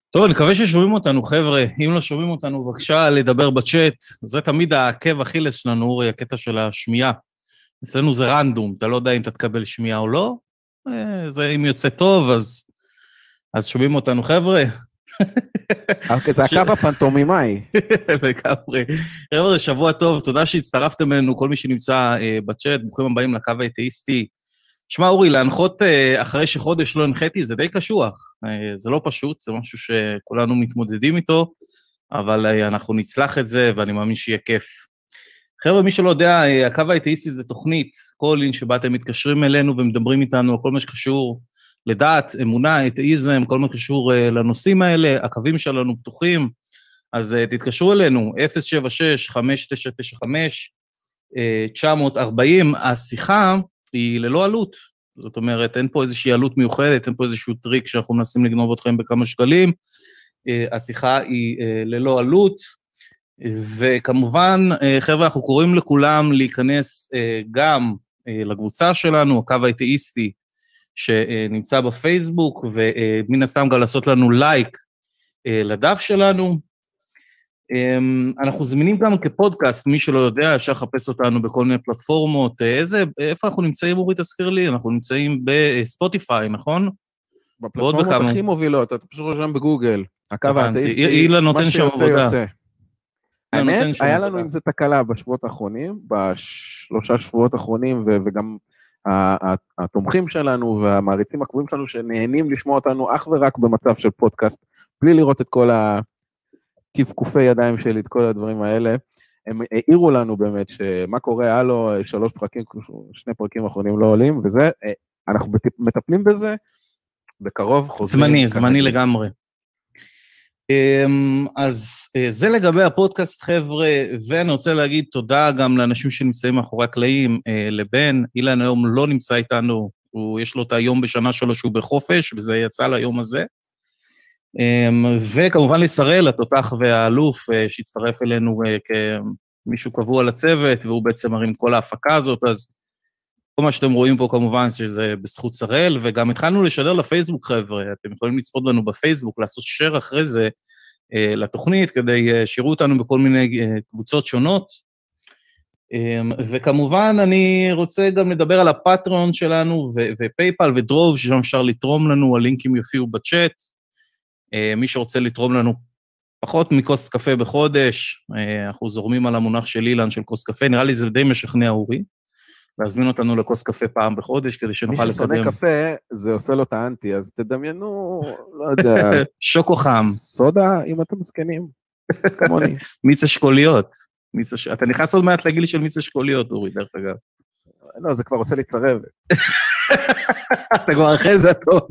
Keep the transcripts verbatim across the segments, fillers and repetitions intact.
טוב, אני מקווה ששומעים אותנו, חבר'ה. אם לא שומעים אותנו, בבקשה לדבר בצ'אט. זה תמיד העקב אכילס שלנו, אורי, הקטע של השמיעה. אצלנו זה רנדום, אתה לא יודע אם אתה תקבל שמיעה או לא. אה, זה אם יוצא טוב, אז, אז שומעים אותנו, חבר'ה. זה הקו הפנטומימאי. לגמרי. חבר'ה, שבוע טוב, תודה שהצטרפתם אלינו, כל מי שנמצא אה, בצ'אט, ברוכים הבאים לקו האתאיסטי. שמע, אורי, להנחות אחרי שחודש לא הנחיתי, זה די קשוח. זה לא פשוט, זה משהו שכולנו מתמודדים איתו, אבל אנחנו נצלח את זה, ואני מאמין שיהיה כיף. חבר'ה, מי שלא יודע, הקו האתאיסטי זה תוכנית, כל לין שבה אתם מתקשרים אלינו ומדברים איתנו על כל מה שקשור לדת, אמונה, אתאיזם, כל מה שקשור לנושאים האלה, הקווים שלנו פתוחים, אז תתקשרו אלינו, אפס שבע שש חמש תשע תשע חמש תשע ארבע אפס, השיחה, היא ללא עלות, זאת אומרת, אין פה איזושהי עלות מיוחדת, אין פה איזשהו טריק שאנחנו מנסים לגנוב אתכם בכמה שקלים, השיחה היא ללא עלות, וכמובן, חבר'ה, אנחנו קוראים לכולם להיכנס גם לקבוצה שלנו, הקו האתאיסטי, שנמצא בפייסבוק, ומן הסתם גם לעשות לנו לייק לדף שלנו, אנחנו זמינים גם כפודקאסט, מי שלא יודע, אפשר לחפש אותנו בכל מיני פלטפורמות, איזה, איפה אנחנו נמצאים, אורי, תזכיר לי? אנחנו נמצאים בספוטיפיי, נכון? בפלטפורמות הכי מובילות, אתה פשוט רושם בגוגל, הקו האתאיסטי, מה שיוצא יוצא. האמת, היה לנו עם זה תקלה בשבועות האחרונים, בשלושה שבועות האחרונים, וגם התומכים שלנו והמעריצים הקבועים שלנו, שנהנים לשמוע אותנו אך ורק במצב של פודקאסט, בלי לראות את כל ה... כפקופי ידיים שלי, את כל הדברים האלה, הם העירו לנו באמת שמה קורה, הלו, שלוש פרקים, שני פרקים האחרונים לא עולים, וזה, אנחנו מטפלים בזה, בקרוב חוזרים. זמני, זמני לגמרי. אז זה לגבי הפודקאסט, חבר'ה, ואני רוצה להגיד תודה גם לאנשים שנמצאים מאחורי הקלעים, לבן, אילן היום לא נמצא איתנו, הוא, יש לו את היום בשנה שלו שהוא בחופש, וזה יצא ליום הזה, וכמובן לישראל, התותח והאלוף שהצטרף אלינו כמישהו קבוע לצוות, והוא בעצם מרים כל ההפקה הזאת, אז כל מה שאתם רואים פה כמובן שזה בזכות שראל, וגם התחלנו לשדר לפייסבוק, חבר'ה, אתם יכולים לצפות לנו בפייסבוק, לעשות share אחרי זה לתוכנית, כדי שיראו אותנו בכל מיני קבוצות שונות, וכמובן אני רוצה גם לדבר על הפטריון שלנו, ופייפל ודרוב, ששם אפשר לתרום לנו, הלינקים יופיעו בצ'אט, מי שרוצה לתרום לנו פחות מכוס קפה בחודש, אנחנו זורמים על המונח של אילן של כוס קפה, נראה לי זה די משכנע אורי, להזמין אותנו לכוס קפה פעם בחודש, כדי שנוכל לקדם. מי ששונא קפה, זה עושה לו את האנטי, אז תדמיינו, לא יודע. שוקו חם. סודה, אם אתם מסכנים, כמוני. מיץ אשכוליות. אתה נכנס עוד מעט לגיל של מיץ אשכוליות, אורי, דרך אגב. לא, זה כבר רוצה להצטרב. אתה כבר אחרי זה טוב.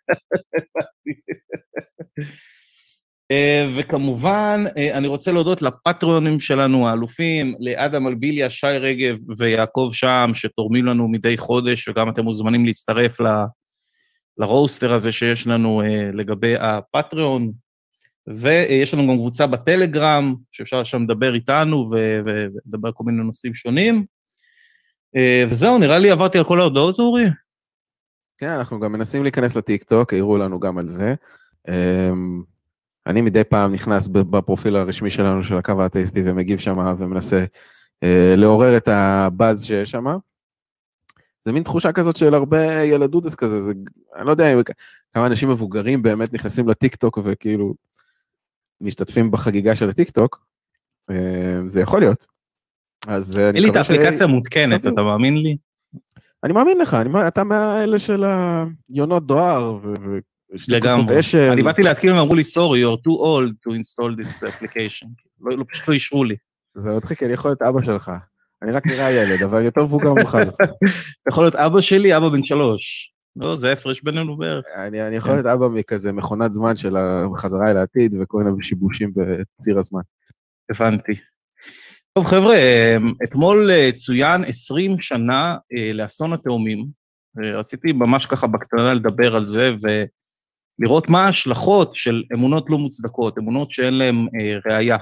וכמובן, אני רוצה להודות לפטריונים שלנו, האלופים, לאדם אלביליה, שי רגב ויעקב שם, שתורמים לנו מדי חודש, וגם אתם מוזמנים להצטרף לרוסטר הזה שיש לנו לגבי הפטריון, ויש לנו גם קבוצה בטלגרם, שאפשר שם לדבר איתנו, ולדבר כל מיני נושאים שונים, וזהו, נראה לי עברתי על כל ההודעות, אורי. כן, אנחנו גם מנסים להיכנס לטיק-טוק, העירו לנו גם על זה. אני מדי פעם נכנס בפרופיל הרשמי שלנו של הקו האתאיסטי, ומגיב שם ומנסה לעורר את הבאז שיש שם. זה מין תחושה כזאת של הרבה ילדודס כזה, זה, אני לא יודע כמה אנשים מבוגרים באמת נכנסים לטיק-טוק, וכאילו משתתפים בחגיגה של הטיק-טוק, זה יכול להיות. אין לי את האפליקציה מותקנת, אתה מאמין לי? אני מאמין לך, אתה מהאלה של היונות דואר, לגמרי. אני באתי להתקיל, הם אמרו לי, sorry, you're too old to install this application. לא, פשוט לא אישרו לי. זה עוד חכה, אני יכול להיות אבא שלך. אני רק נראה ילד, אבל יותר מבוגר ממך. אתה יכול להיות אבא שלי, אבא בן שלוש. לא, זה הפרש בינינו בערך. אני יכול להיות אבא מכזה מכונת זמן של החזרה אל העתיד, וכל מיני שיבושים בציר הזמן. הבנתי. טוב, חבר'ה, אתמול צוין עשרים שנה לאסון התאומים. רציתי ממש ככה בקטנה לדבר על זה, ולראות מה ההשלכות של אמונות לא מוצדקות, אמונות שאין להן ראייה.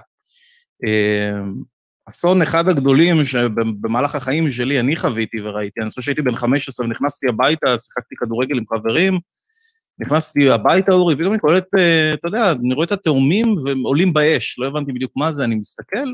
אסון אחד הגדולים שבמהלך החיים שלי אני חוויתי וראיתי, אני חושב שהייתי בן חמש עשרה ונכנסתי הביתה, שיחקתי כדורגל עם חברים, נכנסתי הביתה, אורי, פתאום אני קולט, אתה יודע, אני רואה את התאומים והם עולים באש, לא הבנתי בדיוק מה זה, אני מסתכל,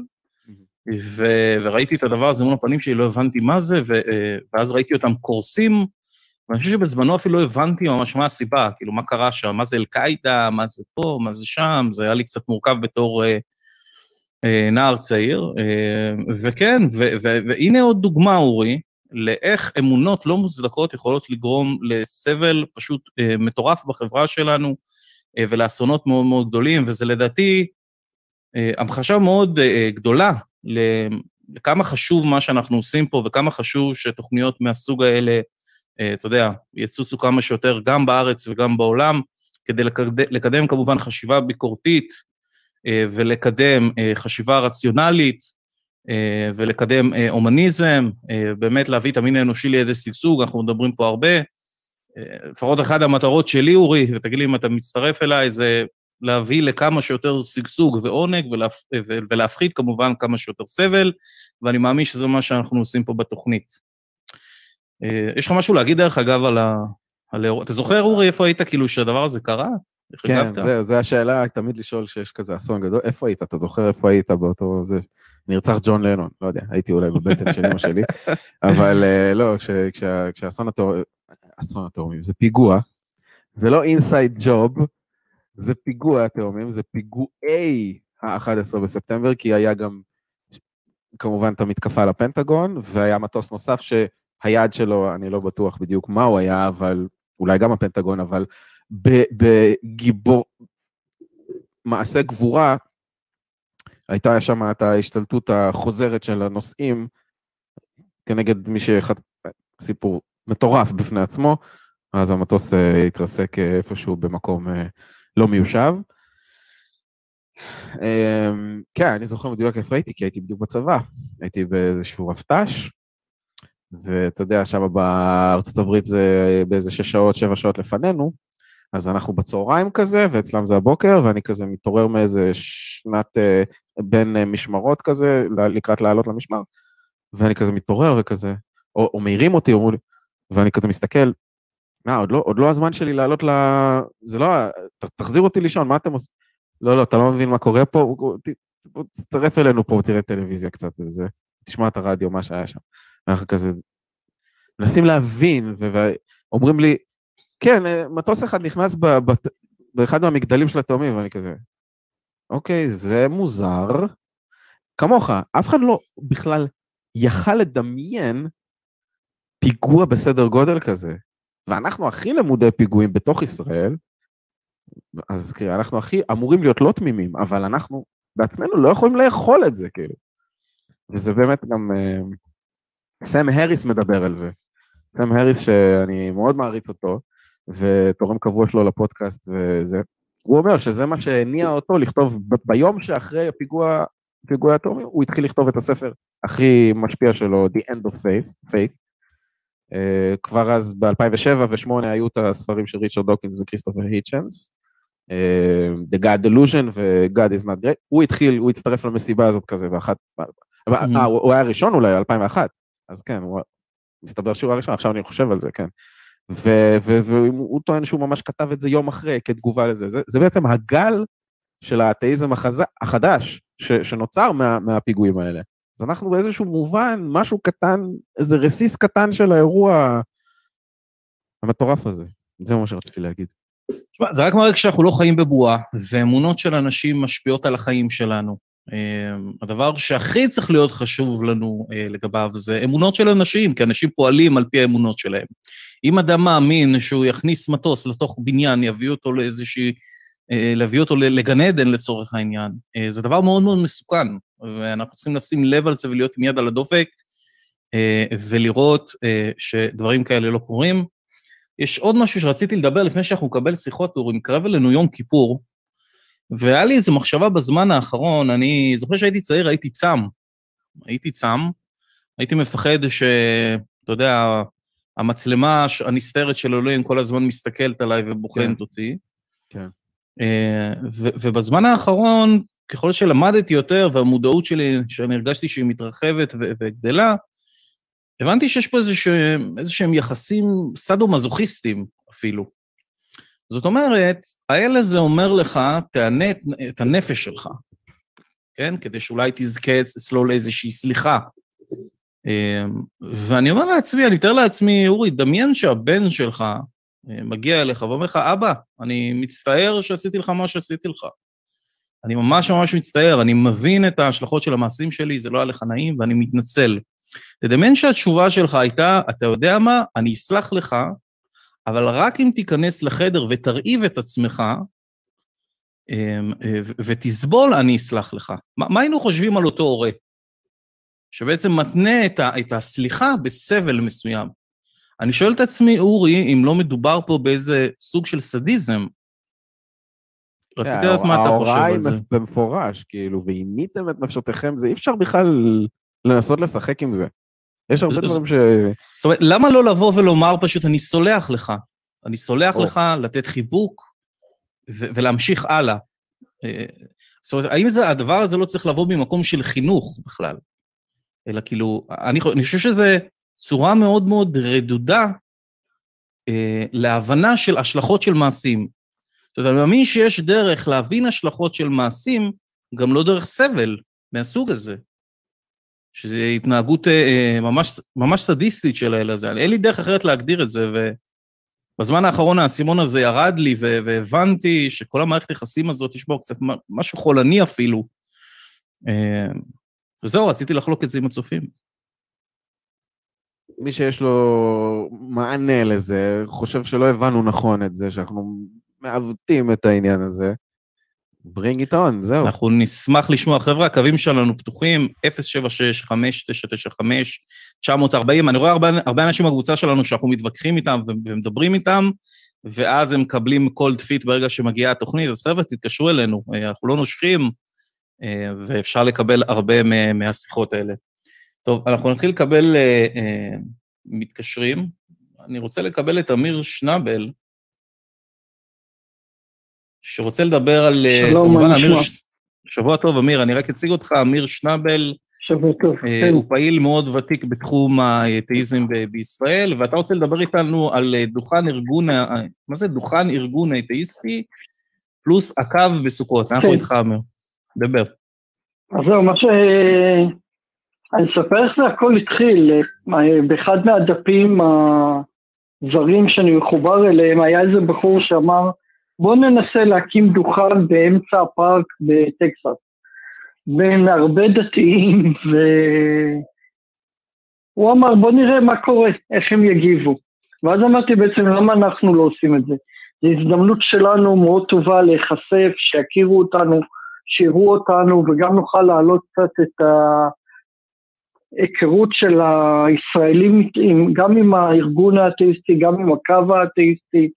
ו- וראיתי את הדבר הזה מול הפנים שלי, לא הבנתי מה זה, ו- ואז ראיתי אותם קורסים, ואני חושב שבזמנו אפילו לא הבנתי ממש מה הסיבה, כאילו, מה קרה שם, מה זה אל-קאידה, מה זה פה, מה זה שם, זה היה לי קצת מורכב בתור אה, אה, נער צעיר, אה, וכן, ו- ו- והנה עוד דוגמה, אורי, לאיך אמונות לא מוצדקות יכולות לגרום לסבל פשוט אה, מטורף בחברה שלנו, אה, ולאסונות מאוד מאוד גדולים, וזה לדעתי אה, המחשה מאוד אה, גדולה לכמה חשוב מה שאנחנו עושים פה, וכמה חשוב שתוכניות מהסוג האלה, אתה יודע, יצוצו כמה שיותר גם בארץ וגם בעולם, כדי לקדם, לקדם כמובן חשיבה ביקורתית, ולקדם חשיבה רציונלית, ולקדם הומניזם, באמת להביא את המין האנושי לידי שגשוג, אנחנו מדברים פה הרבה, לפחות אחת המטרות שלי, אורי, ותגיד לי אם אתה מצטרף אליי, זה להביא לכמה שיותר שגשוג ועונג, ולהפ... ולהפחית כמובן כמה שיותר סבל, ואני מאמין שזה מה שאנחנו עושים פה בתוכנית. יש לך משהו להגיד דרך אגב על ה... אתה זוכר, אורי, איפה היית כאילו שהדבר הזה קרה? כן, זו השאלה, תמיד לשאול שיש כזה אסון גדול, איפה היית? אתה זוכר איפה היית באותו זה? נרצח ג'ון לנון, לא יודע, הייתי אולי בבטן של אמא שלי, אבל לא, כשהאסון התאומים, זה פיגוע, זה לא אינסייד ג'וב, זה פיגוע התאומים, זה פיגועי ה-אחד עשר בספטמבר, כי היה גם כמובן את המתקפה לפנטגון, והיה מטוס נוסף שהיעד שלו, אני לא בטוח בדיוק מה הוא היה, אבל אולי גם הפנטגון, אבל בגיבור, מעשה גבורה, הייתה שם את ההשתלטות החוזרת של הנוסעים, כנגד מי שאחד, סיפור מטורף בפני עצמו, אז המטוס התרסק איפשהו במקום לא מיושב. כן, אני זוכר בדיוק איפה הייתי, כי הייתי בדיוק בצבא, הייתי באיזשהו רפתש, ואתה יודע, שם בארצות הברית זה באיזה שש שעות, שבע שעות לפנינו, אז אנחנו בצהריים כזה, ואצלם זה הבוקר, ואני כזה מתעורר מאיזה שנת בין משמרות כזה, לקראת לעלות למשמר, ואני כזה מתעורר וכזה, או, או מהירים אותי, או, ואני כזה מסתכל, מה, עוד לא, עוד לא הזמן שלי לעלות ל... זה לא, תחזיר אותי לישון, מה אתם עושים? לא, לא, אתה לא מבין מה קורה פה, תצטרף אלינו פה, תראה טלוויזיה קצת, וזה, תשמע את הרדיו, מה שהיה שם. אנחנו כזה, מנסים להבין, ואומרים לי, כן, מטוס אחד נכנס באחד מהמגדלים של התאומים, ואני כזה, אוקיי, זה מוזר, כמוך, אף אחד לא בכלל יכל לדמיין פיגוע בסדר גודל כזה, ואנחנו הכי למודי פיגועים בתוך ישראל, אז כאילו, אנחנו הכי אמורים להיות לא תמימים, אבל אנחנו בעצמנו לא יכולים לאכול את זה, כאילו. וזה באמת גם, סם הריס מדבר על זה. סם הריס שאני מאוד מעריץ אותו, ותורם קבוע שלו לפודקאסט וזה, הוא אומר שזה מה שהניע אותו לכתוב, ביום שאחרי הפיגוע, פיגוע התאומי, הוא התחיל לכתוב את הספר הכי משפיע שלו, The End of Faith, Faith. Uh, כבר אז ב-אלפיים ושבע ו-שמונה היו את הספרים של ריצ'רד דוקינס וכריסטופר היצ'נס, uh, The God Delusion ו-God is not great, הוא התחיל, הוא הצטרף למסיבה הזאת כזה, ואחת, mm-hmm. אה, הוא, הוא היה ראשון אולי, אלפיים ואחת, אז כן, הוא מסתבר שהוא הראשון, עכשיו אני חושב על זה, כן. והוא טוען שהוא ממש כתב את זה יום אחרי, כתגובה לזה. זה, זה בעצם הגל של האתאיזם החז... החדש, ש, שנוצר מה, מהפיגועים האלה. אז אנחנו באיזשהו מובן, משהו קטן, איזה רסיס קטן של האירוע המטורף הזה. זה מה שרציתי להגיד. זה רק מראה כשאנחנו לא חיים בבועה, ואמונות של אנשים משפיעות על החיים שלנו. הדבר שהכי צריך להיות חשוב לנו לגביו זה אמונות של אנשים, כי אנשים פועלים על פי האמונות שלהם. אם אדם מאמין שהוא יכניס מטוס לתוך בניין, יביא אותו לאיזושהי, להביא אותו לגן עדן לצורך העניין, זה דבר מאוד מאוד מסוכן, ואנחנו צריכים לשים לב על זה ולהיות עם יד על הדופק, ולראות שדברים כאלה לא קורים. יש עוד משהו שרציתי לדבר לפני שאנחנו נקבל שיחות, הוא מתקרב אלינו יום כיפור, והיה לי איזו מחשבה בזמן האחרון, אני זוכר שהייתי צעיר, הייתי צם, הייתי צם, הייתי מפחד ש, אתה יודע, המצלמה הנסתרת של אלוהים כל הזמן מסתכלת עליי ובוחנת כן. אותי. כן. ו- ובזמן האחרון, ככל שלמדתי יותר, והמודעות שלי, שאני הרגשתי שהיא מתרחבת ו- וגדלה, הבנתי שיש פה איזה שהם, איזה שהם יחסים סדו-מזוכיסטים אפילו. זאת אומרת, האלה זה אומר לך, תענה את הנפש שלך, כן? כדי שאולי תזכה אצלו לאיזושהי סליחה. ואני אומר לעצמי, אני אתאר לעצמי, אורי, דמיין שהבן שלך מגיע אליך ואומר לך, אבא, אני מצטער שעשיתי לך מה שעשיתי לך. אני ממש ממש מצטער, אני מבין את ההשלכות של המעשים שלי, זה לא היה לך נעים, ואני מתנצל. תדמיין שהתשובה שלך הייתה, אתה יודע מה, אני אסלח לך, אבל רק אם תיכנס לחדר ותרעיב את עצמך, ותסבול, אני אסלח לך. מה היינו חושבים על אותו הורה? שבעצם מתנה את הסליחה בסבל מסוים. אני שואל את עצמי, אורי, אם לא מדובר פה באיזה סוג של סדיזם, רציתי לדעת מה אתה חושב על זה. ההוראה היא במפורש, כאילו, ועיניתם את נפשותיכם, זה אי אפשר בכלל לנסות לשחק עם זה. יש הרבה דברים ש... זאת אומרת, למה לא לבוא ולומר פשוט, אני סולח לך, אני סולח לך, לתת חיבוק, ולהמשיך הלאה. זאת אומרת, האם הדבר הזה לא צריך לבוא ממקום של חינוך בכלל? אלא כאילו, אני חושב שזה צורה מאוד מאוד רדודה להבנה של השלכות של מעשים. זאת אומרת, אני מאמין שיש דרך להבין השלכות של מעשים, גם לא דרך סבל מהסוג הזה. שזו התנהגות ממש, ממש סדיסטית של האלה הזה. אין לי דרך אחרת להגדיר את זה, ובזמן האחרון האסימון הזה ירד לי, והבנתי שכל המערכת היחסים הזאת, יש בו קצת משהו חולני אפילו. וזהו, רציתי לחלוק את זה עם הצופים. מי שיש לו מענה לזה, חושב שלא הבנו נכון את זה, שאנחנו מעוותים את העניין הזה. bring it on, זהו. אנחנו נשמח לשמוע, חבר'ה, הקווים שלנו פתוחים, אפס שבע שש חמש תשע תשע חמש תשע ארבע אפס, אני רואה הרבה, הרבה אנשים בקבוצה שלנו שאנחנו מתווכחים איתם ומדברים איתם, ואז הם מקבלים cold feet ברגע שמגיעה התוכנית, אז חבר'ה, תתקשרו אלינו, אנחנו לא נושכים, ואפשר לקבל הרבה מהשיחות האלה. טוב, אנחנו נתחיל לקבל מתקשרים, אני רוצה לקבל את אמיר שנבל, שרוצה לדבר על... שלום, מה נשמע? שבוע טוב, אמיר, אני רק אציג אותך, אמיר שנבל, שבוע טוב, כן. הוא פעיל מאוד ותיק בתחום האתאיזם בישראל, ואתה רוצה לדבר איתנו על דוכן ארגון, מה זה? דוכן ארגון האתאיסטי, פלוס הקו בסוכות, אנחנו איתך, אמיר, דבר. אז זהו, מה ש... אני אספר איך זה הכל התחיל, באחד מהדפים הזרים שאני מחובר אליהם, היה איזה בחור שאמר, בוא ננסה להקים דוכן באמצע הפארק בטקסס, בין הרבה דתיים, והוא אמר, בוא נראה מה קורה, איך הם יגיבו. ואז אמרתי בעצם, למה אנחנו לא עושים את זה? זו הזדמנות שלנו מאוד טובה להיחשף, שיכירו אותנו, שיראו אותנו, וגם נוכל להעלות קצת את ההיכרות של הישראלים, גם עם הארגון האתאיסטי, גם עם הקו האתאיסטי,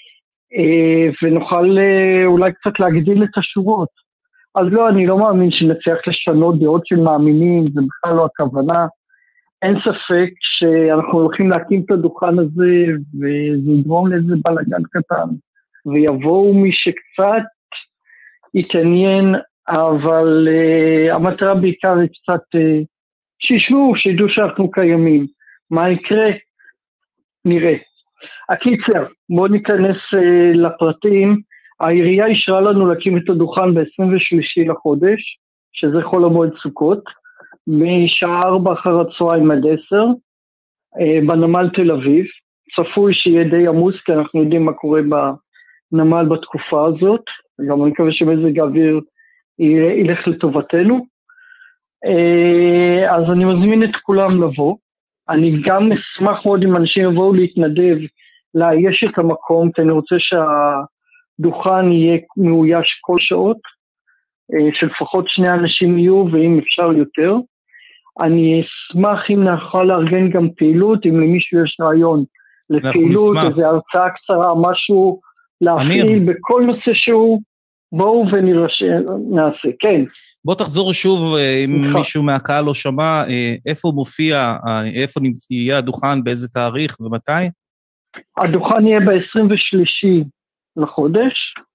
ונוכל אולי קצת להגדיל את השורות. אז לא, אני לא מאמין שנצליח לשנות דעות של מאמינים, זה בכלל לא הכוונה. אין ספק שאנחנו הולכים להקים את הדוכן הזה, וזה יגרום לאיזה בלגן קטן, ויבואו מי שקצת יתעניין, אבל uh, המטרה בעיקר היא קצת uh, שישמעו, שידעו שאנחנו קיימים. מה יקרה? נראה. הקיצר, בואו ניכנס uh, לפרטים. העירייה אישרה לנו להקים את הדוכן ב-עשרים ושלושה לחודש, שזה חול המועד סוכות, משעה ארבע אחר הצהריים עד עשר, uh, בנמל תל אביב. צפוי שיהיה די עמוס, כי אנחנו יודעים מה קורה בנמל בתקופה הזאת, גם אני מקווה שמזג האוויר ילך לטובתנו. אז אני מזמין את כולם לבוא. אני גם אשמח מאוד אם אנשים יבואו להתנדב, לאייש את המקום, כי אני רוצה שהדוכן יהיה מאויש כל שעות, שלפחות שני אנשים יהיו, ואם אפשר יותר. אני אשמח אם נוכל לארגן גם פעילות, אם למישהו יש רעיון לפעילות, איזו הרצאה קצרה, משהו להפעיל בכל נושא שהוא, בואו ונעשה, כן. בוא תחזור שוב, אם מישהו מהקהל לא שמע, איפה מופיע, איפה יהיה הדוכן, באיזה תאריך ומתי? הדוכן יהיה ב-עשרים ושלושה לחודש,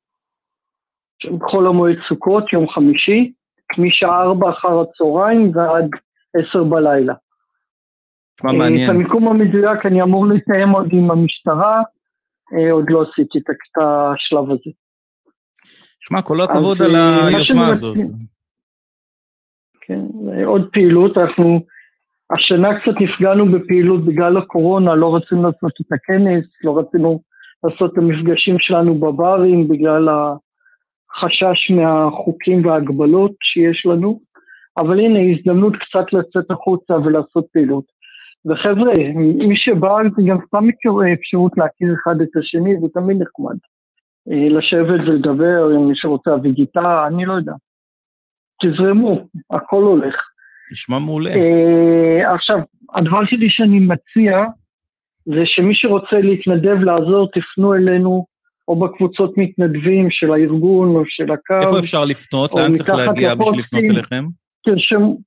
בכל המועד סוכות, יום חמישי, משעה ארבע אחר הצהריים ועד עשר בלילה. מה מעניין? את המיקום המדויק אני אמור לתאם עוד עם המשטרה, עוד לא עשיתי את השלב הזה. שמע, כל הכבוד על היוזמה הזאת. כן, עוד פעילות, אנחנו השנה קצת נפגענו בפעילות בגלל הקורונה, לא רצינו לעשות את הכנס, לא רצינו לעשות את המפגשים שלנו בברים, בגלל החשש מהחוקים וההגבלות שיש לנו, אבל הנה, הזדמנות קצת לצאת החוצה ולעשות פעילות. וחבר'ה, מי שבא, זה גם סתם אפשרות להכיר אחד את השני, זה תמיד נחמד. לשבת ולדבר, אם מי שרוצה להביא גיטרה, אני לא יודע. תזרמו, הכל הולך. נשמע מעולה. עכשיו, הדבר שלי שאני מציע, זה שמי שרוצה להתנדב, לעזור, תפנו אלינו, או בקבוצות מתנדבים של הארגון, או של הקו. איפה אפשר לפנות? לאן צריך להגיע בשביל לפנות אליכם? תרשמו,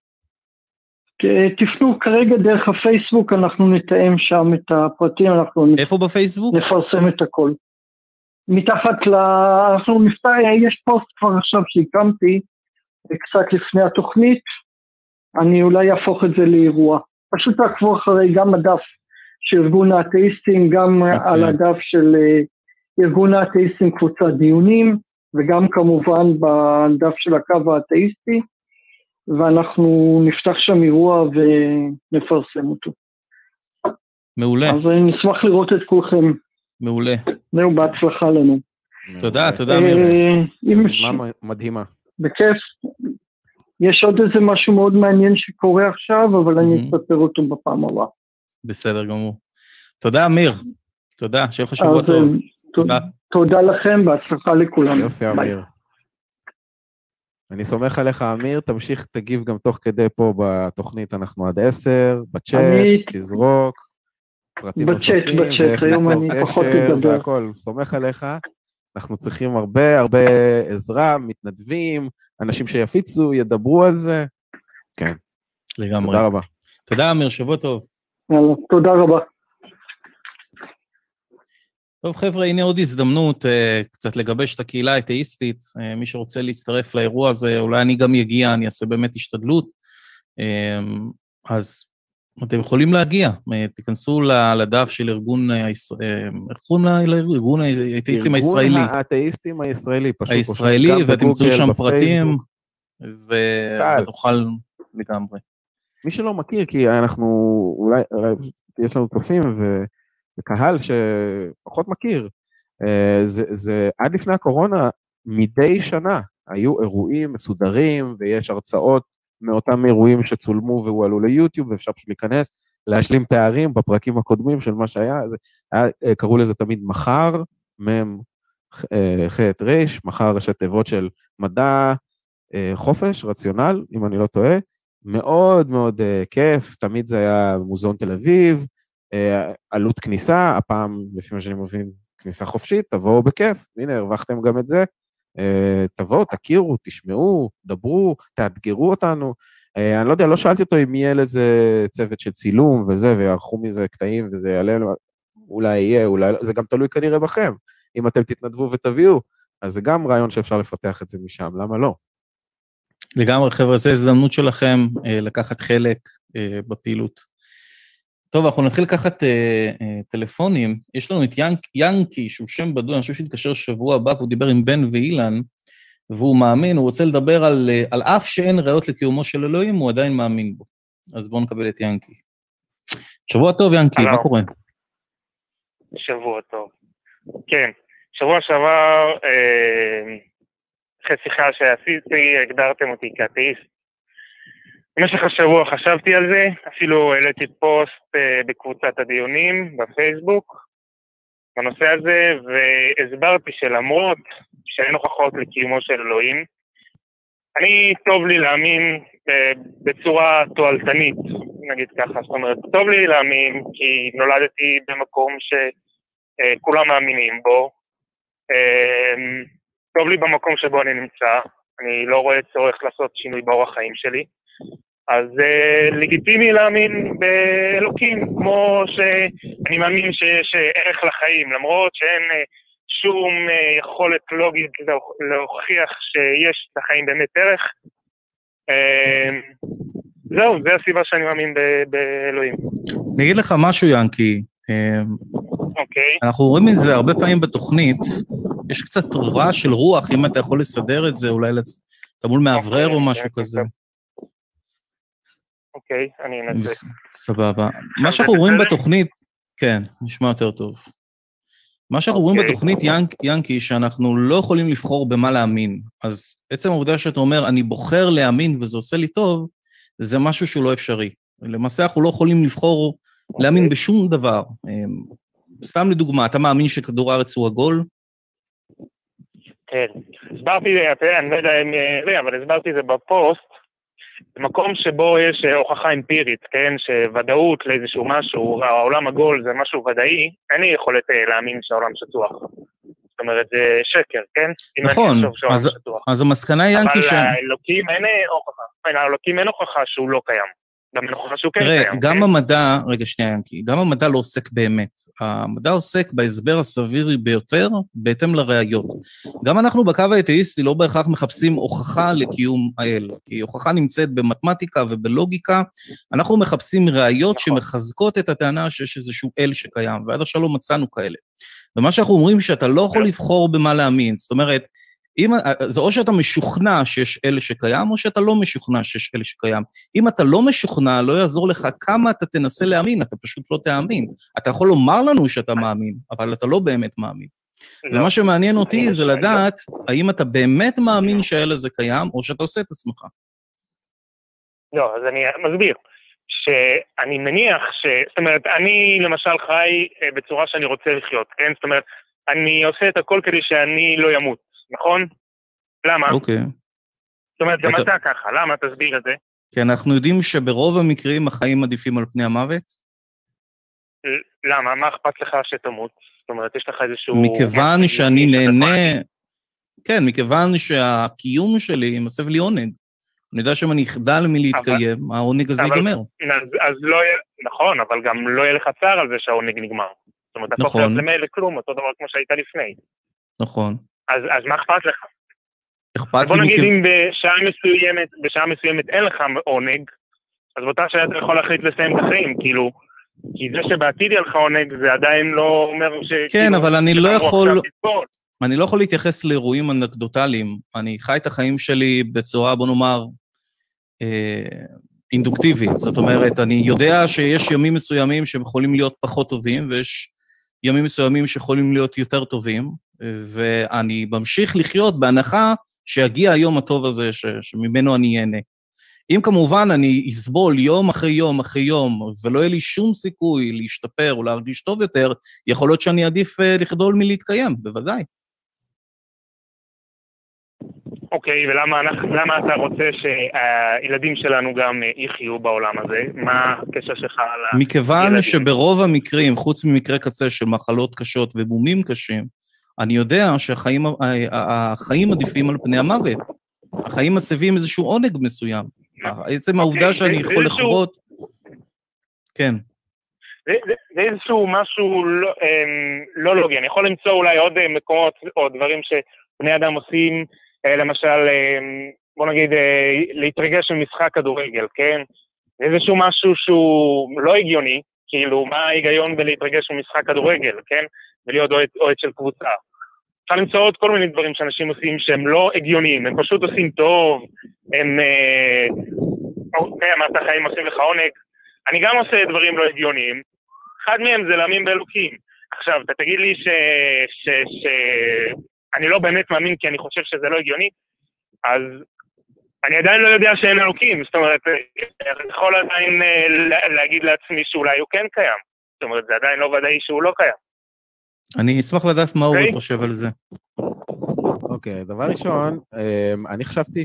תפנו כרגע דרך הפייסבוק, אנחנו נתאם שם את הפרטים, אנחנו איפה בפייסבוק? נפרסם את הכל. מתחת ל... אנחנו נפתח, יש פוסט כבר עכשיו שהקמתי, קצת לפני התוכנית, אני אולי אהפוך את זה לאירוע. פשוט תעקבו אחרי גם הדף של ארגון האתאיסטים, גם מצוין. על הדף של ארגון האתאיסטים קבוצת דיונים, וגם כמובן בדף של הקו האתאיסטי, ואנחנו נפתח שם אירוע ונפרסם אותו. מעולה. אז אני נשמח לראות את כולכם. מעולה. זהו, בהצלחה לנו. תודה, תודה מירי. יוזמה מדהימה. בכיף. יש עוד איזה משהו מאוד מעניין שקורה עכשיו, אבל אני אספר אותו בפעם הבאה. בסדר גמור. תודה אמיר. תודה, שיהיה לך שבוע טוב. תודה. תודה לכם, בהצלחה לכולם. יופי אמיר. אני סומך עליך אמיר, תמשיך, תגיב גם תוך כדי פה בתוכנית, אנחנו עד עשר, בצ'אט, תזרוק, פרטים נוספים, בצ'אט, היום אני פחות לדבר. והכל, סומך עליך, אנחנו צריכים הרבה הרבה עזרה, מתנדבים, אנשים שיפיצו, ידברו על זה. כן. לגמרי. תודה רבה. תודה אמיר, שבוע טוב. תודה רבה. טוב חבר'ה, הנה עוד הזדמנות uh, קצת לגבש את הקהילה האתאיסטית, uh, מי שרוצה להצטרף לאירוע הזה, אולי אני גם יגיע, אני אעשה באמת השתדלות, uh, אז אתם יכולים להגיע, uh, תיכנסו לדף של ארגון, ארגון לארגון האתאיסטים הישראלי. ארגון האתאיסטים הישראלי, פשוט. הישראלי, ותמצאו שם פרטים, ותוכל לגמרי. מי שלא מכיר, כי אנחנו, אולי, יש לנו צופים ו... וקהל שפחות מכיר, זה, זה עד לפני הקורונה, מדי שנה, היו אירועים מסודרים, ויש הרצאות מאותם אירועים שצולמו והועלו ליוטיוב, ואפשר פשוט להיכנס, להשלים פערים בפרקים הקודמים של מה שהיה, זה, היה, קראו לזה תמיד מחר, מם, חטא ריש, מחר ראשי תיבות של מדע, חופש, רציונל, אם אני לא טועה, מאוד מאוד כיף, תמיד זה היה מוזיאון תל אביב, עלות כניסה, הפעם, לפי מה שאני מבין, כניסה חופשית, תבואו בכיף, הנה, הרווחתם גם את זה, תבואו, תכירו, תשמעו, דברו, תאתגרו אותנו, אני לא יודע, לא שאלתי אותו אם יהיה לזה צוות של צילום וזה, ויערכו מזה קטעים וזה יעלה, אולי יהיה, אולי, זה גם תלוי כנראה בכם, אם אתם תתנדבו ותביאו, אז זה גם רעיון שאפשר לפתח את זה משם, למה לא? לגמרי, חבר'ה, זו הזדמנות שלכם לקחת חלק בפעילות. טוב, אנחנו נתחיל לקחת אה, אה, טלפונים, יש לנו את ינק, ינקי, שהוא שם בדוי, אני חושב שהתקשר שבוע הבא, הוא דיבר עם בן ואילן, והוא מאמין, הוא רוצה לדבר על, אה, על אף שאין ראיות לקיומו של אלוהים, הוא עדיין מאמין בו. אז בואו נקבל את ינקי. שבוע טוב, ינקי, מה קורה? שבוע טוב. כן, שבוע שעבר, אה, אחרי שיחה שעשיתי, הגדרתם אותי כאתאיסט, במשך השבוע חשבתי על זה, אפילו העליתי פוסט uh, בקבוצת הדיונים בפייסבוק בנושא הזה, והסברתי שלמרות שאין הוכחות לקיומו של אלוהים, אני טוב לי להאמין uh, בצורה תועלתנית, נגיד ככה, זאת אומרת, טוב לי להאמין כי נולדתי במקום שכולם uh, מאמינים בו, uh, טוב לי במקום שבו אני נמצא, אני לא רואה צורך לעשות שינוי באורח חיים שלי, אז uh, לגיטימי להאמין באלוקים, כמו שאני מאמין שיש ערך לחיים, למרות שאין uh, שום uh, יכולת לוגית להוכיח שיש לחיים באמת ערך. Uh, זהו, זו הסיבה שאני מאמין באלוהים. אני אגיד לך משהו, ינקי, אוקיי. אנחנו רואים את זה הרבה פעמים בתוכנית, יש קצת רעש של רוח, אם אתה יכול לסדר את זה, אולי אתה מול מאוורר או משהו כזה. אוקיי, אני אנסה. סבבה. מה שאנחנו רואים בתוכנית, כן, נשמע יותר טוב. מה שאנחנו רואים בתוכנית, ינקי, שאנחנו לא יכולים לבחור במה להאמין. אז עצם העובדה שאתה אומר, אני בוחר להאמין וזה עושה לי טוב, זה משהו שהוא לא אפשרי. למעשה אנחנו לא יכולים לבחור להאמין בשום דבר. סתם לדוגמה, אתה מאמין שכדור הארץ הוא עגול? כן. הסברתי, אני לא יודע אם, אבל הסברתי זה בפוסט, במקום שבו יש הוכחה אמפירית, כן, שוודאות לאיזשהו משהו, העולם עגול זה משהו ודאי, אין לי יכולת להאמין שהעולם שטוח. זאת אומרת, זה שקר, כן? נכון, אז, אז המסקנה היא ינקי ש... אבל לאלוקים אין הוכחה, לאלוקים אין הוכחה שהוא לא קיים. גם אין הוכחה שהוא כן תראה, קיים. גם כן? המדע, רגע שנייה ינקי, גם המדע לא עוסק באמת. המדע עוסק בהסבר הסביר ביותר, בהתאם לראיות. גם אנחנו בקו האתאיסטי לא בהכרח מחפשים הוכחה לקיום האל, כי הוכחה נמצאת במתמטיקה ובלוגיקה, אנחנו מחפשים ראיות נכון. שמחזקות את הטענה שיש איזשהו אל שקיים, ועד עכשיו לא מצאנו כאלה. ומה שאנחנו אומרים שאתה לא יכול לבחור במה להאמין, זאת אומרת, אם, זה או שאתה משוכנע שיש אל שקיים, או שאתה לא משוכנע שיש אל שקיים. אם אתה לא משוכנע, לא יעזור לך כמה אתה תנסה להאמין, אתה פשוט לא תאמין. אתה יכול לומר לנו שאתה מאמין, אבל אתה לא באמת מאמין. לא. ומה שמעניין אותי זה לדעת, האם אתה באמת מאמין שהאל הזה קיים, או שאתה עושה את עצמך. לא, אז אני מסביר. שאני מניח ש... זאת אומרת, אני למשל חי בצורה שאני רוצה לחיות, כן? זאת אומרת, אני עושה את הכל כדי שאני לא ימות, נכון? למה? אוקיי. זאת אומרת, גם אתה ככה, למה? תסביר את זה. כי אנחנו יודעים שברוב המקרים החיים עדיפים על פני המוות. למה? מה אכפת לך שתמות? זאת אומרת, יש לך איזשהו... מכיוון שאני נהנה... כן, מכיוון שהקיום שלי מסב לי עונג. אני יודע שאם אני אחדל מלהתקיים, העונג הזה ייגמר. אז לא יהיה, נכון, אבל גם לא יהיה לך צער על זה שהעונג נגמר. זאת אומרת, אתה חושב לכלום, אותו דבר כמו שהיית לפני. נכון. אז מה אכפת לך? אכפת לי... בוא נגיד אם בשעה מסוימת אין לך עונג, אז באותה שעה אתה יכול להחליט לסיים את החיים, כאילו, כי זה שבעתיד יהיה לך עונג, זה עדיין לא אומר ש... כן, אבל אני לא יכול... אני לא יכול להתייחס לאירועים אנקדוטליים, אני חי את החיים שלי בצורה, בוא נאמר, אה, אינדוקטיבית, זאת אומרת, אני יודע שיש ימים מסוימים שיכולים להיות פחות טובים, ויש ימים מסוימים שיכולים להיות יותר טובים, ואני ממשיך לחיות בהנחה שיגיע היום הטוב הזה ש, שממנו אני ייהנה. אם כמובן אני אסבול יום אחרי יום אחרי יום, ולא יהיה לי שום סיכוי להשתפר או להרגיש טוב יותר, יכול להיות שאני עדיף לחדול מלהתקיים, בוודאי. אוקיי, ולמה למה אתה רוצה שהילדים שלנו גם יחיו בעולם הזה? מה הקשר שלך על הילדים? מכיוון שברוב המקרים, חוץ ממקרה קצה של מחלות קשות ומומים קשים, אני יודע שהחיים החיים עדיפים על פני המוות. החיים מסבים איזשהו עונג מסוים. עצם העובדה שאני יכול לחוות... כן. זה איזשהו משהו לא לוגי. אני יכול למצוא אולי עוד מקומות או דברים שבני אדם עושים, למשל, בוא נגיד, להתרגש במשחק כדורגל, כן? איזשהו משהו שהוא לא הגיוני, כאילו, מה ההיגיון בלהתרגש במשחק כדורגל, כן? ולהיות אוהד של קבוצה. אפשר למצוא עוד כל מיני דברים שאנשים עושים שהם לא הגיוניים, הם פשוט עושים טוב, הם... אוקיי, אמרת חיים עושים לך עונג. אני גם עושה דברים לא הגיוניים, אחד מהם זה להאמין באלוקים. עכשיו, אתה תגיד לי ש... ש... ש... אני לא באמת מאמין כי אני חושב שזה לא הגיוני, אז אני עדיין לא יודע שאין אלוקים, זאת אומרת, אני יכול עדיין להגיד לעצמי שאולי הוא כן קיים, זאת אומרת, זה עדיין לא ודאי שהוא לא קיים. אני אשמח לדעת מה אורי חושב על זה. אוקיי, דבר ראשון, אני חשבתי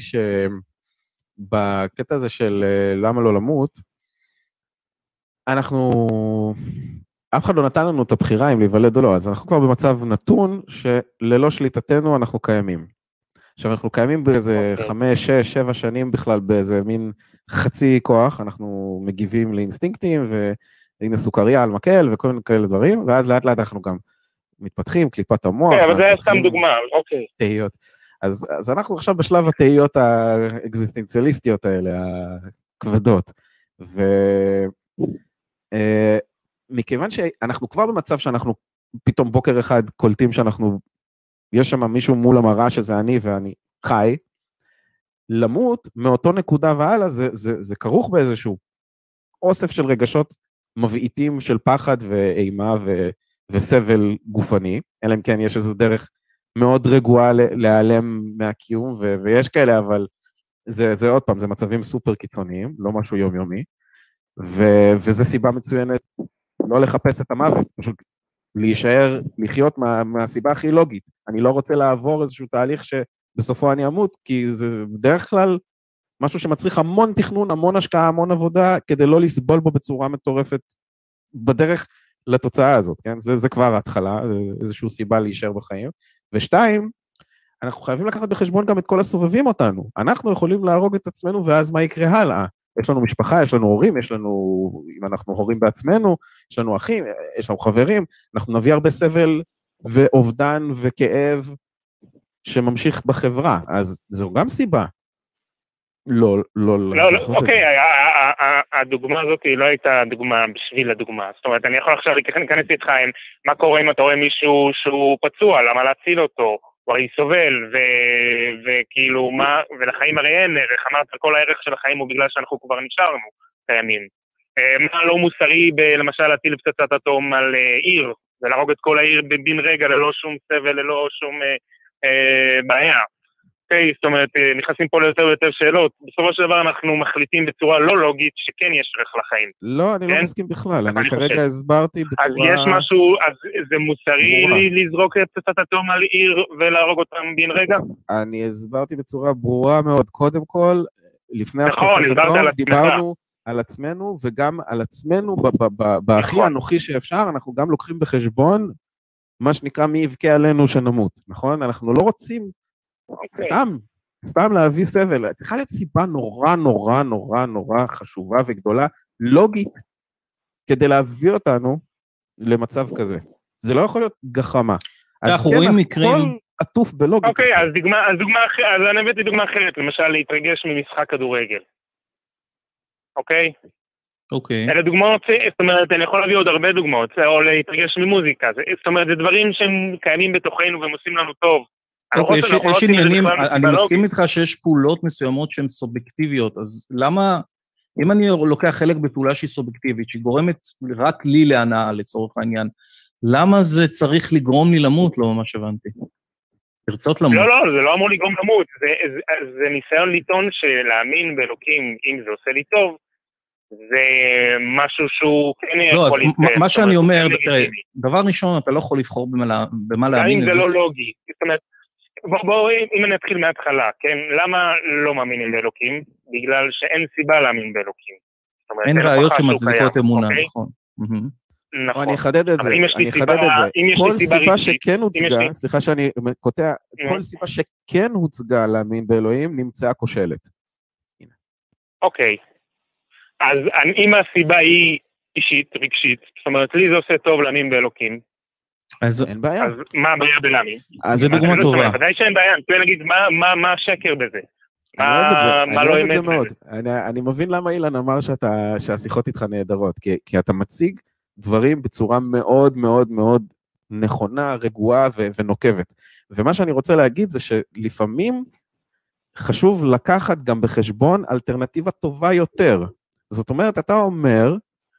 שבקטע הזה של למה לא למות, אנחנו... אף אחד לא נתן לנו את הבחירה אם להיוולד או לא, אז אנחנו כבר במצב נתון שללא שליטתנו אנחנו קיימים. עכשיו אנחנו קיימים באיזה חמש, שש, שבע שנים בכלל באיזה מין חצי כוח, אנחנו מגיבים לאינסטינקטים, והנה סוכריה על מקל וכל מיני כאלה דברים, ואז לאט לאט אנחנו גם מתפתחים, קליפת המוח. כן, אבל זה סתם דוגמה, אוקיי. תהיות. אז, אז אנחנו עכשיו בשלב התהיות האקזיסטנציאליסטיות האלה, הכבדות. ו... מכיוון שאנחנו כבר במצב שאנחנו פתאום בוקר אחד קולטים שאנחנו, יש שם מישהו מול המראה שזה אני ואני חי, למות מאותו נקודה והלאה, זה, זה, זה כרוך באיזשהו אוסף של רגשות מבעיטים של פחד ואימה ו, וסבל גופני, אלא אם כן יש איזו דרך מאוד רגועה להיעלם מהקיום, ו, ויש כאלה, אבל זה, זה עוד פעם, זה מצבים סופר קיצוניים, לא משהו יומיומי, ו, וזה סיבה מצוינת לא לחפש את המוות, פשוט להישאר, לחיות מה, מהסיבה הכי לוגית. אני לא רוצה לעבור איזשהו תהליך שבסופו אני אמות, כי זה בדרך כלל משהו שמצריך המון תכנון, המון השקעה, המון עבודה, כדי לא לסבול בו בצורה מטורפת בדרך לתוצאה הזאת, כן? זה, זה כבר ההתחלה, איזושהי סיבה להישאר בחיים. ושתיים, אנחנו חייבים לקחת בחשבון גם את כל הסובבים אותנו. אנחנו יכולים להרוג את עצמנו, ואז מה יקרה הלאה? יש לנו משפחה, יש לנו הורים, יש לנו, אם אנחנו הורים בעצמנו, יש לנו אחים, יש לנו חברים, אנחנו נביא הרבה סבל ואובדן וכאב שממשיך בחברה, אז זו גם סיבה. לא, לא, לא, אוקיי, הדוגמה הזאת היא לא הייתה דוגמה בשביל הדוגמה, זאת אומרת, אני יכול עכשיו להיכנס איתך עם מה קורה אם אתה רואה מישהו שהוא פצוע, למה להציל אותו, הוא הרי סובל, וכאילו מה, ולחיים הרי אין ערך, אמרת, כל הערך של החיים הוא בגלל שאנחנו כבר נשארנו קיימים. מה לא מוסרי למשל להטיל פצצת אטום על עיר, ולהרוג את כל העיר בבין רגע ללא שום סבל, ללא שום בעיה. אוקיי, זאת אומרת, נכנסים פה ליותר ויותר שאלות, בסופו של דבר אנחנו מחליטים בצורה לא לוגית שכן יש ערך לחיים. לא, אני לא מסכים בכלל, אני כרגע הסברתי בצורה... אז יש משהו, אז זה מוסרי לזרוק פצצת אטום על עיר ולהרוג אותם בין רגע? אני הסברתי בצורה ברורה מאוד, קודם כל, לפני הפצצת אטום, דיברנו על עצמנו, וגם על עצמנו, בהכי אנוכי שאפשר, אנחנו גם לוקחים בחשבון, מה שנקרא מי יבכה עלינו שנמות, נכון? אנחנו לא רוצים סתם, סתם להביא סבל, צריכה להיות סיבה נורא נורא נורא נורא חשובה וגדולה, לוגית, כדי להביא אותנו למצב כזה. זה לא יכול להיות גחמה. אנחנו רואים מקרים... הכל עטוף בלוגית. אוקיי, אז דוגמה אחרת, אז אני הבאתי דוגמה אחרת, למשל להתרגש ממשחק כדורגל. אוקיי? אוקיי. אלה דוגמאות, זאת אומרת, אני יכול להביא עוד הרבה דוגמאות, או להתרגש ממוזיקה, זאת אומרת, זה דברים שהם קיימים בתוכנו והם עושים לנו טוב. אוקיי, יש עניינים, אני מסכים איתך שיש פעולות מסוימות שהן סובייקטיביות, אז למה, אם אני לוקח חלק בפעולה שהיא סובייקטיבית, שהיא גורמת רק לי להנאה לצורך העניין, למה זה צריך לגרום לי למות? לא ממש הבנתי. לרצות למות. לא, לא, זה לא אמור לגרום למות, זה ניסיון לטעון שלהאמין באלוקים, אם זה עושה לי טוב, זה משהו שהוא כן יכול להתקיים. לא, אז מה שאני אומר, תראה, דבר ראשון, אתה לא יכול לבחור במה להאמין. גם אם זה לא לוגי, זאת אומרת, בואו, אם אני אתחיל מההתחלה, כן? למה לא מאמינים באלוקים? בגלל שאין סיבה להאמין באלוקים. אין ראיות שמצדיקות אמונה, נכון. נכון. אני אחדד את זה, אני אחדד את זה. כל סיבה שכן הוצגה, סליחה שאני קוטע, כל סיבה שכן הוצגה להאמין באלוהים, נמצאה כושלת. אוקיי. אז אם הסיבה היא אישית, רגשית, זאת אומרת, לי זה עושה טוב להאמין באלוקים, אז אין בעיה. אז מה הבעיה בלהאמין? אז זה דוגמה טובה. ודאי שאין בעיה, אני רוצה להגיד מה השקר בזה. אני אוהב את זה, אני אוהב את זה מאוד. אני מבין למה אילן אמר שהשיחות איתך נהדרות, כי אתה מציג דברים בצורה מאוד מאוד מאוד נכונה, רגועה ונוקבת. ומה שאני רוצה להגיד זה שלפעמים חשוב לקחת גם בחשבון אלטרנטיבה טובה יותר. זאת אומרת, אתה אומר,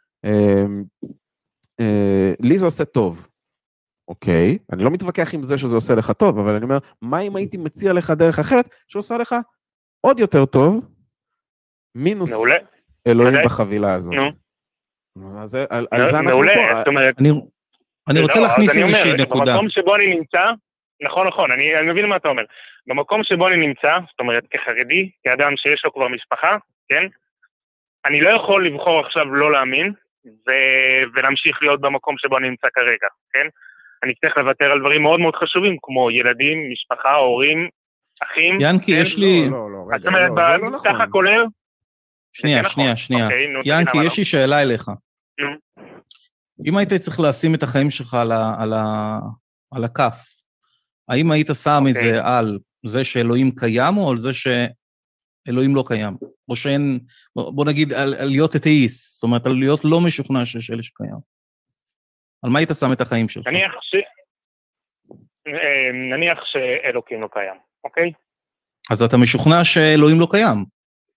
לי זה עושה טוב. אוקיי, אני לא מתווכח עם זה שזה עושה לך טוב, אבל אני אומר, מה אם הייתי מציע לך דרך אחרת, שעושה לך עוד יותר טוב, מינוס אלוהים בחבילה הזאת. על זה אנחנו פה. אני רוצה להכניס איזושהי נקודה. במקום שבו אני נמצא, נכון, נכון, אני מבין מה אתה אומר. במקום שבו אני נמצא, זאת אומרת, כחרדי, כאדם שיש לו כבר משפחה, כן? אני לא יכול לבחור עכשיו לא להאמין, ולהמשיך להיות במקום שבו אני נמצא כרגע, כן? אני צריך לוותר על דברים מאוד מאוד חשובים, כמו ילדים, משפחה, הורים, אחים. ינקי, יש לי... לא, לא, רגע, זה לא נכון. בסך הכולל... שנייה, שנייה, שנייה. ינקי, יש לי שאלה אליך. אם היית צריך לשים את החיים שלך על הכף, האם היית שם את זה על זה שאלוהים קיים, או על זה שאלוהים לא קיים? או שאין, בוא נגיד, על להיות אתאיסט, זאת אומרת, על להיות לא משוכנע שיש אלה שקיים. על מה היית שם את החיים שלך? נניח ש... נניח שאלוקים לא קיים, אוקיי? אז אתה משוכנע שאלוהים לא קיים.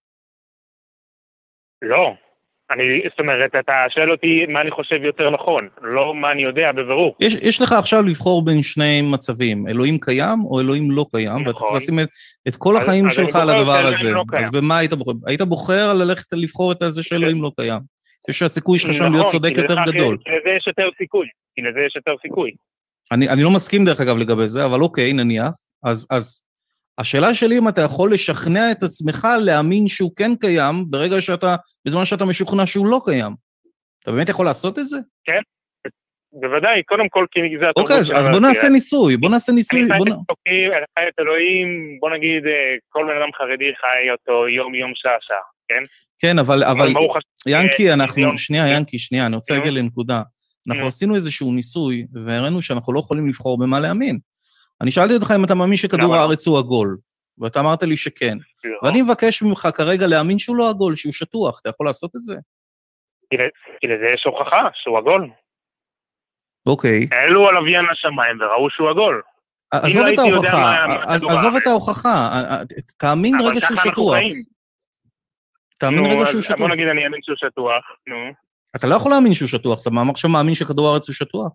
לא. אני, זאת אומרת, אתה שואל אותי מה אני חושב יותר נכון, לא מה אני יודע בבירור. יש, יש לך עכשיו לבחור בין שני מצבים, אלוהים קיים או אלוהים לא קיים, נכון. ואתה צריך לשים את, את כל אז, החיים אז שלך על הדבר הזה. לא אז במה היית בוחר? היית בוחר ללכת לבחור את זה שאלוהים לא קיים. יש שהסיכוי שלך שם נכון, להיות צודק יותר גדול. כי לזה יש יותר סיכוי, כי לזה יש יותר סיכוי. אני, אני לא מסכים דרך אגב לגבי זה, אבל אוקיי, נניח, אז, אז השאלה שלי אם אתה יכול לשכנע את עצמך להאמין שהוא כן קיים, ברגע שאתה, בזמן שאתה משוכנע שהוא לא קיים. אתה באמת יכול לעשות את זה? כן, בוודאי, קודם כל, כי זה... אוקיי, אז בוא נעשה ניסוי, בוא נעשה ניסוי. אני חי את אלוקים, אני חי את אלוהים, בוא נגיד, כל בן אדם חרדי חי אותו יום יום שעה שעה, כן? כן, אבל, אבל, ינקי, אנחנו, שנייה, ינקי, שנייה, אני רוצה להגיע לנקודה. אנחנו עשינו איזשהו ניסוי, והראינו שאנחנו לא יכולים לבחור במה להאמין. אני שאלתי אותך אם אתה מאמין שכדור הארץ הוא עגול, ואתה אמרת לי שכן. ואני מבקש ממך כרגע להאמין שהוא לא עגול, שהוא שטוח. אתה יכול לעשות את זה? כי לזה יש הוכחה שהוא עגול. אוקיי. העלו הלוויין לשמיים וראו שהוא עגול. עזוב את ההוכחה, עזוב את ההוכחה. תאמין רגע שהוא שטוח. תאמין רגע שהוא שטוח. בוא נגיד אני אאמין שהוא שטוח, נו. אתה לא יכול להאמין שהוא שטוח, אתה עכשיו מאמין שכדור הארץ הוא שטוח?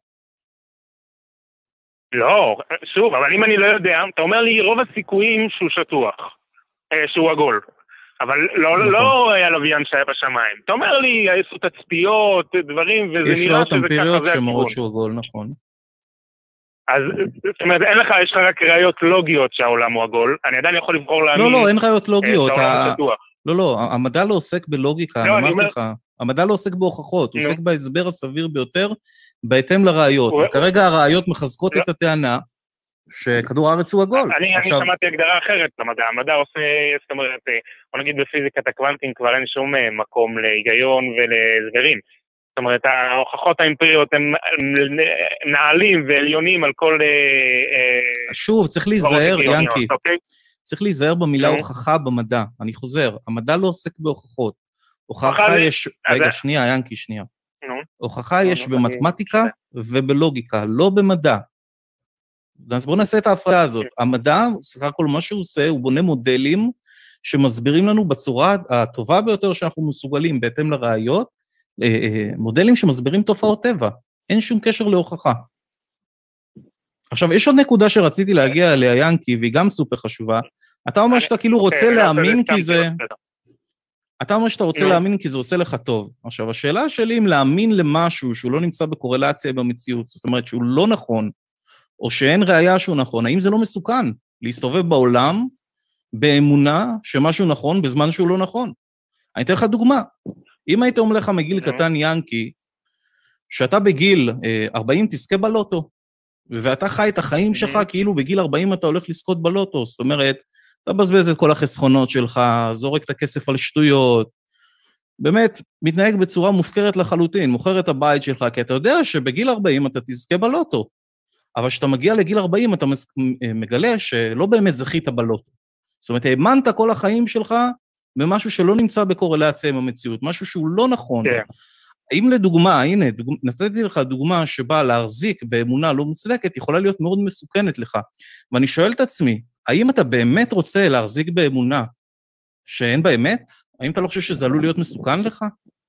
לא, שוב, אבל אם אני לא יודע, אתה אומר לי רוב הסיכויים שהוא שטוח, שהוא עגול, אבל לא, לא היה לוויין שהיה בשמיים. אתה אומר לי, עשו תצפיות, דברים, וזה נראה שזה ככה, זה הכיוון. יש ראיות אמפיריות שמראות שהוא עגול, נכון. אז, זאת אומרת, אין לך, יש לך רק ראיות לוגיות שהעולם הוא עגול, אני עדיין יכול לבחור להאמין... לא, לא, אין ראיות לוגיות. לא, לא, המדע לא עוסק בלוגיקה, אני אמרתי לך. המדע לא עוסק בהוכחות, הוא עוסק בהסבר הסביר ביותר, בהתאם לראיות. וכרגע הראיות מחזקות את הטענה שכדור הארץ הוא עגול. אני שמעתי הגדרה אחרת למדע. המדע עושה, זאת אומרת, בוא נגיד בפיזיקת הקוונטים כבר אין שום מקום להיגיון ולהסברים. זאת אומרת, ההוכחות האמפיריות הם נעלים ועליונים על כל... שוב, צריך להיזהר, ינקי. צריך להיזהר במילה הוכחה במדע. אני חוזר, המדע לא עוסק בהוכחות. הוכחה יש... רגע, שנייה, ינקי, שנייה. הוכחה יש במתמטיקה ובלוגיקה, לא במדע. אז בואו נעשה את ההפרדה הזאת. המדע, סך הכל מה שהוא עושה, הוא בונה מודלים שמסבירים לנו בצורה הטובה ביותר שאנחנו מסוגלים, בהתאם לראיות, מודלים שמסבירים תופעות טבע. אין שום קשר להוכחה. עכשיו, יש עוד נקודה שרציתי להגיע אליה, ינקי, והיא גם סופר חשובה. אתה אומר שאתה כאילו רוצה להאמין כי זה... אתה אומר שאתה רוצה להאמין כי זה עושה לך טוב. עכשיו, השאלה שלי אם להאמין למשהו שהוא לא נמצא בקורלציה במציאות, זאת אומרת שהוא לא נכון, או שאין ראייה שהוא נכון, האם זה לא מסוכן להסתובב בעולם באמונה שמשהו נכון בזמן שהוא לא נכון? אני אתן לך דוגמה. אם היית אומר לך מגיל קטן ינקי, שאתה בגיל ארבעים תזכה בלוטו, ואתה חי את החיים שלך כאילו בגיל ארבעים אתה הולך לזכות בלוטו, זאת אומרת, אתה מבזבז את כל החסכונות שלך, זורק את הכסף על שטויות, באמת מתנהג בצורה מופקרת לחלוטין, מוכר את הבית שלך, כי אתה יודע שבגיל ארבעים אתה תזכה בלוטו, אבל כשאתה מגיע לגיל ארבעים אתה מגלה שלא באמת זכית בלוטו. זאת אומרת, האמנת כל החיים שלך במשהו שלא נמצא בקורלציה עם המציאות, משהו שהוא לא נכון. כן. האם לדוגמה, הנה, דוג... נתתי לך דוגמה שבה להחזיק באמונה לא מוצדקת, יכולה להיות מאוד מסוכנת לך. ואני שואל את עצמי, האם אתה באמת רוצה להחזיק באמונה שאין באמת? האם אתה לא חושב שזה עלול להיות מסוכן לך?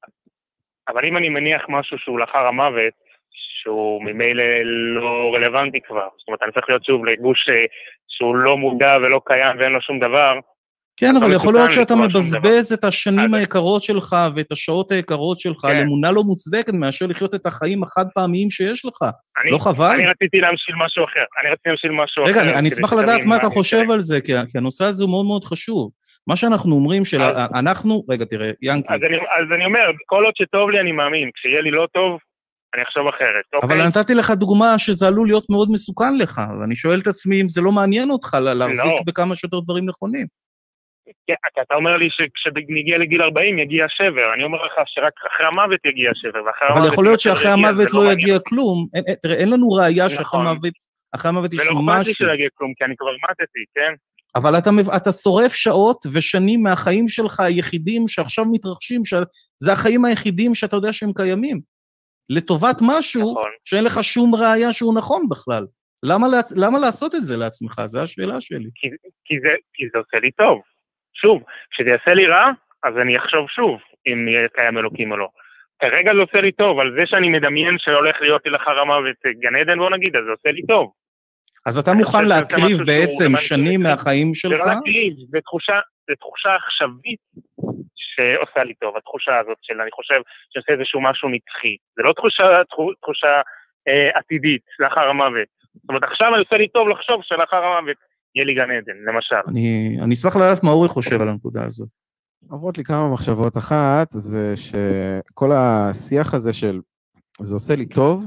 אבל אם אני מניח משהו שהוא לאחר המוות, שהוא ממילא לא רלוונטי כבר, זאת אומרת, אני צריך להיות שוב לגוש שהוא לא מודע ולא קיים ואין לו שום דבר, כן, אבל יכול להיות שאתה מבזבז את השנים היקרות שלך ואת השעות היקרות שלך על אמונה לא מוצדקת מאשר לחיות את החיים החד פעמיים שיש לך. לא חבל? אני רציתי להמשיל משהו אחר. אני רציתי להמשיל משהו אחר. רגע, אני אשמח לדעת מה אתה חושב על זה, כי הנושא הזה הוא מאוד מאוד חשוב. מה שאנחנו אומרים שאנחנו... רגע, תראה, ינקי. אז אני אומר, כל עוד שטוב לי אני מאמין, כשיהיה לי לא טוב, אני אחשוב אחרת. אבל נתתי לך דוגמה שזה עלול להיות מאוד מסוכן לך, ואני שואל את עצמי אם זה לא מעניין אותך להחזיק בכמה שיותר דברים נכונים. כן, אתה אומר לי שכשנגיע לגיל ארבעים יגיע שבר, אני אומר לך שרק אחרי המוות יגיע שבר, אבל יכול להיות שאחרי המוות לא יגיע כלום, תראה, אין לנו ראייה שאחרי המוות יש משהו. ולא חשבתי שלא יגיע כלום, כי אני כבר מתתי, כן? אבל אתה שורף שעות ושנים מהחיים שלך היחידים שעכשיו מתרחשים, זה החיים היחידים שאתה יודע שהם קיימים. לטובת משהו נכון. שאין לך שום ראייה שהוא נכון בכלל. למה, למה לעשות את זה לעצמך? זו השאלה שלי. כי, כי, זה, כי זה עושה לי טוב. שוב, כשזה יעשה לי רע, אז אני אחשוב שוב אם יהיה קיים אלוקים או לא. כרגע זה עושה לי טוב, על זה שאני מדמיין שהולך להיות לי לאחר המוות גן עדן, בוא נגיד, אז זה עושה לי טוב. אז אתה מוכן להקריב בעצם שנים מהחיים שלך? זה לא להקריב, זה תחושה, זה תחושה עכשווית שעושה לי טוב, התחושה הזאת של, אני חושב שעושה איזשהו משהו נצחי. זה לא תחושה, תחושה אה, עתידית לאחר המוות. זאת אומרת, עכשיו אני עושה לי טוב לחשוב שלאחר המוות יהיה לי גן עדן, למשל. אני, אני אשמח לדעת מה אורי חושב על הנקודה הזאת. עוברות לי כמה מחשבות. אחת, זה שכל השיח הזה של זה עושה לי טוב,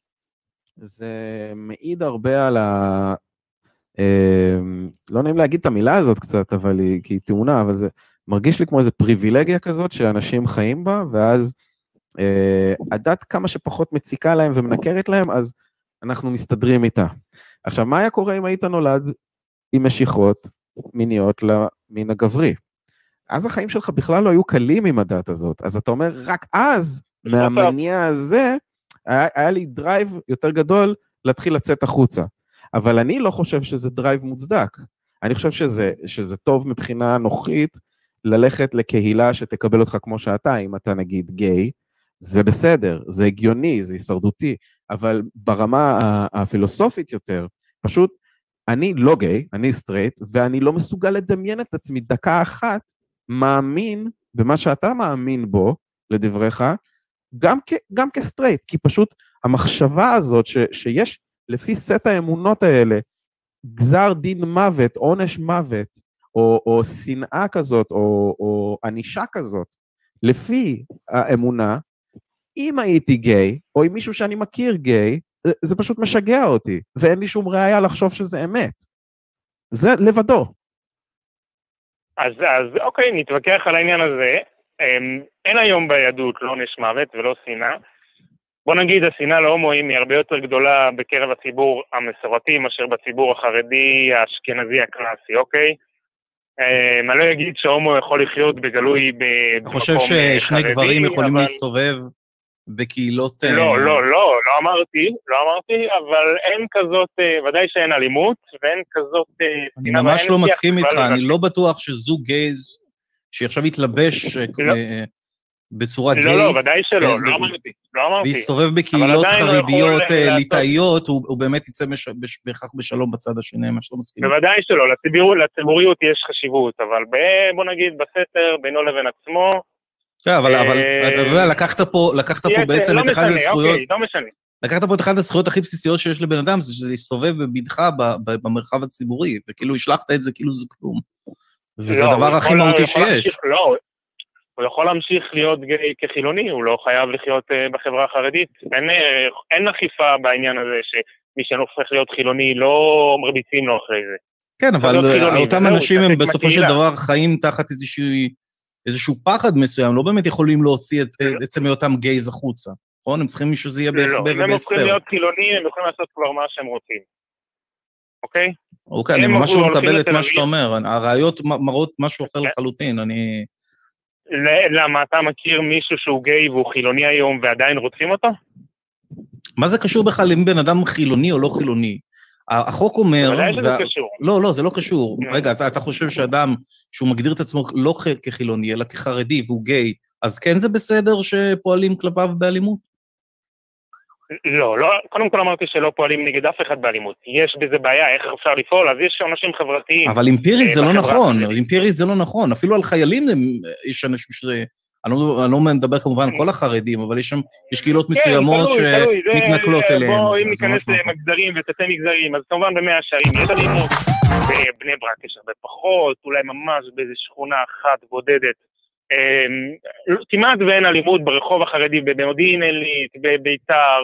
זה מעיד הרבה על ה... אה, לא נעים להגיד את המילה הזאת קצת, אבל היא, כי היא טעונה, אבל זה מרגיש לי כמו איזו פריבילגיה כזאת שאנשים חיים בה, ואז אה, הדת כמה שפחות מציקה להם ומנקרת להם, אז אנחנו מסתדרים איתה. עכשיו, מה היה קורה אם היית נולד עם משיכות מיניות למין הגברי? אז החיים שלך בכלל לא היו קלים עם הדת הזאת, אז אתה אומר, רק אז, מהמניע הזה, היה, היה לי דרייב יותר גדול להתחיל לצאת החוצה. אבל אני לא חושב שזה דרייב מוצדק. אני חושב שזה, שזה טוב מבחינה נוחית, ללכת לקהילה שתקבל אותך כמו שאתה, אם אתה נגיד גיי, זה בסדר, זה הגיוני, זה הישרדותי, אבל ברמה הפילוסופית יותר, פשוט, אני לא גיי, אני סטרייט, ואני לא מסוגל לדמיין את עצמי דקה אחת, מאמין במה שאתה מאמין בו, לדבריך, גם, כ, גם כסטרייט, כי פשוט המחשבה הזאת ש, שיש לפי סט האמונות האלה, גזר דין מוות, עונש מוות, או, או שנאה כזאת, או, או אנישה כזאת, לפי האמונה, אם הייתי גיי, או עם מישהו שאני מכיר גיי, זה פשוט משגע אותי, ואין לי שום ראייה לחשוב שזה אמת. זה לבדו. אז, אז אוקיי, נתווכח על העניין הזה. אין היום ביהדות לא עונש מוות ולא שנאה. בוא נגיד, השנאה להומואים היא הרבה יותר גדולה בקרב הציבור המסורתי, מאשר בציבור החרדי, האשכנזי הקלאסי, אוקיי? אני לא אגיד שההומו יכול לחיות בגלוי במקום חרדי. אתה חושב ששני גברים יכולים להסתובב בקהילות... לא, לא, לא, לא אמרתי, לא אמרתי, אבל אין כזאת, ודאי שאין אלימות, ואין כזאת... אני ממש לא מסכים איתך, אני לא בטוח שזוג גייז, שעכשיו יתלבש בצורה גיי... לא, לא, ודאי שלא, לא אמרתי, לא אמרתי. והסתובב בקהילות חרדיות, ליטאיות, הוא באמת יצא בהכרח בשלום בצד השני, מה שלא מסכים. בוודאי שלא, לציבוריות יש חשיבות, אבל בוא נגיד בסתר, בינו לבין עצמו, כן, אבל, אבל, אתה יודע, לקחת פה, לקחת פה בעצם את אחד הזכויות, לא משנה. לקחת פה את אחד הזכויות הכי בסיסיות שיש לבן אדם, זה שזה להסתובב בבטחה במרחב הציבורי, וכאילו השלחת את זה כאילו זה כלום. וזה הדבר הכי מהותי שיש. לא, הוא יכול להמשיך להיות כחילוני, הוא לא חייב לחיות בחברה החרדית. אין אכיפה בעניין הזה שמי שנופך להיות חילוני לא מרביצים לו אחרי זה. כן, אבל אותם אנשים הם בסופו של דבר חיים תחת איזושהי איזשהו פחד מסוים, לא באמת יכולים להוציא את עצם מאותם גייז החוצה, נכון? הם צריכים מישהו שזה יהיה בהסתר. לא, הם יכולים להיות חילונים, הם יכולים לעשות כבר מה שהם רוצים. אוקיי? אוקיי, אני ממש לא מקבל את מה שאתה אומר, הראיות מראות משהו אחר לחלוטין, אני... למה, אתה מכיר מישהו שהוא גיי והוא חילוני היום ועדיין רוצים אותו? מה זה קשור בכלל אם בן אדם חילוני או לא חילוני? החוק אומר... ודאי שזה קשור. לא, לא, זה לא קשור. רגע, אתה חושב שאדם שהוא מגדיר את עצמו לא כחילוני, אלא כחרדי והוא גיי, אז כן זה בסדר שפועלים כלפיו באלימות? לא, לא, קודם כל אמרתי שלא פועלים נגד אף אחד באלימות. יש בזה בעיה, איך אפשר לפעול? אז יש אנשים חברתיים. אבל אמפירית זה לא נכון, אמפירית זה לא נכון. אפילו על חיילים יש אנשים שזה... אני לא, אני לא מדבר כמובן על כל החרדים, אבל יש שם, יש קהילות מסוימות שמתנכלות אליהם. בואו, אם ניכנס למגזרים ותתי מגזרים, אז כמובן במאה השערים יש אלימות, בבני ברק יש הרבה פחות, אולי ממש באיזו שכונה אחת בודדת, כמעט ואין אלימות ברחוב החרדי, במודיעין עילית, בביתר,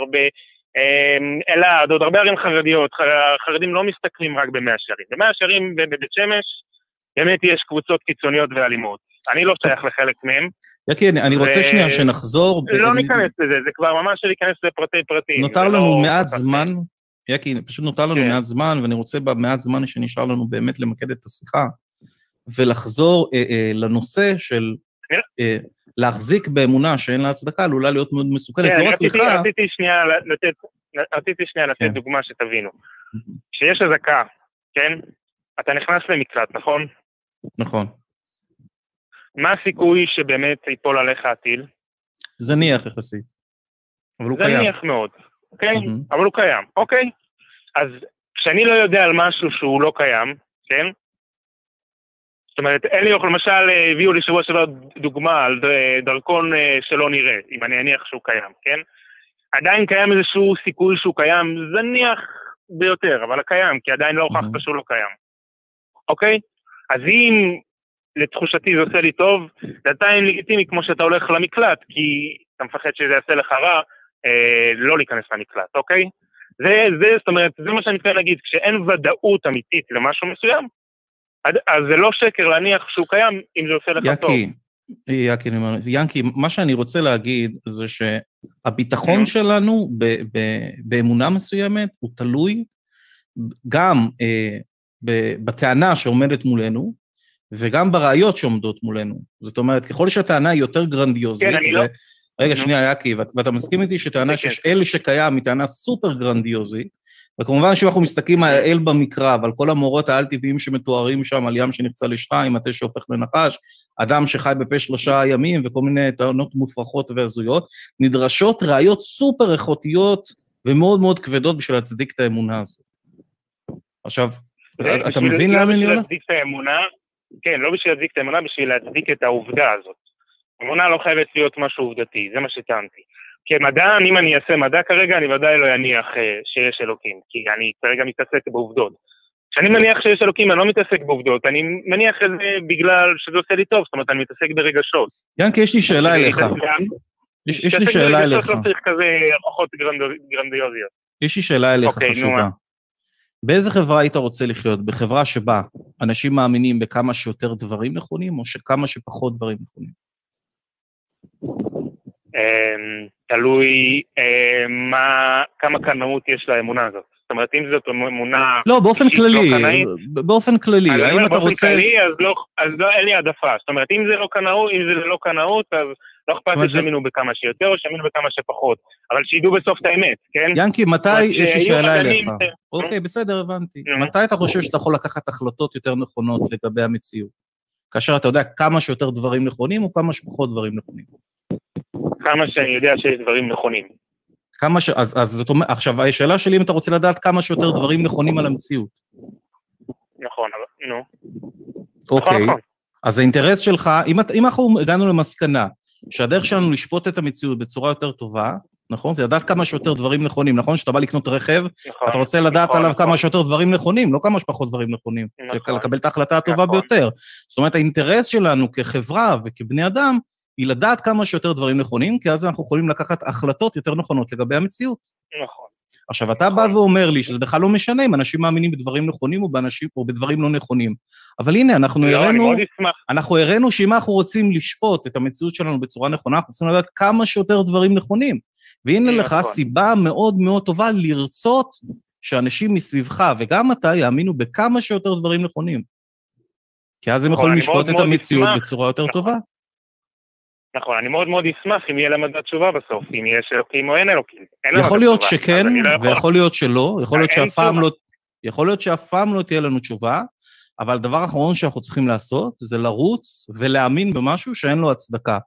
באלעד, עוד הרבה ערים חרדיות, החרדים לא מסתכלים רק במאה השערים. במאה השערים בבית שמש, באמת יש קבוצות קיצוניות ואלימות. אני לא שייך לחלק מהם. יקי, אני רוצה שנייה שנחזור... לא ניכנס לזה, זה כבר ממש להיכנס לפרטי פרטים. נותר לנו מעט זמן, יקי, פשוט נותר לנו מעט זמן, ואני רוצה במעט זמן שנשאר לנו באמת למקד את השיחה, ולחזור לנושא של להחזיק באמונה שאין לה הצדקה, עלולה להיות מאוד מסוכנת, כן, לא רק רציתי, לך... רציתי שנייה לתת, רציתי שנייה לתת כן. דוגמה שתבינו. כשיש אזעקה, כן? אתה נכנס למקלט, נכון? נכון. מה הסיכוי שבאמת ייפול עליך הטיל? זניח יחסית. אבל הוא קיים. זניח מאוד, אוקיי? Mm-hmm. אבל הוא קיים, אוקיי? אז כשאני לא יודע על משהו שהוא לא קיים, כן? זאת אומרת, אין לי אוכל, למשל, הביאו לי שבוע שלו דוגמה על דרכון שלא נראה, אם אני אניח שהוא קיים, כן? עדיין קיים איזשהו סיכוי שהוא קיים, זניח ביותר, אבל קיים, כי עדיין לא הוכחת mm-hmm. שהוא לא קיים. אוקיי? אז אם לתחושתי זה עושה לי טוב, זה עדיין לגיטימי כמו שאתה הולך למקלט, כי אתה מפחד שזה יעשה לך רע, אה, לא להיכנס למקלט, אוקיי? זה, זה, זאת אומרת, זה מה שאני מתכוון להגיד, כשאין ודאות אמיתית למשהו מסוים, אז זה לא שקר להניח שהוא קיים, אם זה עושה לך יקי, טוב. יקי, ינקי, מה שאני רוצה להגיד, זה שהביטחון שלנו ב, ב, באמונה מסוימת, הוא תלוי גם אה, ב, בטענה שעומדת מולנו, וגם בראיות שעומדות מולנו. זאת אומרת, ככל שהטענה היא יותר גרנדיוזית, כן, אני ו... לא... רגע, שנייה, יקי, ואתה מסכים איתי שטענה שיש אל שקיים, היא טענה סופר גרנדיוזית, וכמובן שאנחנו מסתכלים על אל במקרא, ועל כל המורות העל-טבעיים שמתוארים שם, על ים שנחצה לשתיים, מטה שהופך לנחש, אדם שחי בפה שלושה ימים, וכל מיני טענות מופרכות והזויות, נדרשות ראיות סופר איכותיות, ומאוד מאוד כבדות בשביל להצדיק את האמונה הזאת. עכשיו, אתה מבין לאן אני הולך? כן, לא בשביל להצדיק את האמונה, בשביל להצדיק את העובדה הזאת. אמונה לא חייבת להיות משהו עובדתי, זה מה שטענתי. כמדע, אם אני אעשה מדע כרגע, אני ודאי לא אניח שיש אלוקים, כי אני כרגע מתעסק בעובדות. כשאני מניח שיש אלוקים, אני לא מתעסק בעובדות, אני מניח את זה בגלל שזה עושה לי טוב, זאת אומרת, אני מתעסק ברגשות. ינקי, יש לי שאלה אליך. יש לי שאלה אליך. לא צריך כזה הוכחות גרנדיוזיות. יש לי שאלה אליך חשובה. באיזה חברה היית רוצה לחיות? בחברה שבה אנשים מאמינים בכמה שיותר דברים נכונים, או שכמה שפחות דברים נכונים? תלוי כמה קנאות יש לאמונה הזאת. זאת אומרת, אם זאת אמונה... לא, באופן כללי, באופן כללי, האם אתה רוצה... באופן כללי, אז אין לי העדפה. זאת אומרת, אם זה לא קנאות, אם זה לא קנאות, אז לא אכפת לי שיאמינו בכמה שיותר, או שיאמינו בכמה שפחות. אבל שידעו בסוף את האמת, כן? ינקי, מתי יש לי שאלה אליך? אוקיי, בסדר, הבנתי. מתי אתה חושב שאתה יכול לקחת החלטות יותר נכונות לגבי המציאות? כאשר אתה יודע כמה שיותר דברים נכונים, או כמה שפחות דברים נכונים? כמה שאני יודע שיש דברים נכונים. כמה ש... אז, אז זאת אומרת, עכשיו, השאלה שלי אם אתה רוצה לדעת כמה שיותר דברים נכונים על המציאות. נכון, אבל, נו. אוקיי, נכון, נכון. אז האינטרס שלך, אם, אם אנחנו הגענו למסקנה, שהדרך שלנו לשפוט את המציאות בצורה יותר טובה, נכון? זה לדעת כמה שיותר דברים נכונים, נכון? שאתה בא לקנות רכב, נכון, אתה רוצה לדעת נכון, עליו נכון. כמה שיותר דברים נכונים, לא כמה שפחות דברים נכונים, נכון. לקבל את ההחלטה הטובה נכון. ביותר. זאת אומרת, האינטרס שלנו כחברה וכבני אדם, היא לדעת כמה שיותר דברים נכונים, כי אז אנחנו יכולים לקחת החלטות יותר נכונות לגבי המציאות. נכון. עכשיו, אתה בא ואומר לי שזה בכלל לא משנה אם אנשים מאמינים בדברים נכונים או באנשים, או בדברים לא נכונים. אבל הנה, אנחנו הראינו, אנחנו הראינו שאם אנחנו רוצים לשפוט את המציאות שלנו בצורה נכונה, אנחנו רוצים לדעת כמה שיותר דברים נכונים. והנה לך סיבה מאוד מאוד טובה לרצות שאנשים מסביבך, וגם אתה יאמינו בכמה שיותר דברים נכונים. כי אז הם יכולים לשפוט את המציאות בצורה יותר טובה. נכון, אני מאוד מאוד אשמח אם יהיה למדע תשובה בסוף, אם יש אלוקים או אין אלוקים. יכול להיות שכן, ויכול להיות שלא, יכול להיות שאף פעם לא, יכול להיות שאף פעם לא תהיה לנו תשובה, אבל הדבר האחרון שאנחנו צריכים לעשות, זה לרוץ ולהאמין במשהו שאין לו הצדקה.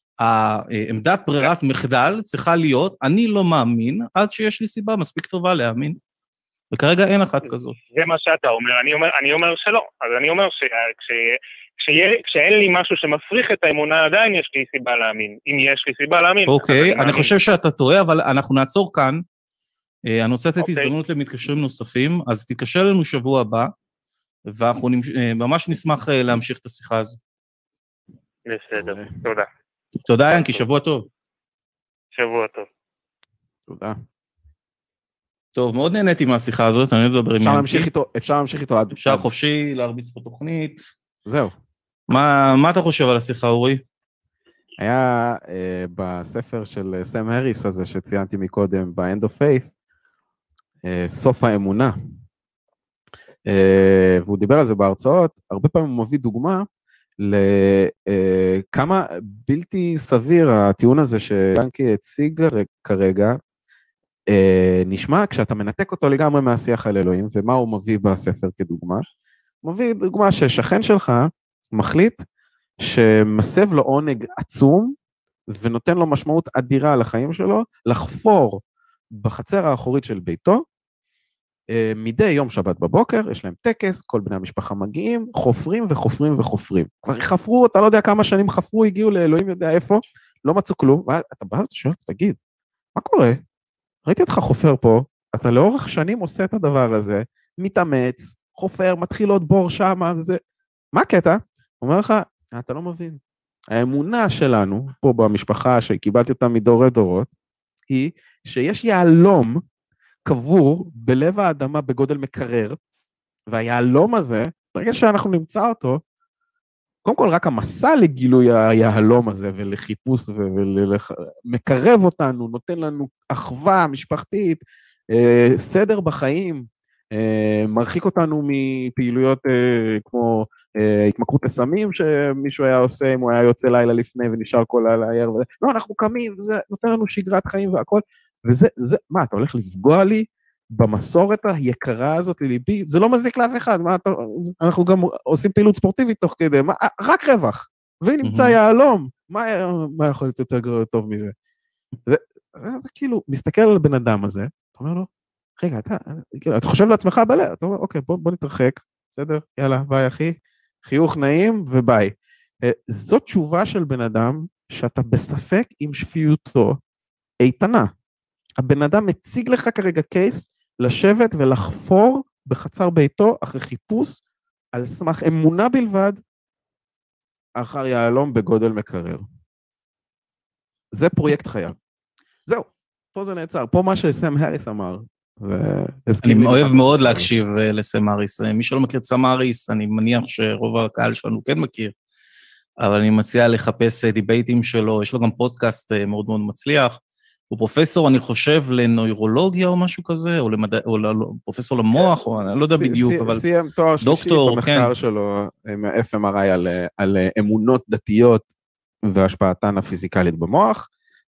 העמדת ברירת מחדל צריכה להיות, אני לא מאמין, עד שיש לי סיבה מספיק טובה להאמין. וכרגע אין אחת כזאת. זה מה שאתה אומר, אני אומר, אני אומר שלא. אז אני אומר שכש... כשאין לי משהו שמפריך את האמונה, עדיין יש לי סיבה להאמין. אם יש לי סיבה להאמין. אוקיי, אני חושב שאתה טועה, אבל אנחנו נעצור כאן. אני רוצה לתת הזדמנות למתקשרים נוספים, אז תתקשר לנו שבוע הבא, ואנחנו ממש נשמח להמשיך את השיחה הזו. בסדר, תודה. תודה, ינקי, שבוע טוב. שבוע טוב. תודה. טוב, מאוד נהניתי מהשיחה הזאת, אני לא מדבר עם ינקי. אפשר להמשיך איתו עד... אפשר חופשי להרביץ פה תוכנית. זהו. מה, מה אתה חושב על השיחה, אורי? היה אה, בספר של סם הריס הזה שציינתי מקודם, ב-End of Faith, אה, סוף האמונה. אה, והוא דיבר על זה בהרצאות, הרבה פעמים הוא מביא דוגמה לכמה בלתי סביר הטיעון הזה שיאנקי הציג כרגע, נשמע כשאתה מנתק אותו לגמרי מהשיח על אלוהים, ומה הוא מביא בספר כדוגמה? הוא מביא דוגמה ששכן שלך מחליט שמסב לו עונג עצום, ונותן לו משמעות אדירה לחיים שלו, לחפור בחצר האחורית של ביתו, מדי יום שבת בבוקר, יש להם טקס, כל בני המשפחה מגיעים, חופרים וחופרים וחופרים. כבר חפרו, אתה לא יודע כמה שנים חפרו, הגיעו לאלוהים יודע איפה, לא מצאו כלום, ואתה בא ואתה שואל, תגיד, מה קורה? ראיתי אותך חופר פה, אתה לאורך שנים עושה את הדבר הזה, מתאמץ, חופר, מתחיל עוד בור שם, וזה, מה הקטע? הוא אומר לך, אתה לא מבין. האמונה שלנו, פה במשפחה שקיבלתי אותה מדורי דורות, היא שיש יעלום קבור בלב האדמה בגודל מקרר, והיעלום הזה, ברגע שאנחנו נמצא אותו, קודם כל רק המסע לגילוי היעלום הזה ולחיפוש ומקרב אותנו, נותן לנו אחווה משפחתית, סדר בחיים, מרחיק אותנו מפעילויות כמו התמכרות לסמים שמישהו היה עושה אם הוא היה יוצא לילה לפני ונשאר כל לילה ער, לא, אנחנו קמים וזה נותן לנו שגרת חיים והכל, וזה, זה, מה, אתה הולך לפגוע לי במסורת היקרה הזאת לליבי? זה לא מזיק לאף אחד, מה, אתה, אנחנו גם עושים פעילות ספורטיבית תוך כדי, מה, רק רווח, ונמצא יעלום, מה, מה יכול להיות יותר טוב מזה? זה, זה כאילו, מסתכל על הבן אדם הזה, אתה אומר לו, רגע, אתה, אתה חושב לעצמך בלב, אתה אומר, אוקיי, בוא, בוא נתרחק, בסדר, יאללה, ביי אחי, חיוך נעים וביי. זאת תשובה של בן אדם, שאתה בספק עם שפיותו איתנה. הבן אדם מציג לך כרגע קייס, לשבת ולחפור בחצר ביתו, אחרי חיפוש, על סמך אמונה בלבד, אחר יעלום בגודל מקרר. זה פרויקט חייו. זהו, פה זה נעצר, פה מה שסם האריס אמר. אני אוהב מאוד להקשיב לסם האריס, מי שלא מכיר את סם האריס, אני מניח שרוב הקהל שלנו כן מכיר, אבל אני מציע לחפש דיבייטים שלו, יש לו גם פודקאסט מאוד מאוד מצליח, הוא פרופסור, אני חושב, לנוירולוגיה או משהו כזה, או, למדע, או פרופסור למוח, או אני לא יודע בדיוק, אבל סיים תואר שלישי במחקר שלו, ה-אף אם אר איי על, על אמונות דתיות והשפעתן הפיזיקלית במוח,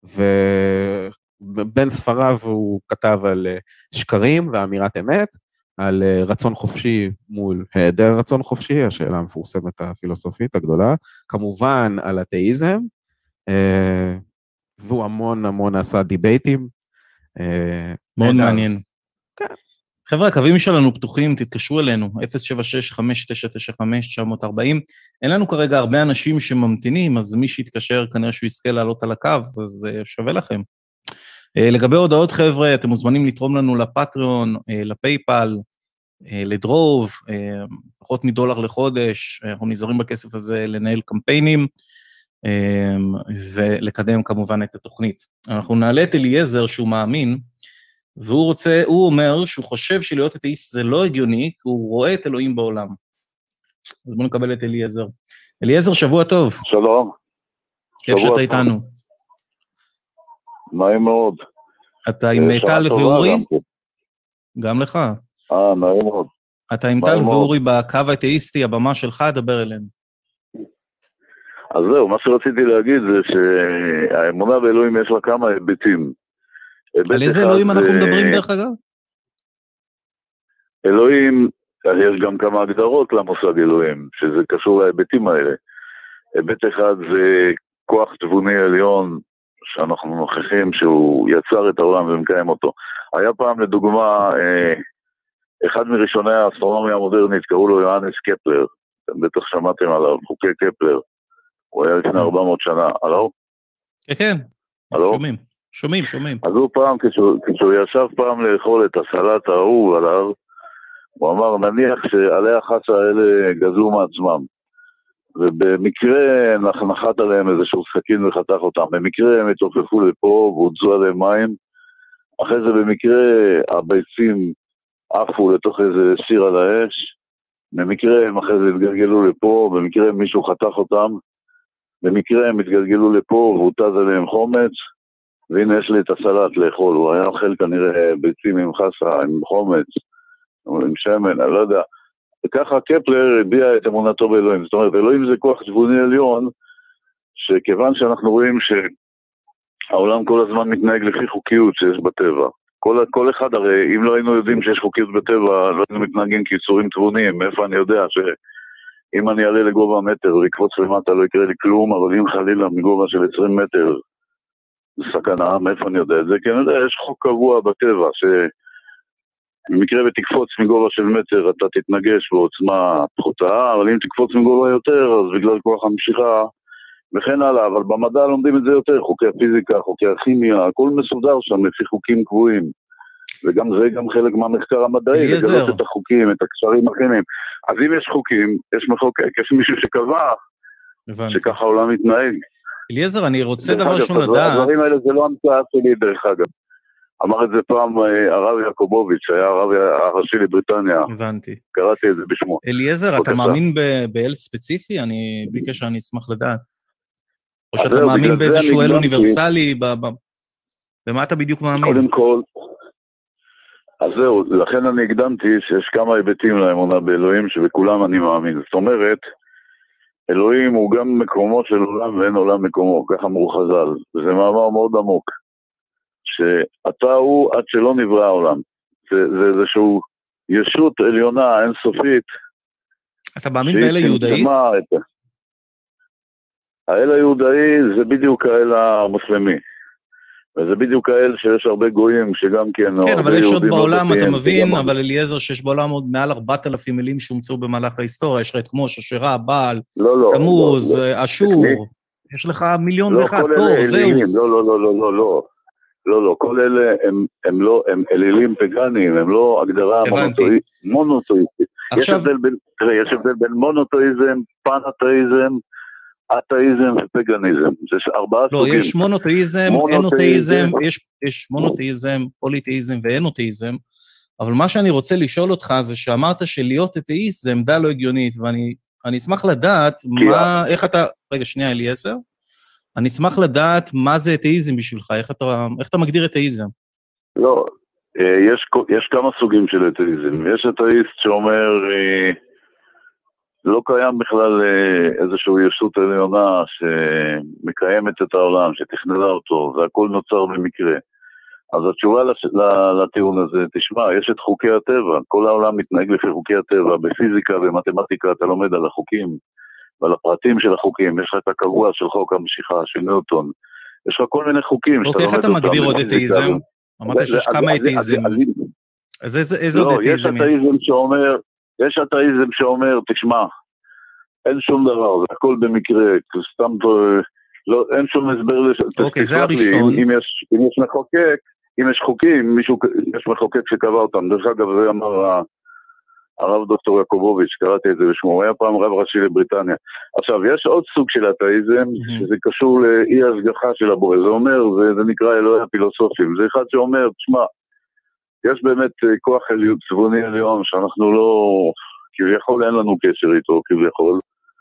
ובין ספריו הוא כתב על שקרים ואמירת אמת, על רצון חופשי מול היעדר רצון חופשי, השאלה המפורסמת הפילוסופית הגדולה, כמובן על אתאיזם, והוא המון המון עשה דיבייטים. מאוד מעניין. חבר'ה, הקווים שלנו פתוחים, תתקשרו אלינו, אפס שבע שש חמש תשע תשע חמש תשע ארבע אפס, אין לנו כרגע הרבה אנשים שממתינים, אז מי שיתקשר כנראה שהוא יזכה לעלות על הקו, אז שווה לכם. לגבי הודעות חבר'ה, אתם מוזמנים לתרום לנו לפטריון, לפייפל, לדרוב, פחות מדולר לחודש, אנחנו נזהרים בכסף הזה לנהל קמפיינים, ולקדם כמובן את התוכנית. אנחנו נעלה את אליעזר שהוא מאמין, והוא רוצה, הוא אומר שהוא חושב שלהיות אתאיסט זה לא הגיוני, כי הוא רואה את אלוהים בעולם. אז בואו נקבל את אליעזר. אליעזר, שבוע טוב. שלום. כיף שאתה איתנו. נעים מאוד. אתה עם טל ואורי? גם לך. אה, נעים מאוד. אתה עם טל ואורי בקו האתאיסטי, הבמה שלך, דבר אלינו. אז זהו, מה שרציתי להגיד זה שהאמונה באלוהים יש לה כמה היבטים. על איזה אלוהים אנחנו מדברים דרך אגב? אלוהים, יש גם כמה הגדרות למושג אלוהים, שזה קשור להיבטים האלה. היבט אחד זה כוח תבוני עליון, שאנחנו נוכחים שהוא יצר את העולם ומקיים אותו. היה פעם לדוגמה, אחד מראשוני האסטרונומיה המודרנית, קראו לו יוהנס קפלר, אתם בטח שמעתם עליו, חוקי קפלר, הוא היה לפני ארבע מאות שנה, הלו? כן, כן, הלו? שומעים, שומעים, שומעים. אז הוא פעם, כשהוא, כשהוא ישב פעם לאכול את הסלט האהוב עליו, הוא אמר, נניח שעלי החסה האלה גזלו מעצמם, ובמקרה נחת עליהם איזשהו סכין וחתך אותם, במקרה הם התעופפו לפה והוצאו עליהם מים, אחרי זה במקרה הביצים עפו לתוך איזה סיר על האש, במקרה הם אחרי זה התגלגלו לפה, במקרה מישהו חתך אותם, במקרה הם התגלגלו לפה והותז עליהם חומץ, והנה יש לי את הסלט לאכול, הוא היה אוכל כנראה ביצים עם חסה, עם חומץ, עם שמן, אני לא יודע, וככה קפלר הביע את אמונתו באלוהים. זאת אומרת, אלוהים זה כוח תבוני עליון, שכיוון שאנחנו רואים שהעולם כל הזמן מתנהג לפי חוקיות שיש בטבע. כל, כל אחד הרי, אם לא היינו יודעים שיש חוקיות בטבע, לא היינו מתנהגים כיצורים תבוניים. מאיפה אני יודע שאם אני אעלה לגובה מטר ויקפוץ למטה לא יקרה לי כלום, אבל אם חלילה מגובה של עשרים מטר זה סכנה, מאיפה אני יודע את זה? כי אני יודע, יש חוק קבוע בטבע, שבמקרה ותקפוץ מגובה של מטר אתה תתנגש בעוצמה פחותה, אבל אם תקפוץ מגובה יותר, אז בגלל כוח המשיכה וכן הלאה, אבל במדע לומדים את זה יותר, חוקי הפיזיקה, חוקי הכימיה, הכל מסודר שם לפי חוקים קבועים. וגם זה גם חלק מהמחקר המדעי, לגלות את החוקים, את הקשרים הכימיים. אז אם יש חוקים, יש מחוקק, יש מישהו שקבע, שככה העולם מתנהג. אליעזר, אני רוצה דבר ראשון לדעת... הדברים האלה זה לא המצאה שלי דרך אגב. אמר את זה פעם הרב יעקובוביץ', שהיה הרב הראשי לבריטניה. הבנתי. קראתי את זה בשמו. אליעזר, אתה מאמין באל ספציפי? אני, בלי קשר, אני אשמח לדעת. או שאתה מאמין באיזשהו אל אוניברסלי? במה אתה בדיוק מאמין? קודם כל, אז זהו, לכן אני הקדמתי שיש כמה היבטים לאמונה באלוהים, שבכולם אני מאמין. זאת אומרת, אלוהים הוא גם מקומו של עולם ואין עולם מקומו, ככה אמרו חז"ל. וזה מאמר מאוד עמוק. שאתה הוא עד שלא נברא העולם. זה, זה איזשהו ישות עליונה אינסופית. אתה מאמין באל היהודאי? את... האל היהודאי זה בדיוק האל המוסלמי. וזה בדיוק האל שיש הרבה גויים שגם כן... כן, אבל יש עוד בעולם, אתה מבין, אבל אליעזר, שיש בעולם עוד מעל ארבעת אלפים מילים שהומצאו במהלך ההיסטוריה, יש לך את כמו ששרה, בעל, תמוז, אשור, יש לך מיליון ואחת, תור, זהוס. לא, לא, לא, לא, לא, לא. לא, לא, כל אלה הם, הם לא, הם אלילים פגניים, הם לא הגדרה מונותואיסטית. יש הבדל בין, תראה, יש הבדל בין מונותואיזם, פנתאיזם, אתאיזם ופגניזם. יש ארבעה לא, סוגים. לא, יש מונותאיזם, אנותאיזם, יש, יש מונותאיזם, פוליתאיזם ואנותאיזם, אבל מה שאני רוצה לשאול אותך זה שאמרת שלהיות אתאיסט זה עמדה לא הגיונית, ואני אני אשמח לדעת מה, איך אתה, רגע, שנייה, אליעזר, אני אשמח לדעת מה זה אתאיזם בשבילך, איך אתה, איך אתה מגדיר אתאיזם? לא, יש, יש כמה סוגים של אתאיזם. יש אתאיסט שאומר, לא קיים בכלל איזושהי ישות עליונה שמקיימת את העולם, שתכננה אותו, והכל נוצר במקרה. אז התשובה לטיעון הזה, תשמע, יש את חוקי הטבע, כל העולם מתנהג לפי חוקי הטבע, בפיזיקה ומתמטיקה אתה לומד על החוקים, ועל הפרטים של החוקים, יש לך את הקבוע של חוק המשיכה, של ניוטון, יש לך כל מיני חוקים שאתה לומד אותם. איך אתה מגדיר עוד אתאיזם? אמרת שיש כמה אתאיזם. אז איזה עוד אתאיזם יש? יש אתאיזם שאומר, יש אתאיזם שאומר, תשמע, אין שום דבר, זה הכל במקרה, סתם, לא, אין שום הסבר לש... אוקיי, זה הראשון. אם יש, אם יש מחוקק, אם יש חוקים, מישהו, יש מחוקק שקבע אותם. דרך אגב, זה אמר הרב דוקטור יעקובוביץ', קראתי את זה בשמו, הוא היה פעם רב ראשי לבריטניה. עכשיו, יש עוד סוג של אתאיזם, mm-hmm. שזה קשור לאי השגחה של הבורא. זה אומר, זה, זה נקרא אלוהי הפילוסופים. זה אחד שאומר, תשמע, יש באמת כוח עליון, צבוני עליון, שאנחנו לא, כביכול אין לנו קשר איתו, כביכול.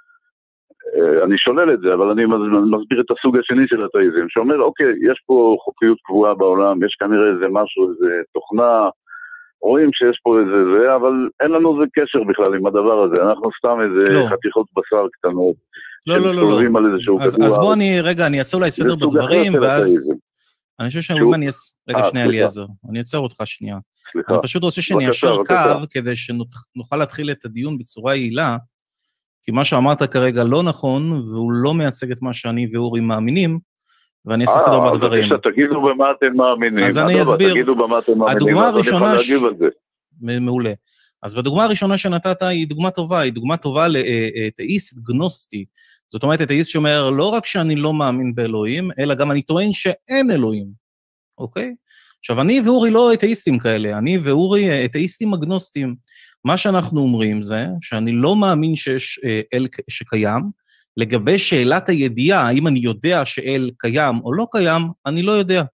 אני שולל את זה, אבל אני מסביר את הסוג השני של אתאיזם, שאומר, אוקיי, יש פה חוקיות קבועה בעולם, יש כנראה איזה משהו, איזה תוכנה, רואים שיש פה איזה זה, אבל אין לנו איזה קשר בכלל עם הדבר הזה, אנחנו סתם איזה לא. חתיכות בשר קטנות, לא, לא, לא, לא. אז, אז בוא אני, רגע, אני אעשה אולי סדר בדברים, ואז... אני חושב שאומרים, אני אעשה... רגע, שנייה, אליעזר, אני אעצר אותך שנייה. אני פשוט רוצה שניישר קו, כדי שנוכל להתחיל את הדיון בצורה יעילה, כי מה שאמרת כרגע לא נכון, והוא לא מייצג את מה שאני ואורי מאמינים, ואני אעשה סדר בדברים. אה, תגידו במה אתם מאמינים. אז אני אסביר. תגידו במה אתם מאמינים. הדוגמה הראשונה... מעולה. אז בדוגמה הראשונה שנתת היא דוגמה טובה, היא דוגמה טובה לאתאיסט גנוסטי. זאת אומרת, אתאיסט שאומר, לא רק שאני לא מאמין באלוהים, אלא גם אני טוען שאין אלוהים. אוקיי? עכשיו, אני ואורי לא אתאיסטים כאלה, אני ואורי אתאיסטים אגנוסטים. מה שאנחנו אומרים זה שאני לא מאמין שיש אל שקיים, לגבי שאלת הידיעה, האם אני יודע שאל קיים או לא קיים, אני לא יודע.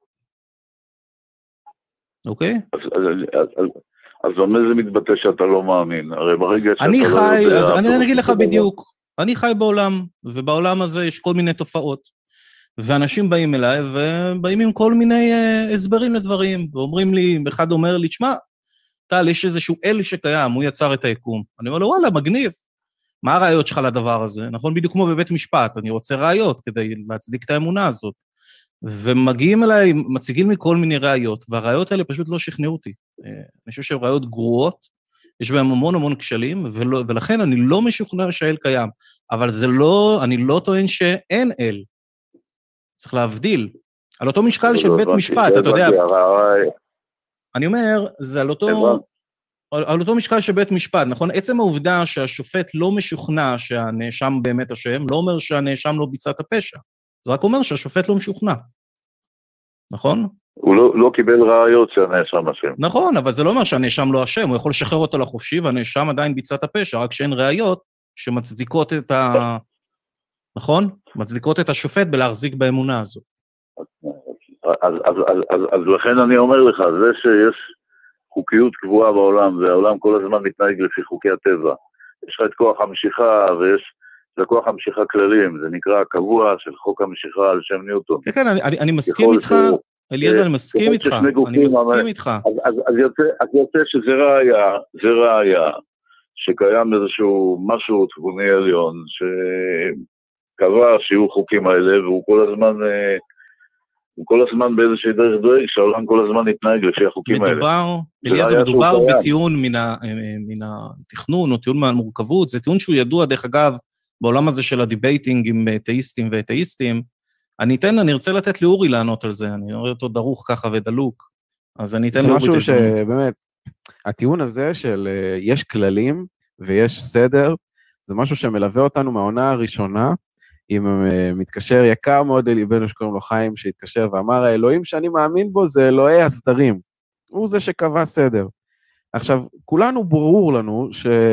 אוקיי? אז, אז, אז, אז, אז במה זה מתבטא שאתה לא מאמין? הרי ברגע שאתה אני לא חי, יודע... אז אני אגיד לך בדיוק, אני חי בעולם, ובעולם הזה יש כל מיני תופעות, ואנשים באים אליי, ובאים עם כל מיני uh, הסברים לדברים, ואומרים לי, אחד אומר לי, תשמע, טל, יש איזשהו אל שקיים, הוא יצר את היקום. אני אומר לו, וואלה, מגניב. מה הראיות שלך לדבר הזה? נכון, בדיוק כמו בבית משפט, אני רוצה ראיות כדי להצדיק את האמונה הזאת. ומגיעים אליי, מציגים לי כל מיני ראיות, והראיות האלה פשוט לא שכנעו אותי. אני חושב שהן ראיות גרועות, יש בהן המון המון כשלים, ולא, ולכן אני לא משוכנע שהאל קיים. אבל זה לא, אני לא טוען שאין אל. צריך להבדיל. על אותו משקל של בית משפט, אתה יודע... אני אומר, זה על אותו... על אותו משקל של בית משפט, נכון? עצם העובדה שהשופט לא משוכנע שהנאשם באמת אשם, לא אומר שהנאשם לא ביצע את הפשע. זה רק אומר שהשופט לא משוכנע. נכון? הוא לא, לא קיבל ראיות שהנאשם אשם. נכון, אבל זה לא אומר שהנאשם לא אשם, הוא יכול לשחרר אותו לחופשי, והנאשם עדיין ביצע את הפשע, רק שאין ראיות שמצדיקות את ה... נכון? מצדיקות את השופט בלהחזיק באמונה הזאת. אז, אז, אז, אז, אז לכן אני אומר לך, זה שיש חוקיות קבועה בעולם, והעולם כל הזמן מתנהג לפי חוקי הטבע. יש לך את כוח המשיכה, ויש לכוח המשיכה כללים, זה נקרא הקבוע של חוק המשיכה על שם ניוטון. כן, כן, אני, אני, אני מסכים איתך, אליעזר, אני מסכים איתך, אני מסכים איתך. אז, אז, אז, יוצא, אז יוצא שזה ראיה, זה ראיה, שקיים איזשהו משהו תבוני עליון, שקבע שיהיו חוקים האלה, והוא כל הזמן... הוא כל הזמן באיזושהי דרך דואג, שהעולם כל הזמן יתנהג לפי החוקים האלה. מדובר, אליעזר, מדובר בטיעון מן התכנון, או טיעון מהמורכבות, זה טיעון שהוא ידוע, דרך אגב, בעולם הזה של הדיבייטינג עם תאיסטים ואתאיסטים. אני אתן, אני ארצה לתת לאורי לענות על זה, אני רואה אותו דרוך ככה ודלוק, אז אני אתן לאורי... זה משהו שבאמת, הטיעון הזה של יש כללים ויש סדר, זה משהו שמלווה אותנו מהעונה הראשונה, אם מתקשר יקר מאוד לליבנו שקוראים לו חיים, שהתקשר ואמר, האלוהים שאני מאמין בו זה אלוהי הסדרים. הוא זה שקבע סדר. עכשיו, כולנו ברור לנו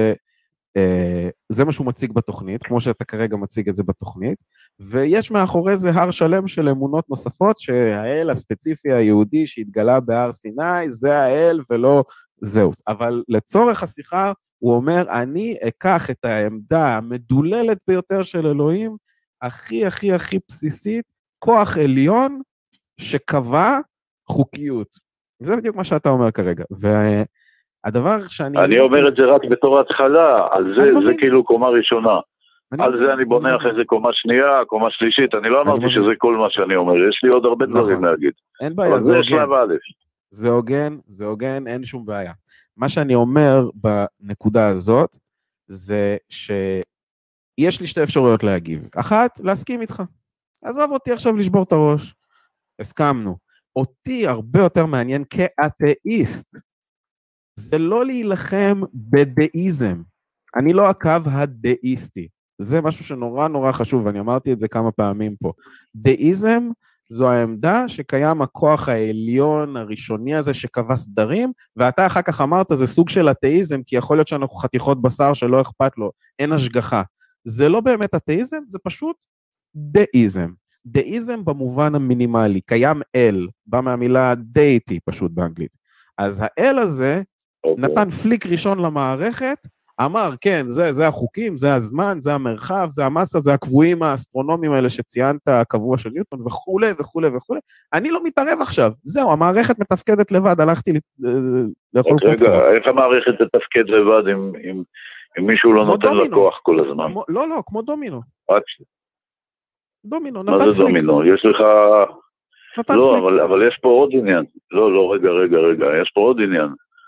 שזה מה שהוא מציג בתוכנית, כמו שאתה כרגע מציג את זה בתוכנית, ויש מאחורי זה הר שלם של אמונות נוספות, שהאל הספציפי היהודי שהתגלה בהר סיני, זה האל ולא זהוס. אבל לצורך השיחה, הוא אומר, אני אקח את העמדה המדוללת ביותר של אלוהים, הכי הכי הכי בסיסית, כוח עליון שקבע חוקיות. זה בדיוק מה שאתה אומר כרגע. והדבר שאני... אני אומר את זה רק בתור התחלה, על זה, זה כאילו קומה ראשונה. על זה אני בונה אחרי זה קומה שנייה, קומה שלישית, אני לא אמרתי שזה כל מה שאני אומר, יש לי עוד הרבה דברים להגיד. אין בעיה, זה הוגן. זה הוגן, זה הוגן, אין שום בעיה. מה שאני אומר בנקודה הזאת, זה ש... יש לי שתי אפשרויות להגיב. אחת, להסכים איתך. עזוב אותי עכשיו לשבור את הראש. הסכמנו. אותי הרבה יותר מעניין כאתאיסט. זה לא להילחם בדאיזם. אני לא הקו הדאיסטי. זה משהו שנורא נורא חשוב, ואני אמרתי את זה כמה פעמים פה. דאיזם זו העמדה שקיים הכוח העליון הראשוני הזה שקבע סדרים, ואתה אחר כך אמרת, זה סוג של אתאיזם, כי יכול להיות שאנחנו חתיכות בשר שלא אכפת לו, אין השגחה. זה לא באמת אתאיזם, זה פשוט דאיזם. דאיזם במובן המינימלי, קיים אל, בא מהמילה דייטי פשוט באנגלית. אז האל הזה okay. נתן פליק ראשון למערכת, אמר, כן, זה, זה החוקים, זה הזמן, זה המרחב, זה המסה, זה הקבועים האסטרונומיים האלה שציינת, הקבוע של ניוטון וכו' וכו' וכו'. אני לא מתערב עכשיו, זהו, המערכת מתפקדת לבד, הלכתי לאכול קוטקה. רגע, איך המערכת תתפקד לבד אם... אם... אם מישהו לא נותן לקוח כל הזמן. כמו, לא, לא, כמו דומינו. דומינו, נתן פליק. מה זה דומינו? יש לך... לא, פליק. אבל, אבל יש פה עוד עניין. לא, לא, רגע, רגע, רגע, יש פה עוד עניין.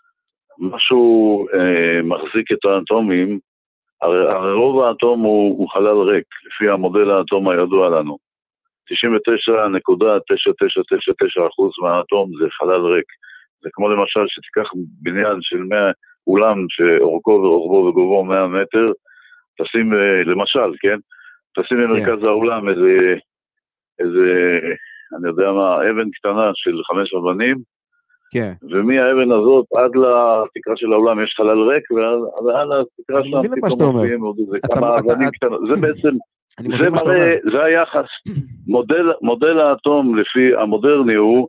משהו אה, מחזיק את האטומים, הרי, הרי רוב האטום הוא, הוא חלל ריק, לפי המודל האטום הידוע לנו. תשעים ותשע נקודה תשע תשע תשע תשע אחוז מהאטום זה חלל ריק. זה כמו למשל שתיקח בניין של מאה... אולם שאורכו ורוחבו וגובהו מאה מטר, תשים, למשל, כן? תשים במרכז האולם איזה, איזה, אני יודע מה, אבן קטנה של חמש אבנים, כן. ומהאבן הזאת עד לתקרה של האולם יש חלל ריק, ועד לתקרה שם פתאום מופיעים עוד איזה כמה אבנים קטנות. זה בעצם, זה מראה, זה היחס. מודל האטום לפי המודרני הוא,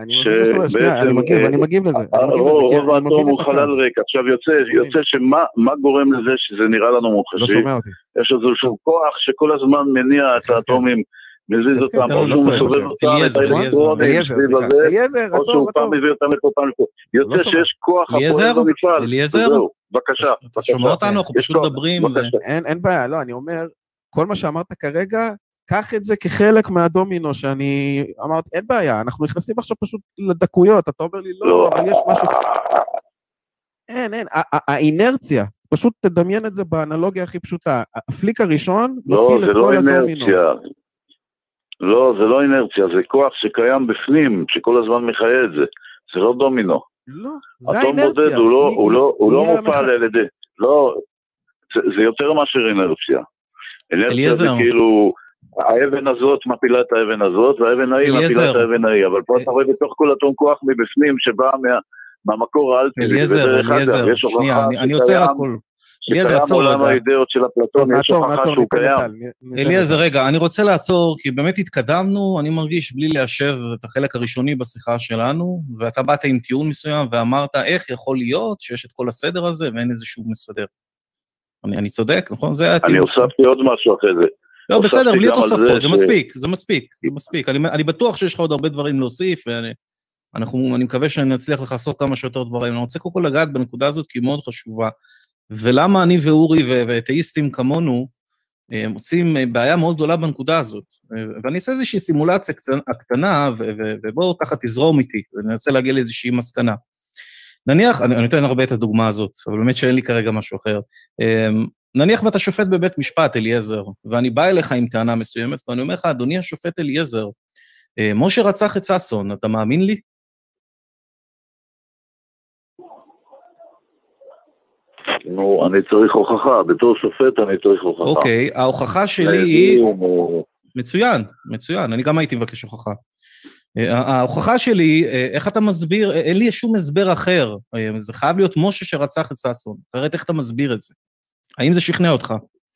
אני מגיב, אני מגיב לזה. רוב האטום הוא חלל ריק. עכשיו יוצא שמה גורם לזה שזה נראה לנו מוחשי? יש איזשהו כוח שכל הזמן מניע את האטומים מזיז אותם, או שהוא מסובב אותם, את האלקטרונים, סביב הזה, או שהוא פעם מביא אותם לפה פעם לפה. יוצא שיש כוח הפועל במפעל. אליעזר? בבקשה. אתה שומע אותנו, אנחנו פשוט מדברים. אין בעיה, לא, אני אומר, כל מה שאמרת כרגע, קח את זה כחלק מהדומינו, שאני אמרתי, אין בעיה, אנחנו נכנסים עכשיו פשוט לדקויות, אתה אומר לי, לא, אבל יש משהו... אין, אין, האינרציה, פשוט תדמיין את זה באנלוגיה הכי פשוטה, הפליק הראשון, מפיל את כל הדומינו. לא, זה לא אינרציה, זה כוח שקיים בפנים, שכל הזמן מחיה את זה, זה לא דומינו. לא, זה האינרציה. אטום בודד הוא לא מופעל על ידי, לא, זה יותר מאשר אינרציה. אינרציה זה כאילו, האבן הזאת מפילה את האבן הזאת, והאבן ההיא מפילה את האבן ההיא, אבל פה אתה רואה בתוך כל אטום כוח מבפנים שבא מהמקור האלטי. אליעזר, אליעזר, שנייה, אני יוצר הכל. אליעזר, עצור רגע. האידאות של אפלטון, יש הוכחה שהוא קיים. אליעזר, רגע, אני רוצה לעצור, כי באמת התקדמנו, אני מרגיש בלי ליישב את החלק הראשוני בשיחה שלנו, ואתה באת עם טיעון מסוים ואמרת, איך יכול להיות שיש את כל הסדר הזה ואין איזשהו מסדר. אני צודק, נכון? אני הוספתי עוד משהו אחרי זה. לא, בסדר, בלי תוספות, זה מספיק, זה מספיק, זה מספיק. אני בטוח שיש לך עוד הרבה דברים להוסיף, ואני מקווה שאני אצליח לחסות כמה שיותר דברים. אני רוצה קודם כל לגעת בנקודה הזאת, כי היא מאוד חשובה. ולמה אני ואורי ואתאיסטים כמונו מוצאים בעיה מאוד גדולה בנקודה הזאת. ואני אעשה איזושהי סימולציה הקטנה, ובואו ככה תזרום איתי, וננסה להגיע לאיזושהי מסקנה. נניח, אני נותן הרבה את הדוגמה הזאת, אבל באמת שאין לי כרגע משהו אחר. נניח ואתה שופט בבית משפט, אליעזר, ואני בא אליך עם טענה מסוימת, ואני אומר לך, אדוני השופט אליעזר, משה רצח את ששון, אתה מאמין לי? נו, אני צריך הוכחה, בתור שופט אני צריך הוכחה. אוקיי, ההוכחה שלי היא... מצוין, מצוין, אני גם הייתי מבקש הוכחה. ההוכחה שלי, איך אתה מסביר, אין לי שום הסבר אחר, זה חייב להיות משה שרצח את ששון, אחרת איך אתה מסביר את זה? האם זה שכנע אותך?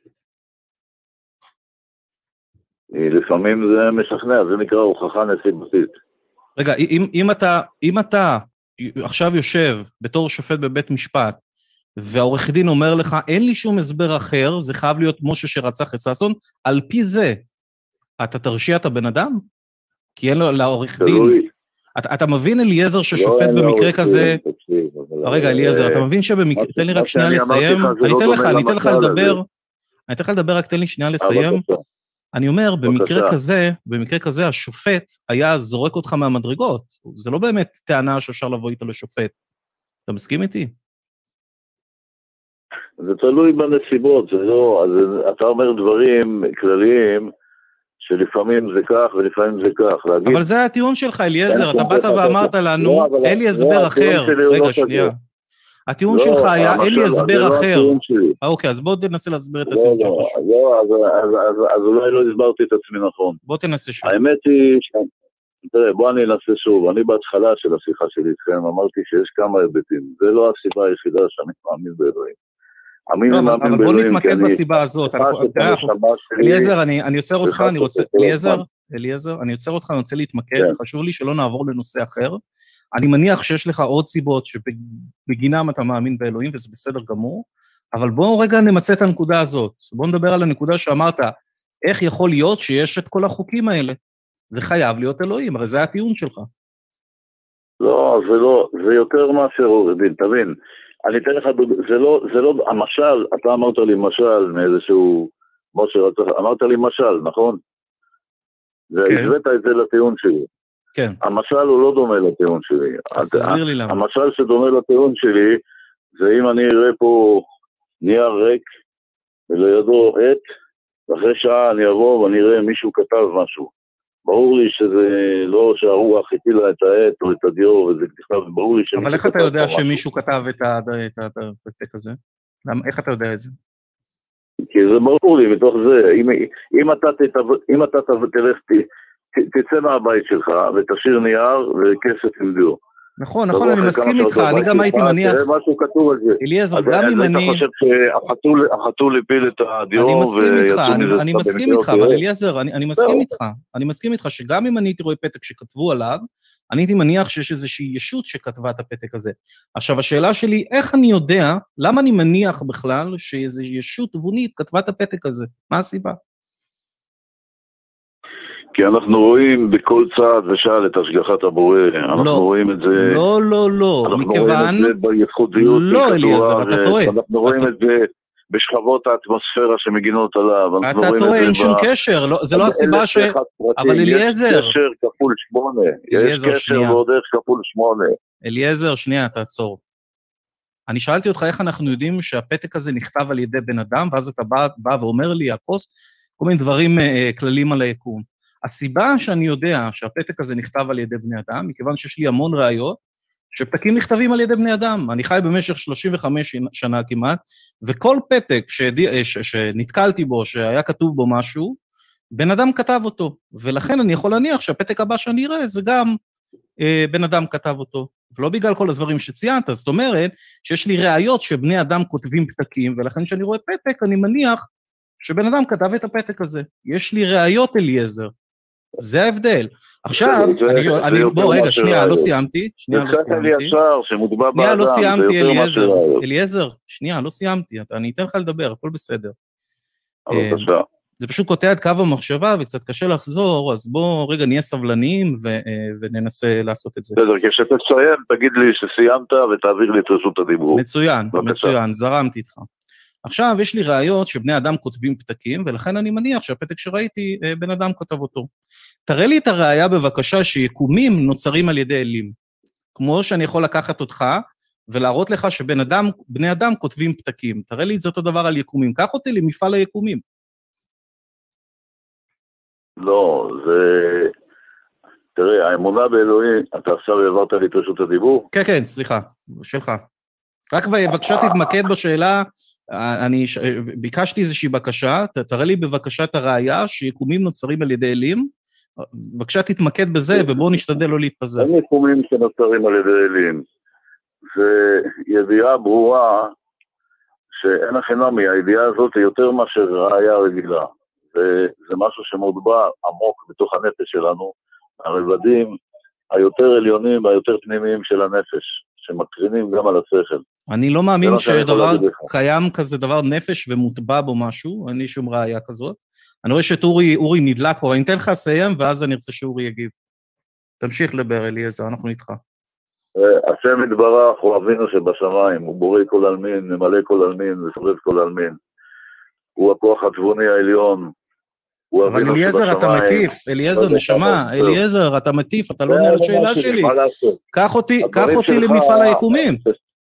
לפעמים זה משכנע, זה נקרא הוכחה נסיבתית. רגע, אם, אם אתה, אם אתה עכשיו יושב בתור שופט בבית משפט, והעורך דין אומר לך, אין לי שום הסבר אחר, זה חייב להיות משה שרצח את ששון, על פי זה, אתה תרשיע את הבן אדם? כי אין לו לעורך דין. אתה, אתה מבין אליעזר ששופט במקרה כזה, רגע אליעזר, אתה מבין שבמקרה, תן לי רק שנייה לסיים, אני אתן לך, אני אתן לך לדבר, אני אתן לך לדבר, רק תן לי שנייה לסיים, אני אומר, במקרה כזה, במקרה כזה השופט היה זורק אותך מהמדרגות, זה לא באמת טענה שאפשר לבוא איתה לשופט, אתה מסכים איתי? זה תלוי בנסיבות, זה לא, אז אתה אומר דברים כלליים, שלפעמים זה כך ולפעמים זה כך. אבל זה הטיעון שלך, אליעזר, אתה באת ואמרת לנו, אין לי הסבר אחר. רגע, שנייה. הטיעון שלך היה, אין לי הסבר אחר. אוקיי, אז בוא תנסה להסביר את הטיעון שלך. לא, אז אולי לא הסברתי את עצמי נכון. בוא תנסה שוב. האמת היא, תראה, בוא אני אנסה שוב. אני בהתחלה של השיחה שלי איתכם, אמרתי שיש כמה היבטים. זה לא הסיבה היחידה שאני מאמין באלוהים. אבל בוא נתמקד בסיבה הזאת. אליעזר, אני יוצר אותך, אני רוצה, אליעזר, אליעזר, אני יוצר אותך, אני רוצה להתמקד, חשוב לי שלא נעבור לנושא אחר. אני מניח שיש לך עוד סיבות שבגינם אתה מאמין באלוהים, וזה בסדר גמור, אבל בואו רגע נמצא את הנקודה הזאת. בואו נדבר על הנקודה שאמרת, איך יכול להיות שיש את כל החוקים האלה? זה חייב להיות אלוהים, הרי זה הטיעון שלך. לא, זה לא, זה יותר מאשר עורך דין, תבין. אני אתן לך, זה לא, זה לא, המשל, אתה אמרת לי משל מאיזשהו, משה רצח, אמרת לי משל, נכון? והבאת את זה לטיעון שלי. כן. המשל הוא לא דומה לטיעון שלי. אז תסביר לי למה. המשל שדומה לטיעון שלי, זה אם אני אראה פה נייר ריק, ולידו עט, ואחרי שעה אני אבוא ואני אראה מישהו כתב משהו. ברור לי שזה לא שהרוח הטילה את העט או את הדיו, וזה נכתב, ברור לי אבל איך אתה יודע שמישהו כתב את הפסק הזה? איך אתה יודע את זה? כי זה ברור לי מתוך זה, אם אתה תלך, תצא מהבית שלך ותשאיר נייר וכסף עם דיו. נכון, נכון, אני מסכים איתך, אני גם הייתי מניח, אליעזר, גם אם אני... אתה חושב שהחתול הפיל את הדיו ויצאו מזה... אני מסכים איתך, אבל אליעזר, אני מסכים איתך, אני מסכים איתך שגם אם אני הייתי רואה פתק שכתבו עליו, אני הייתי מניח שיש איזושהי ישות שכתבה את הפתק הזה. עכשיו, השאלה שלי, איך אני יודע, למה אני מניח בכלל שאיזו ישות תבונית כתבה את הפתק הזה? מה הסיבה? כי אנחנו רואים בכל צעד ושעל את השגחת הבורא, אנחנו לא, רואים את זה... לא, לא, לא, אנחנו מכיוון... רואים את זה בייחודיות לא, אליעזר, אתה טועה. אנחנו רואים אתה... את זה בשכבות האטמוספירה שמגינות עליו. אתה טועה, אין שום קשר, לא, זה לא הסיבה ש... אבל אליעזר... יש קשר כפול שמונה, יש קשר ועוד איך כפול שמונה. אליעזר, שנייה, תעצור. אני שאלתי אותך איך אנחנו יודעים שהפתק הזה נכתב על ידי בן אדם, ואז אתה בא, בא ואומר לי, הפוסט, כל מיני דברים אה, כללים על היקום. הסיבה שאני יודע שהפתק הזה נכתב על ידי בני אדם, מכיוון שיש לי המון ראיות, שפתקים נכתבים על ידי בני אדם. אני חי במשך שלושים וחמש שנה כמעט, וכל פתק שד... ש... שנתקלתי בו, שהיה כתוב בו משהו, בן אדם כתב אותו, ולכן אני יכול להניח שהפתק הבא שאני אראה, זה גם אה, בן אדם כתב אותו, ולא בגלל כל הדברים שציינת, זאת אומרת, שיש לי ראיות שבני אדם כותבים פתקים, ולכן כשאני רואה פתק, אני מניח שבן אדם כתב את הפתק הזה. יש לי ראיות, אליעזר. זה ההבדל. עכשיו, אני, בוא, רגע, שנייה, לא סיימתי, שנייה, לא סיימתי. שנייה, לא סיימתי, אליעזר. אליעזר, שנייה, לא סיימתי, אני אתן לך לדבר, הכל בסדר. זה פשוט קוטע את קו המחשבה, וקצת קשה לחזור, אז בוא, רגע, נהיה סבלניים, וננסה לעשות את זה. בסדר, כשאתה תסיים, תגיד לי שסיימת, ותעביר לי את רשות הדיבור. מצוין, מצוין, זרמתי איתך. עכשיו, יש לי ראיות שבני אדם כותבים פתקים, ולכן אני מניח שהפתק שראיתי, בן אדם כותב אותו. תראה לי את הראיה בבקשה שיקומים נוצרים על ידי אלים. כמו שאני יכול לקחת אותך, ולהראות לך שבן אדם, בני אדם כותבים פתקים. תראה לי את זה אותו דבר על יקומים. קח אותי למפעל היקומים. לא, זה... תראה, האמונה באלוהים, אתה עכשיו העברת לי את רשות הדיבור? כן, כן, סליחה, שלך. רק בבקשה תתמקד בשאלה, אני ביקשתי איזושהי בקשה, תראה לי בבקשה את הראיה שיקומים נוצרים על ידי אלים, בבקשה תתמקד בזה ובואו נשתדל לא להתפזר. אין יקומים שנוצרים על ידי אלים, זה ידיעה ברורה שאין החינמי, הידיעה הזאת היא יותר מאשר ראיה רגילה, וזה משהו שמוטבע עמוק בתוך הנפש שלנו, הרבדים היותר עליונים והיותר פנימיים של הנפש, שמקרינים גם על השכל. אני לא מאמין שדבר קיים כזה דבר נפש ומוטבע בו משהו, אין לי שום ראיה כזאת. אני רואה שאת אורי, אורי נדלק פה, אני אתן לך לסיים, ואז אני ארצה שאורי יגיב. תמשיך לדבר, אליעזר, אנחנו איתך. השם יתברך הוא אבינו שבשמיים, הוא בורא כל עלמין, ממלא כל עלמין, וסובב כל עלמין. הוא הכוח התבוני העליון, אבל אליעזר, אתה מטיף, אליעזר, נשמה, אליעזר, אתה מטיף, אתה לא עונה לשאלה שלי. קח אותי למפעל היקומים.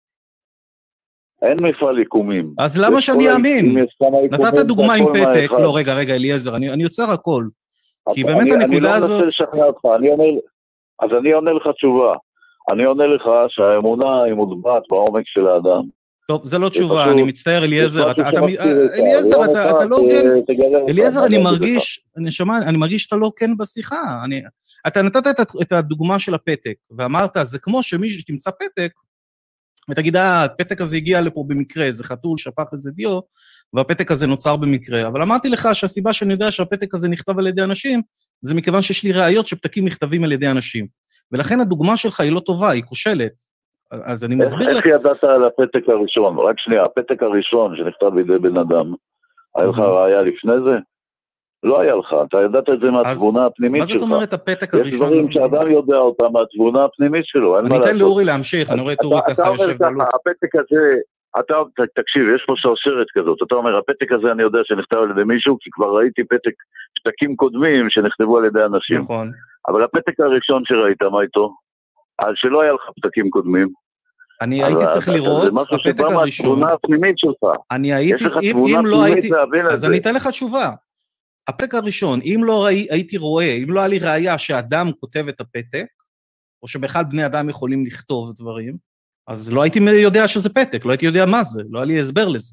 אין מפעל יקומים. אז למה שאני אאמין? נתת דוגמה עם פתק, לא, רגע, רגע, אליעזר, אני יוצר הכל. כי באמת הנקודה הזאת... אני לא מנסה לשכנע אותך, אז אני עונה לך תשובה. אני עונה לך שהאמונה היא מוטבעת בעומק של האדם. טוב, זה לא תשובה, אני מצטער, אליעזר, אליעזר, אתה לא כן, אליעזר, אני מרגיש, נשמע, אני מרגיש שאתה לא כן בשיחה, אתה נתת את הדוגמה של הפתק, ואמרת, זה כמו שמישהו שתמצא פתק, ותגיד, אה, הפתק הזה הגיע לפה במקרה, זה חתול, שפך איזה דיו, והפתק הזה נוצר במקרה, אבל אמרתי לך שהסיבה שאני יודע שהפתק הזה נכתב על ידי אנשים, זה מכיוון שיש לי ראיות שפתקים נכתבים על ידי אנשים, ולכן הדוגמה שלך היא לא טובה, היא כושלת, אז אני מסביר לך... איך ידעת על הפתק הראשון? רק שנייה, הפתק הראשון שנכתב בידי בן אדם, היה לך ראיה לפני זה? לא היה לך, אתה ידעת את זה מהתבונה הפנימית שלך. מה זאת אומרת הפתק הראשון? יש דברים שאדם יודע אותה מהתבונה הפנימית שלו, אין מה לעשות. אני אתן לאורי להמשיך, אני רואה את אורי ככה יושב בלוק. הפתק הזה, אתה, תקשיב, יש פה שרשרת כזאת, אתה אומר, הפתק הזה אני יודע שנכתב על ידי מישהו, כי כבר ראיתי פתק, פתקים קודמים שנכתבו על ידי אנשים. נכון. אבל הפתק הראשון שראית, מה איתו? על שלא היה לך פתקים קודמים. אני הייתי צריך לראות, הפתק הראשון, אני הייתי, אם לא הייתי, אז אני אתן לך תשובה. הפתק הראשון, אם לא הייתי רואה, אם לא היה לי ראיה שאדם כותב את הפתק, או שבכלל בני אדם יכולים לכתוב דברים, אז לא הייתי יודע שזה פתק, לא הייתי יודע מה זה, לא היה לי הסבר לזה.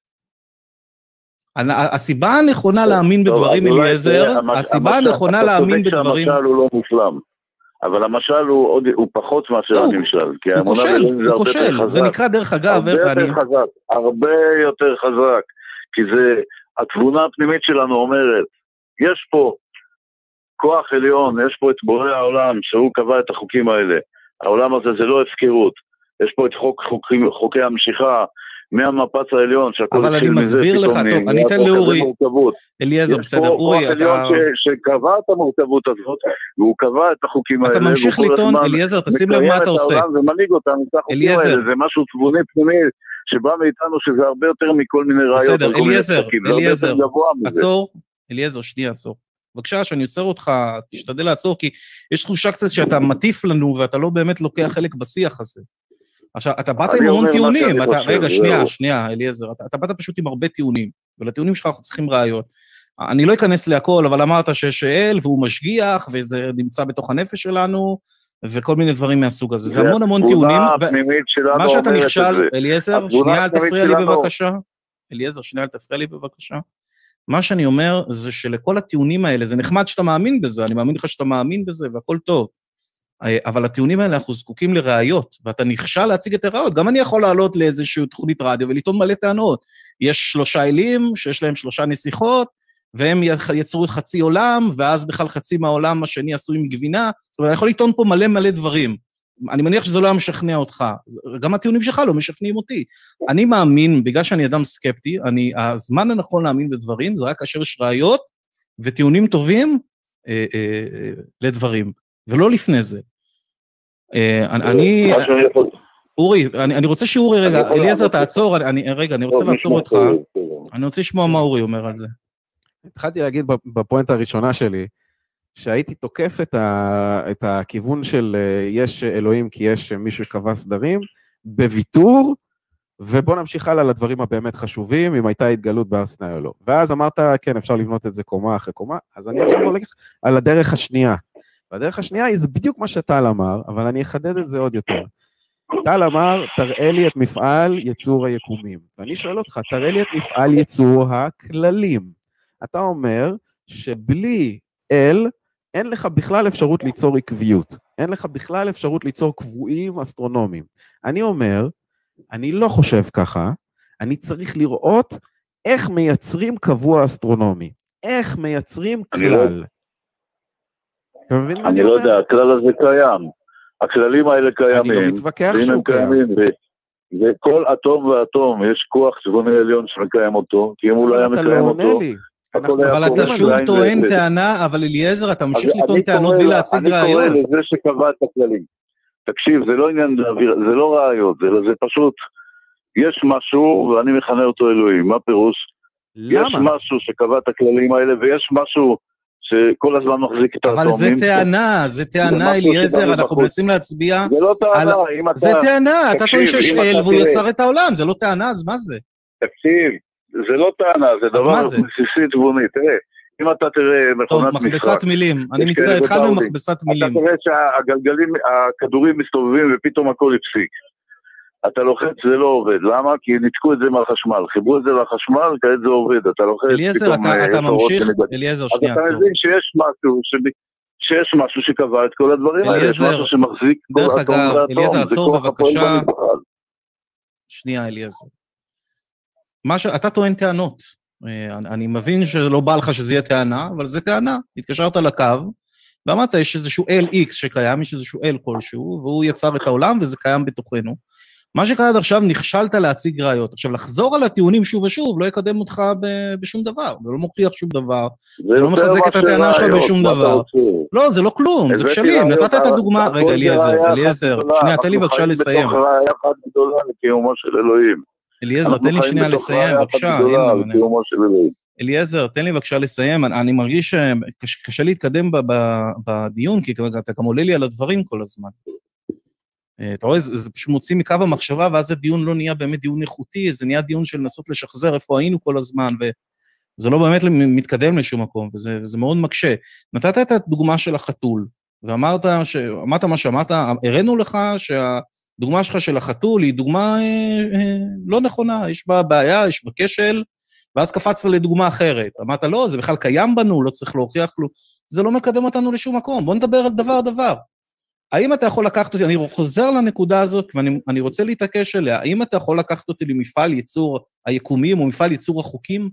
הסיבה הנכונה להאמין בדברים, אליעזר, הסיבה הנכונה להאמין בדברים... המשל הוא לא מושלם, אבל המשל הוא, עוד, הוא פחות מאשר הנמשל. הוא כושל, הוא כושל, זה נקרא דרך אגב. הרבה יותר חזק, הרבה יותר חזק, כי זה, התבונה הפנימית שלנו אומרת, יש פה כוח עליון, יש פה את בורא העולם, שהוא קבע את החוקים האלה. העולם הזה זה לא הפקרות, יש פה את חוק, חוקי, חוקי המשיכה, מהמפץ העליון, שהכל אבל אני מסביר לך, טוב, אני אתן לאורי, אליעזר, בסדר, אורי, יש פה כוח עליון שקבע את המורכבות הזאת, והוא קבע את החוקים האלה, אתה ממשיך לטעון, אליעזר, תשים לב מה אתה עושה. ומנהיג אותם, את החוקים האלה, זה משהו תבוני פנימי, שבא מאיתנו שזה הרבה יותר מכל מיני ראיות. בסדר, אליעזר, אליעזר, עצור, אליעזר, שנייה, עצור. בבקשה, שאני יוצר אותך, תשתדל לעצור, כי יש תחושה קצת שאתה מטיף לנו, ואתה לא באמת לוקח חלק בשיח הזה. עכשיו, אתה באת עם המון טיעונים, אתה, רגע, שנייה, שנייה, אליעזר, אתה, אתה באת פשוט עם הרבה טיעונים, ולטיעונים שלך אנחנו צריכים ראיות. אני לא אכנס להכל, אבל אמרת שיש אל, והוא משגיח, וזה נמצא בתוך הנפש שלנו, וכל מיני דברים מהסוג הזה. זה המון המון טיעונים. מה שאתה נכשל, אליעזר, שנייה, אל תפריע לי בבקשה. אליעזר, שנייה, אל תפריע לי בבקשה. מה שאני אומר, זה שלכל הטיעונים האלה, זה נחמד שאתה מאמין בזה, אני מאמין לך שאתה מאמין בזה, והכל טוב. אבל הטיעונים האלה, אנחנו זקוקים לראיות, ואתה נכשל להציג את הראיות. גם אני יכול לעלות לאיזושהי תוכנית רדיו ולטעון מלא טענות. יש שלושה אלים שיש להם שלושה נסיכות, והם יצרו את חצי עולם, ואז בכלל חצי מהעולם השני עשוי מגבינה. זאת אומרת, אני יכול לטעון פה מלא מלא דברים. אני מניח שזה לא היה משכנע אותך. גם הטיעונים שלך לא משכנעים אותי. אני מאמין, בגלל שאני אדם סקפטי, אני, הזמן הנכון להאמין בדברים, זה רק כאשר יש ראיות וטיעונים טובים אה, אה, אה, לדברים. ולא לפני זה. אני, אורי, אני רוצה שאורי, רגע, אליעזר תעצור, רגע, אני רוצה לעצור אותך, אני רוצה לשמוע מה אורי אומר על זה. התחלתי להגיד בפואנט הראשונה שלי, שהייתי תוקף את הכיוון של יש אלוהים כי יש מישהו שקבע סדרים, בוויתור, ובוא נמשיך הלאה לדברים הבאמת חשובים, אם הייתה התגלות בהר סיני או לא. ואז אמרת, כן, אפשר לבנות את זה קומה אחרי קומה, אז אני עכשיו הולך על הדרך השנייה. והדרך השנייה היא, זה בדיוק מה שטל אמר, אבל אני אחדד את זה עוד יותר. טל אמר, תראה לי את מפעל יצור היקומים. ואני שואל אותך, תראה לי את מפעל יצור הכללים. אתה אומר שבלי אל, אין לך בכלל אפשרות ליצור עקביות. אין לך בכלל אפשרות ליצור קבועים אסטרונומיים. אני אומר, אני לא חושב ככה, אני צריך לראות איך מייצרים קבוע אסטרונומי. איך מייצרים כלל. אתה מבין מה אני אומר? אני לא יודע, הכלל הזה קיים. הכללים האלה קיימים. אני לא מתווכח שהוא קיים. וכל אטום ואטום יש כוח צבוני עליון שמקיים אותו, כי אם הוא לא היה מקיים אותו... אבל אתה שוב טוען טענה, אבל אליעזר, אתה ממשיך לטעון טענות בלי להציג ראיות. אני קורא לזה שקבע את הכללים. תקשיב, זה לא עניין, זה לא ראיות, זה פשוט, יש משהו, ואני מכנה אותו אלוהים, מה פירוש? למה? יש משהו שקבע את הכללים האלה, ויש משהו שכל הזמן מחזיק את האטומים. אבל זה טענה, זה טענה, אליעזר, אנחנו מנסים להצביע. זה לא טענה, אם אתה... זה טענה, אתה טוען שיש אל והוא יצר את העולם, זה לא טענה, אז מה זה? תקשיב, זה לא טענה, זה דבר בסיסי תבוני, תראה, אם אתה תראה מכונת משחק... מכבסת מילים, אני מצטער, התחלנו עם מכבסת מילים. אתה תראה שהגלגלים, הכדורים מסתובבים ופתאום הכל הפסיק. אתה לוחץ, זה לא עובד, למה? כי ניתקו את זה מהחשמל, חיברו את זה לחשמל, כעת זה עובד, אתה לוחץ... אליעזר, אתה ממשיך, אליעזר, שנייה, עצור. אז אתה מבין שיש משהו, שיש משהו שקבע את כל הדברים האלה, יש משהו שמחזיק... דרך אגב, אליעזר, עצור בבקשה. שנייה, אליעזר. אתה טוען טענות, אני מבין שלא בא לך שזה יהיה טענה, אבל זה טענה, התקשרת לקו, ואמרת, יש איזשהו אל איקס שקיים, יש איזשהו אל כלשהו, והוא יצר את העולם, וזה קיים בתוכנו. מה שקרה עד עכשיו, נכשלת להציג ראיות. עכשיו, לחזור על הטיעונים שוב ושוב, לא יקדם אותך בשום דבר, זה לא מוכיח שום דבר, זה לא מחזק את הטענה שלך בשום דבר. לא, זה לא כלום, זה כשלים, נתת את הדוגמה, רגע, אליעזר, אליעזר, שנייה, תן לי בבקשה לסיים. אליעזר, תן לי שנייה לסיים, בבקשה. אליעזר, תן לי בבקשה לסיים, אני מרגיש שקשה להתקדם בדיון, כי אתה גם עולה לי על הדברים כל הזמן. אתה רואה, זה פשוט מוציא מקו המחשבה, ואז הדיון לא נהיה באמת דיון איכותי, זה נהיה דיון של לנסות לשחזר איפה היינו כל הזמן, וזה לא באמת מתקדם לשום מקום, וזה, וזה מאוד מקשה. נתת את הדוגמה של החתול, ואמרת ש... אמרת מה שאמרת, הראינו לך שהדוגמה שלך של החתול היא דוגמה אה, אה, לא נכונה, יש בה בעיה, יש בה כשל, ואז קפצת לדוגמה אחרת. אמרת, לא, זה בכלל קיים בנו, לא צריך להוכיח כלום. זה לא מקדם אותנו לשום מקום, בוא נדבר על דבר דבר. האם אתה יכול לקחת אותי, אני חוזר לנקודה הזאת, ואני רוצה להתעקש אליה, האם אתה יכול לקחת אותי למפעל ייצור היקומים, או מפעל ייצור החוקים?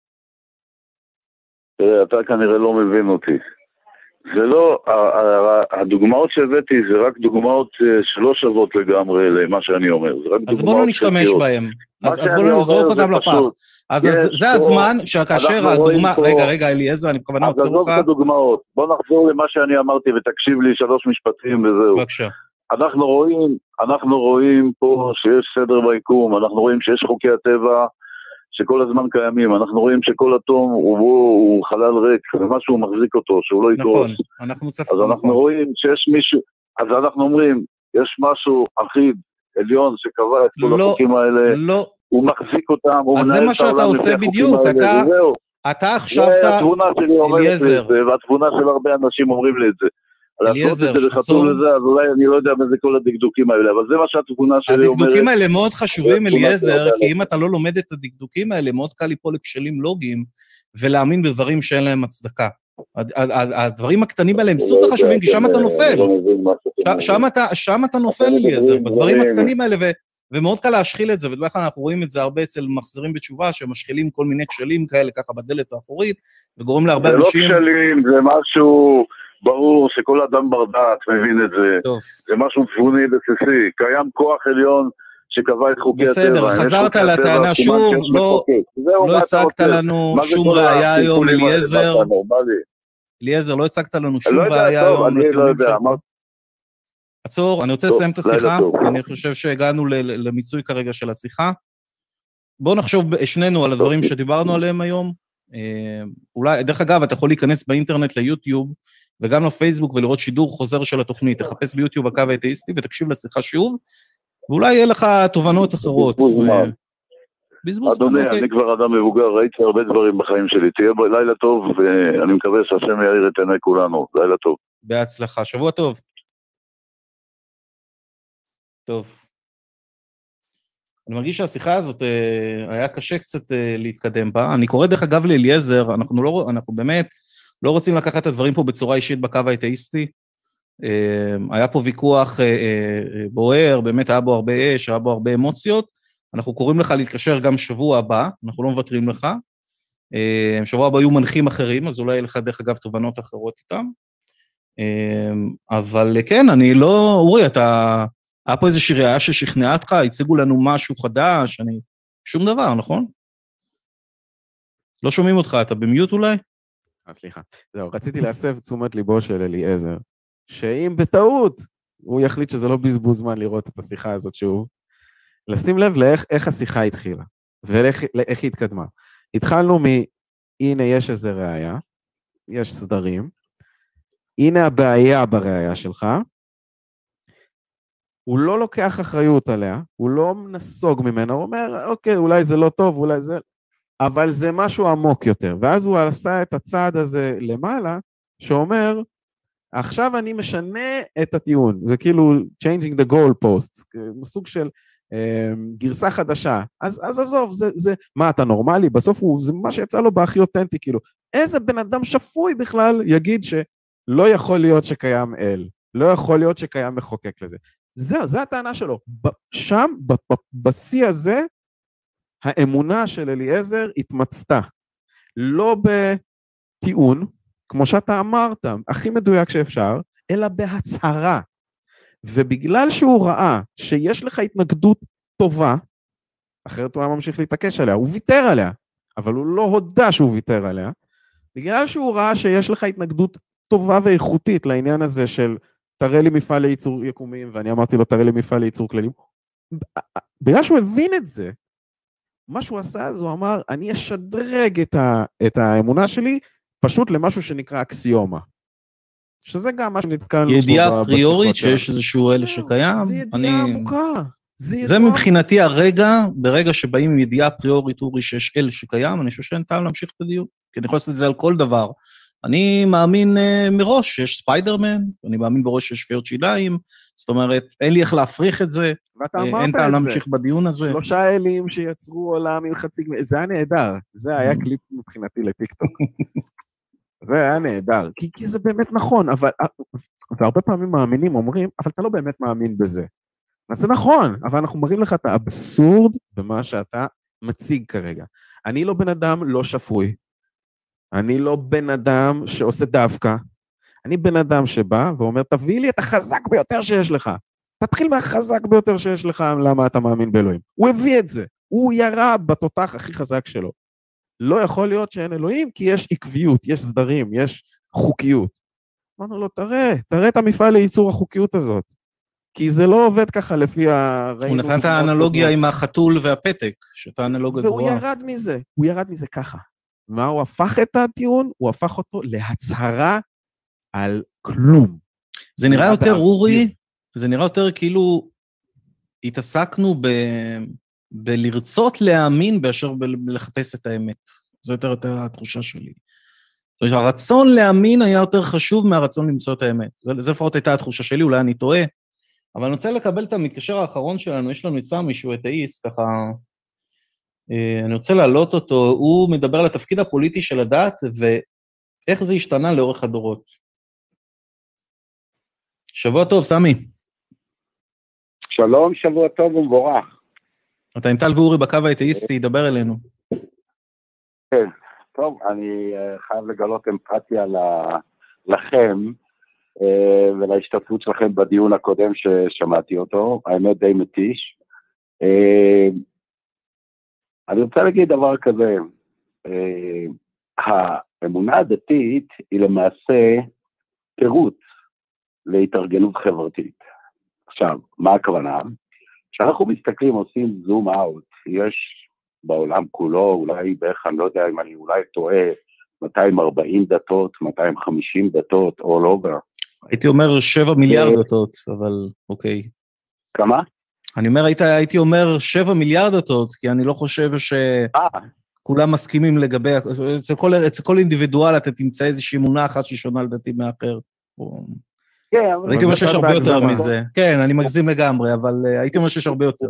תראה, אתה כנראה לא מבין אותי. זה לא, הדוגמאות שהבאתי זה רק דוגמאות שלא שוות לגמרי למה שאני אומר. אז בואו לא נשתמש בהם. אז בואו לא נזרוק אותם לפח. אז זה הזמן שכאשר הדוגמה... רגע, רגע, אליעזר, אני בכוונה עוצר אותך. אז עזוב את הדוגמאות. בואו נחזור למה שאני אמרתי ותקשיב לי שלוש משפטים וזהו. בבקשה. אנחנו רואים, אנחנו רואים פה שיש סדר ביקום, אנחנו רואים שיש חוקי הטבע שכל הזמן קיימים, אנחנו רואים שכל אטום הוא, הוא חלל ריק, ומשהו מחזיק אותו, שהוא לא יקרוס. נכון, אנחנו צפו, אז אנחנו רואים שיש מישהו, אז אנחנו אומרים, יש משהו אחיד, עליון, שקבע את כל לא, החוקים האלה, לא. הוא מחזיק אותם, הוא מנהל את העולם לפי החוקים האלה, אתה, וזהו. אתה עכשיו, התבונה שלי אומרת לי את זה, והתבונה של הרבה אנשים אומרים לי את זה. אליעזר, שחתום לזה, אז אולי אני לא יודע מה זה כל הדקדוקים האלה, אבל זה מה שהתבונה שלי אומרת. הדקדוקים האלה מאוד חשובים, אליעזר, כי אם אתה לא לומד את הדקדוקים האלה, מאוד קל ליפול לכשלים לוגיים, ולהאמין בדברים שאין להם הצדקה. הדברים הקטנים האלה הם סופר חשובים, כי שם אתה נופל. שם אתה נופל, אליעזר, בדברים הקטנים האלה, ומאוד קל להשחיל את זה, ובדרך כלל אנחנו רואים את זה הרבה אצל מחזירים בתשובה, שמשחילים כל מיני כשלים כאלה, ככה בדלת האחורית, וגורם להרבה אנשים... זה לא כשלים, זה משהו... ברור שכל אדם בר דעת מבין את זה, טוב. זה משהו תבוני בסיסי, קיים כוח עליון שקבע את חוקי הטבע. בסדר, חזרת לטענה שוב, לא, לא הצגת לנו שום ראייה היום, אליעזר, אליעזר, לא הצגת לנו שום ראייה היום. אני לא יודע, אמרת. עצור, אני רוצה לסיים את השיחה, אני חושב שהגענו למיצוי כרגע של השיחה. בואו נחשוב שנינו על הדברים שדיברנו עליהם היום. אולי, דרך אגב, אתה יכול להיכנס באינטרנט ליוטיוב, וגם לפייסבוק ולראות שידור חוזר של התוכנית, תחפש ביוטיוב הקו האתאיסטי ותקשיב לשיחה שוב, ואולי יהיה לך תובנות אחרות. בזבוז זמן. אדוני, אני כבר אדם מבוגר, ראיתי הרבה דברים בחיים שלי, תהיה לילה טוב, ואני מקווה שהשם יאיר את עיני כולנו, לילה טוב. בהצלחה, שבוע טוב. טוב. אני מרגיש שהשיחה הזאת היה קשה קצת להתקדם בה, אני קורא דרך אגב לאליעזר, אנחנו לא, אנחנו באמת, לא רוצים לקחת את הדברים פה בצורה אישית בקו האתאיסטי, היה פה ויכוח בוער, באמת היה בו הרבה אש, היה בו הרבה אמוציות, אנחנו קוראים לך להתקשר גם שבוע הבא, אנחנו לא מוותרים לך, שבוע הבא יהיו מנחים אחרים, אז אולי יהיה לך דרך אגב תובנות אחרות איתם, אבל כן, אני לא, אורי, אתה, היה פה איזושהי ראייה ששכנעה אותך, הציגו לנו משהו חדש, אני, שום דבר, נכון? לא שומעים אותך, אתה במיוט אולי? סליחה, זהו, רציתי להסב תשומת ליבו של אליעזר, שאם בטעות הוא יחליט שזה לא בזבוז זמן לראות את השיחה הזאת שוב, לשים לב לאיך איך השיחה התחילה, ואיך איך היא התקדמה. התחלנו מ, הנה יש איזה ראייה, יש סדרים, הנה הבעיה בראייה שלך, הוא לא לוקח אחריות עליה, הוא לא נסוג ממנה, הוא אומר, אוקיי, אולי זה לא טוב, אולי זה... אבל זה משהו עמוק יותר, ואז הוא עשה את הצעד הזה למעלה, שאומר, עכשיו אני משנה את הטיעון, זה כאילו changing the goal posts, סוג של אה, גרסה חדשה, אז, אז עזוב, זה, זה, מה אתה נורמלי? בסוף הוא, זה מה שיצא לו בהכי אותנטי, כאילו, איזה בן אדם שפוי בכלל יגיד שלא יכול להיות שקיים אל, לא יכול להיות שקיים מחוקק לזה, זה, זה הטענה שלו, שם, בשיא הזה, האמונה של אליעזר התמצתה, לא בטיעון, כמו שאתה אמרת, הכי מדויק שאפשר, אלא בהצהרה, ובגלל שהוא ראה שיש לך התנגדות טובה, אחרת הוא היה ממשיך להתעקש עליה, הוא ויתר עליה, אבל הוא לא הודע שהוא ויתר עליה, בגלל שהוא ראה שיש לך התנגדות טובה ואיכותית לעניין הזה של תראה לי מפעל לייצור יקומים, ואני אמרתי לו תראה לי מפעל לייצור כללים, בגלל שהוא הבין את זה, מה שהוא עשה, אז הוא אמר, אני אשדרג את, ה, את האמונה שלי, פשוט למשהו שנקרא אקסיומה. שזה גם מה שנתקלנו... ידיעה פריורית שיש איזשהו אלה שקיים. זה ידיעה עמוקה. זה מבחינתי הרגע, ברגע שבאים עם ידיעה פריורית, אורי, שיש אל שקיים, אני חושב שאין טעם להמשיך את הדיון, כי אני יכול לעשות את זה על כל דבר. אני מאמין uh, מראש שיש ספיידרמן, אני מאמין בראש שיש פיות שיליים, זאת אומרת, אין לי איך להפריך את זה, אין טעם להמשיך בדיון הזה. שלושה אלים שיצרו עולם עם חצי, זה היה נהדר, זה היה קליפ מבחינתי לטיקטוק. זה היה נהדר, כי, כי זה באמת נכון, אבל, והרבה פעמים מאמינים אומרים, אבל אתה לא באמת מאמין בזה. אז זה נכון, אבל אנחנו מראים לך את האבסורד במה שאתה מציג כרגע. אני לא בן אדם לא שפוי, אני לא בן אדם שעושה דווקא, אני בן אדם שבא ואומר, תביא לי את החזק ביותר שיש לך. תתחיל מהחזק ביותר שיש לך, למה אתה מאמין באלוהים. הוא הביא את זה. הוא ירה בתותח הכי חזק שלו. לא יכול להיות שאין אלוהים, כי יש עקביות, יש סדרים, יש חוקיות. אמרנו לו, תראה, תראה את המפעל לייצור החוקיות הזאת. כי זה לא עובד ככה לפי ה... הוא נתן את האנלוגיה עם החתול והפתק, שאתה אנלוגיה גבוהה. והוא ירד מזה, הוא ירד מזה ככה. מה הוא הפך את הטיעון? הוא הפך אותו להצהרה על כלום. זה נראה יותר, אורי, זה נראה יותר כאילו התעסקנו ב... בלרצות להאמין באשר בלחפש את האמת. זו יותר יותר התחושה שלי. זאת אומרת, הרצון להאמין היה יותר חשוב מהרצון למצוא את האמת. זה, זה לפחות הייתה התחושה שלי, אולי אני טועה, אבל אני רוצה לקבל את המתקשר האחרון שלנו, יש לנו את סמי שהוא אתאיסט, ככה, אני רוצה להעלות אותו, הוא מדבר על התפקיד הפוליטי של הדת, ואיך זה השתנה לאורך הדורות. שבוע טוב, סמי. שלום, שבוע טוב ומבורך. אתה עם טל ואורי בקו האתאיסטי, ידבר אלינו. כן, טוב, אני חייב לגלות אמפתיה לכם, ולהשתתפות שלכם בדיון הקודם ששמעתי אותו, האמת די מתיש. אני רוצה להגיד דבר כזה, האמונה הדתית היא למעשה תירוץ להתארגנות חברתית. עכשיו, מה הכוונה? כשאנחנו מסתכלים, עושים זום אאוט, יש בעולם כולו, אולי בערך, אני לא יודע אם אני אולי טועה, מאתיים וארבעים דתות, מאתיים וחמישים דתות, all over. הייתי אומר שבע מיליארד דתות, אבל אוקיי. כמה? אני אומר, הייתי, הייתי אומר שבע מיליארד דתות, כי אני לא חושב שכולם מסכימים לגבי, אצל כל, אצל כל אינדיבידואל אתה תמצא איזושהי אמונה אחת שהיא שונה לדתי מאחר. כן, הייתי אומר שיש הרבה יותר מזה. כן, אני מגזים לגמרי, אבל הייתי אומר שיש הרבה יותר.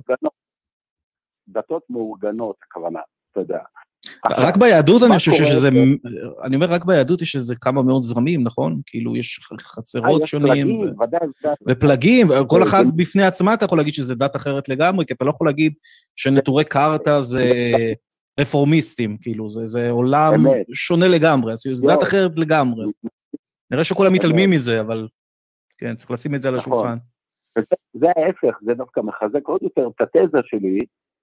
דתות מאורגנות, הכוונה, אתה יודע. רק ביהדות אני חושב שזה, אני אומר רק ביהדות יש איזה כמה מאות זרמים, נכון? כאילו יש חצרות שונים, ופלגים, כל אחד בפני עצמה אתה יכול להגיד שזה דת אחרת לגמרי, כי אתה לא יכול להגיד שנטורי קרתא זה רפורמיסטים, כאילו זה עולם שונה לגמרי, אז זה דת אחרת לגמרי. נראה שכולם מתעלמים מזה, אבל כן, צריך לשים את זה על השולחן. זה ההפך, זה דווקא מחזק עוד יותר את התזה שלי,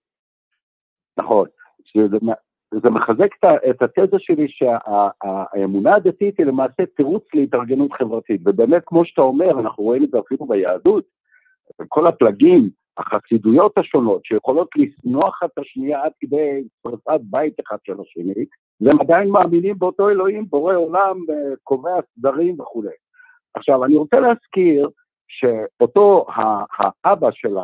נכון, זה מחזק את התזה שלי שהאמונה הדתית היא למעשה תירוץ להתארגנות חברתית, ובאמת כמו שאתה אומר, אנחנו רואים את זה אפילו ביהדות, כל הפלגים, החסידויות השונות, שיכולות לסנוח את השנייה עד כדי פרצת בית אחד של השני, והם עדיין מאמינים באותו אלוהים, בורא עולם, קובע סדרים וכו'. עכשיו, אני רוצה להזכיר שאותו האבא של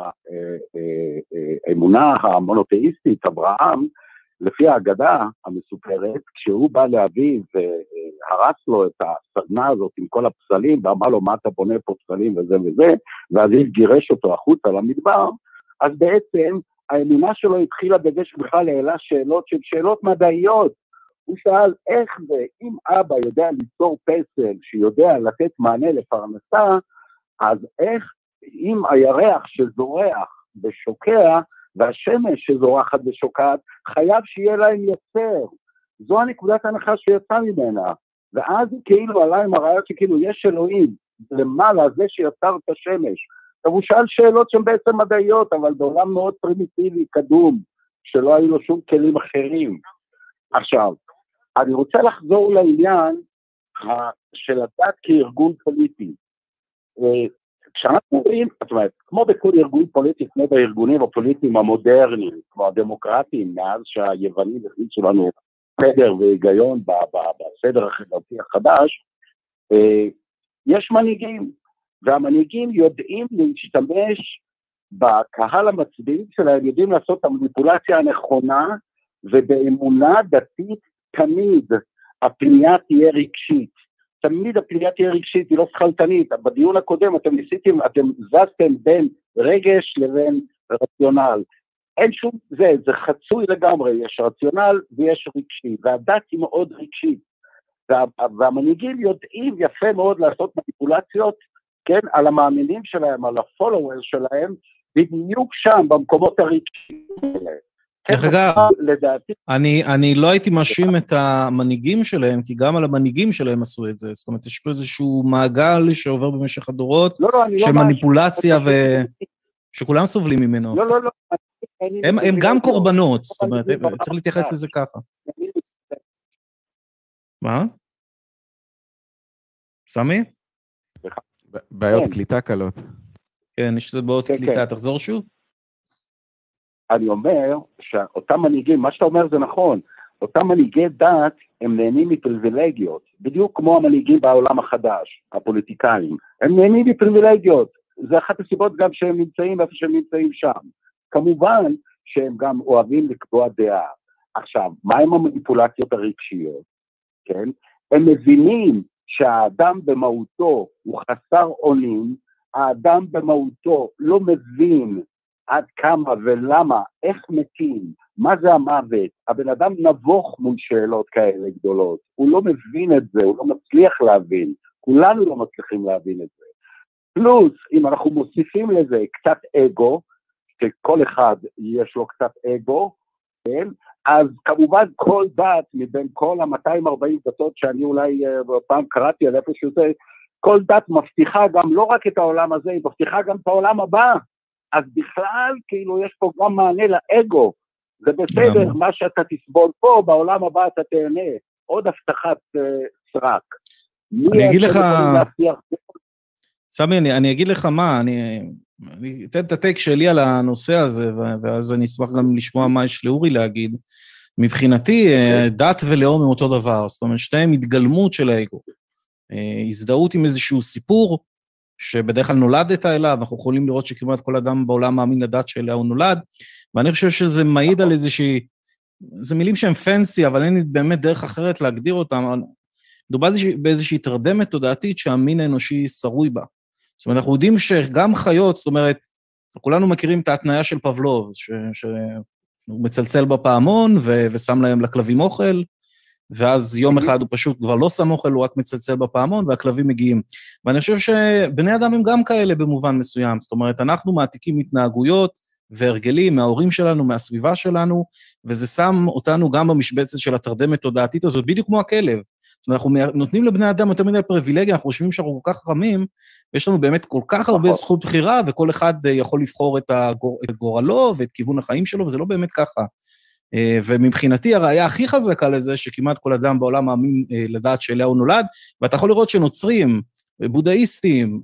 האמונה המונותאיסטית, אברהם, לפי ההגדה המסופרת, כשהוא בא לאביו והרס לו את הסדנה הזאת עם כל הפסלים, ואמר לו מה אתה בונה פה פסלים וזה וזה, ואביו גירש אותו החוצה למדבר, אז בעצם האמונה שלו התחילה בזה שבכלל העלה שאלות של שאלות מדעיות. הוא שאל איך זה, אם אבא יודע ליצור פסל שיודע לתת מענה לפרנסה, אז איך אם הירח שזורח ושוקע, והשמש שזורחת ושוקעת, חייב שיהיה להם יוצר. זו הנקודת ההנחה שיצא ממנה. ואז כאילו עלה עם הרעיון שכאילו יש אלוהים למעלה, זה שיצר את השמש. הוא שאל שאלות שהן בעצם מדעיות, אבל בעולם מאוד פרימיטיבי, קדום, שלא היו לו שום כלים אחרים. עכשיו, אני רוצה לחזור לעניין של הדת כארגון פוליטי. כשאנחנו רואים, זאת אומרת, כמו בכל ארגון פוליטי, כמו בארגונים הפוליטיים המודרניים, כמו הדמוקרטיים, מאז שהיוונים הכניסו לנו סדר והיגיון בסדר החברתי החדש, יש מנהיגים, והמנהיגים יודעים להשתמש בקהל המצביעים שלהם, יודעים לעשות את המניפולציה הנכונה, ובאמונה דתית תמיד הפנייה תהיה רגשית. תמיד הפנייה תהיה רגשית, היא לא שכלתנית. בדיון הקודם אתם ניסיתם, אתם זזתם בין רגש לבין רציונל. אין שום, זה, זה חצוי לגמרי, יש רציונל ויש רגשי, והדת היא מאוד רגשית. וה, והמנהיגים יודעים יפה מאוד לעשות מניפולציות, כן, על המאמינים שלהם, על הפולוורס שלהם, בדיוק שם, במקומות הרגשיים שלהם. דרך אגב, אני, אני לא הייתי מאשים את המנהיגים שלהם, כי גם על המנהיגים שלהם עשו את זה, זאת אומרת, יש פה איזשהו מעגל שעובר במשך הדורות, לא, לא, של מניפולציה ו... שכולם סובלים ממנו. לא, לא, לא. הם, הם גם קורבנות, זאת אומרת, צריך להתייחס לזה ככה. מה? סמי? בעיות קליטה קלות. כן, יש לזה בעיות קליטה, תחזור שוב. אני אומר שאותם מנהיגים, מה שאתה אומר זה נכון, אותם מנהיגי דת הם נהנים מפריבילגיות, בדיוק כמו המנהיגים בעולם החדש, הפוליטיקאים, הם נהנים מפריבילגיות, זה אחת הסיבות גם שהם נמצאים איפה שהם נמצאים שם, כמובן שהם גם אוהבים לקבוע דעה. עכשיו, מה הם המניפולציות הרגשיות? כן? הם מבינים שהאדם במהותו הוא חסר אונים, האדם במהותו לא מבין עד כמה ולמה, איך מתים, מה זה המוות, הבן אדם נבוך מול שאלות כאלה גדולות, הוא לא מבין את זה, הוא לא מצליח להבין, כולנו לא מצליחים להבין את זה. פלוס, אם אנחנו מוסיפים לזה קצת אגו, שכל אחד יש לו קצת אגו, כן? אז כמובן כל דת מבין כל ה-מאתיים וארבעים דתות שאני אולי פעם קראתי על איפה שזה, כל דת מבטיחה גם לא רק את העולם הזה, היא מבטיחה גם את העולם הבא, אז בכלל כאילו יש פה גם מענה לאגו, זה בסדר, מה שאתה תסבול פה, בעולם הבא אתה תהנה, עוד הבטחת סרק. אני אגיד לך, סמי, אני, אני אגיד לך מה, אני, אני אתן את הטק שלי על הנושא הזה, ואז אני אשמח גם לשמוע מה יש לאורי להגיד. מבחינתי, okay. דת ולאום הם אותו דבר, זאת אומרת, שתיהם התגלמות של האגו. הזדהות עם איזשהו סיפור, שבדרך כלל נולדת אליו, אנחנו יכולים לראות שכמעט כל אדם בעולם מאמין לדת שאליה הוא נולד, ואני חושב שזה מעיד על איזושהי, זה מילים שהן פנסי, אבל אין לי באמת דרך אחרת להגדיר אותם, מדובר באיזושהי תרדמת תודעתית שהמין האנושי שרוי בה. זאת אומרת, אנחנו יודעים שגם חיות, זאת אומרת, כולנו מכירים את ההתניה של פבלוב, שהוא מצלצל בפעמון ו- ושם להם לכלבים אוכל, ואז יום אחד הוא פשוט כבר לא שם אוכל, הוא רק מצלצל בפעמון, והכלבים מגיעים. ואני חושב שבני אדם הם גם כאלה במובן מסוים, זאת אומרת, אנחנו מעתיקים התנהגויות והרגלים מההורים שלנו, מהסביבה שלנו, וזה שם אותנו גם במשבצת של התרדמת תודעתית הזאת, בדיוק כמו הכלב. זאת אומרת, אנחנו נותנים לבני אדם יותר מדי פריבילגיה, אנחנו חושבים שאנחנו כל כך רמים, ויש לנו באמת כל כך הרבה זכות בחירה, וכל אחד יכול לבחור את, הגור, את גורלו ואת כיוון החיים שלו, וזה לא באמת ככה. ומבחינתי הראיה הכי חזקה לזה, שכמעט כל אדם בעולם מאמין לדעת שאליה הוא נולד, ואתה יכול לראות שנוצרים, בודהיסטים,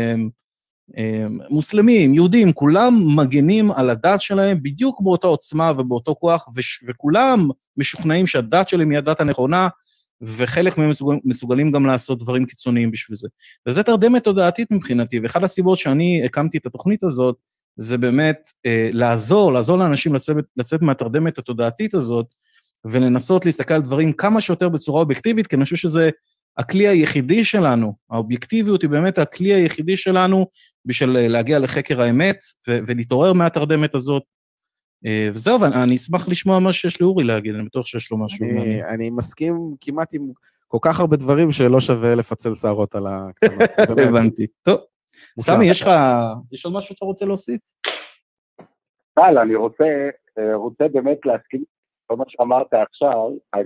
מוסלמים, יהודים, כולם מגנים על הדת שלהם בדיוק באותה עוצמה ובאותו כוח, וכולם משוכנעים שהדת שלהם היא הדת הנכונה, וחלק מהם מסוגלים, מסוגלים גם לעשות דברים קיצוניים בשביל זה. וזה תרדמת תודעתית מבחינתי, ואחת הסיבות שאני הקמתי את התוכנית הזאת, זה באמת אה, לעזור, לעזור לאנשים לצאת, לצאת מהתרדמת התודעתית הזאת, ולנסות להסתכל על דברים כמה שיותר בצורה אובייקטיבית, כי אני חושב שזה הכלי היחידי שלנו, האובייקטיביות היא באמת הכלי היחידי שלנו, בשביל להגיע לחקר האמת, ו- ולהתעורר מהתרדמת הזאת, וזהו, ואני אשמח לשמוע מה שיש לאורי להגיד, אני בטוח שיש לו משהו. אני, אני מסכים כמעט עם כל כך הרבה דברים שלא שווה לפצל שערות על הקטנות. הבנתי. טוב, סמי, יש לך, יש עוד משהו שאתה רוצה להוסיף? טל, אני רוצה, רוצה באמת להסכים כל מה שאמרת עכשיו,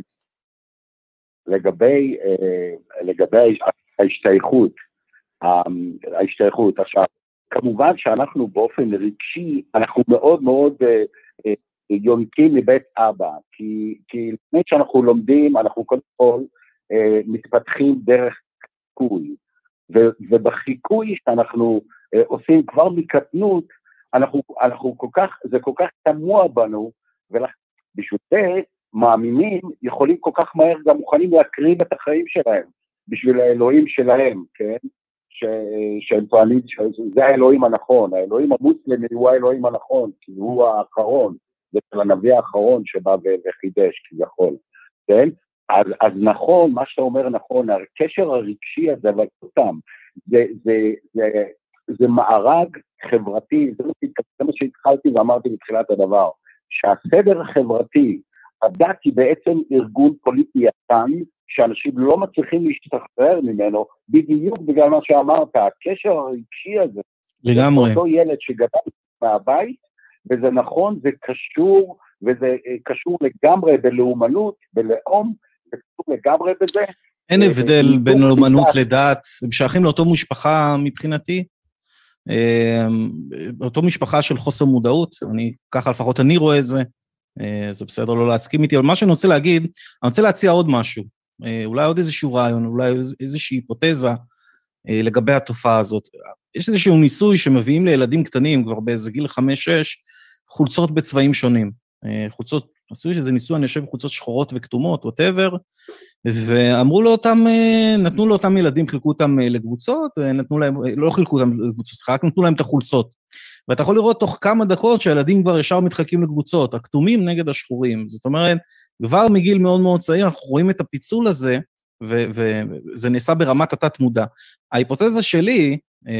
לגבי, לגבי ההשתייכות, ההשתייכות. עכשיו, כמובן שאנחנו באופן רגשי, אנחנו מאוד מאוד יונקים מבית אבא, כי, כי לפני שאנחנו לומדים, אנחנו קודם כל מתפתחים דרך חיקוי, ובחיקוי שאנחנו עושים כבר מקטנות, אנחנו, אנחנו כל כך, זה כל כך תמוה בנו, ובשביל זה מאמינים יכולים כל כך מהר גם מוכנים להקריב את החיים שלהם, בשביל האלוהים שלהם, כן? ש... שהם טוענים שזה האלוהים הנכון, האלוהים המוסלמי הוא האלוהים הנכון, כי הוא האחרון, זה של הנביא האחרון שבא וחידש כביכול, כן? אז, אז נכון, מה שאתה אומר נכון, הקשר הרגשי הזה ואותם, זה, זה, זה, זה מארג חברתי, זה מה שהתחלתי ואמרתי בתחילת הדבר, שהסדר החברתי, הדת היא בעצם ארגון פוליטי יתן, שאנשים לא מצליחים להשתחרר ממנו, בדיוק בגלל מה שאמרת, הקשר הרגשי הזה, לגמרי. אותו ילד שגדל מהבית, וזה נכון, זה קשור וזה קשור לגמרי בלאומנות, בלאום, זה קשור לגמרי בזה. אין הבדל בין לאומנות לדת, הם שייכים לאותו משפחה מבחינתי, אותו משפחה של חוסר מודעות, אני, ככה לפחות אני רואה את זה, זה בסדר לא להסכים איתי, אבל מה שאני רוצה להגיד, אני רוצה להציע עוד משהו, אולי עוד איזשהו רעיון, אולי איזושהי היפותזה לגבי התופעה הזאת. יש איזשהו ניסוי שמביאים לילדים קטנים, כבר באיזה גיל חמש שש, חולצות בצבעים שונים. חולצות, עשו שזה ניסוי, אני חושב, חולצות שחורות וכתומות, whatever, ואמרו לאותם, נתנו לאותם ילדים, חילקו אותם לקבוצות, ונתנו להם, לא חילקו אותם לקבוצות, רק נתנו להם את החולצות. ואתה יכול לראות תוך כמה דקות שהילדים כבר ישר מתחלקים לקבוצות, הכתומים נגד השחורים. זאת אומרת, כבר מגיל מאוד מאוד צעיר, אנחנו רואים את הפיצול הזה, וזה נעשה ברמת התת מודע. ההיפותזה שלי,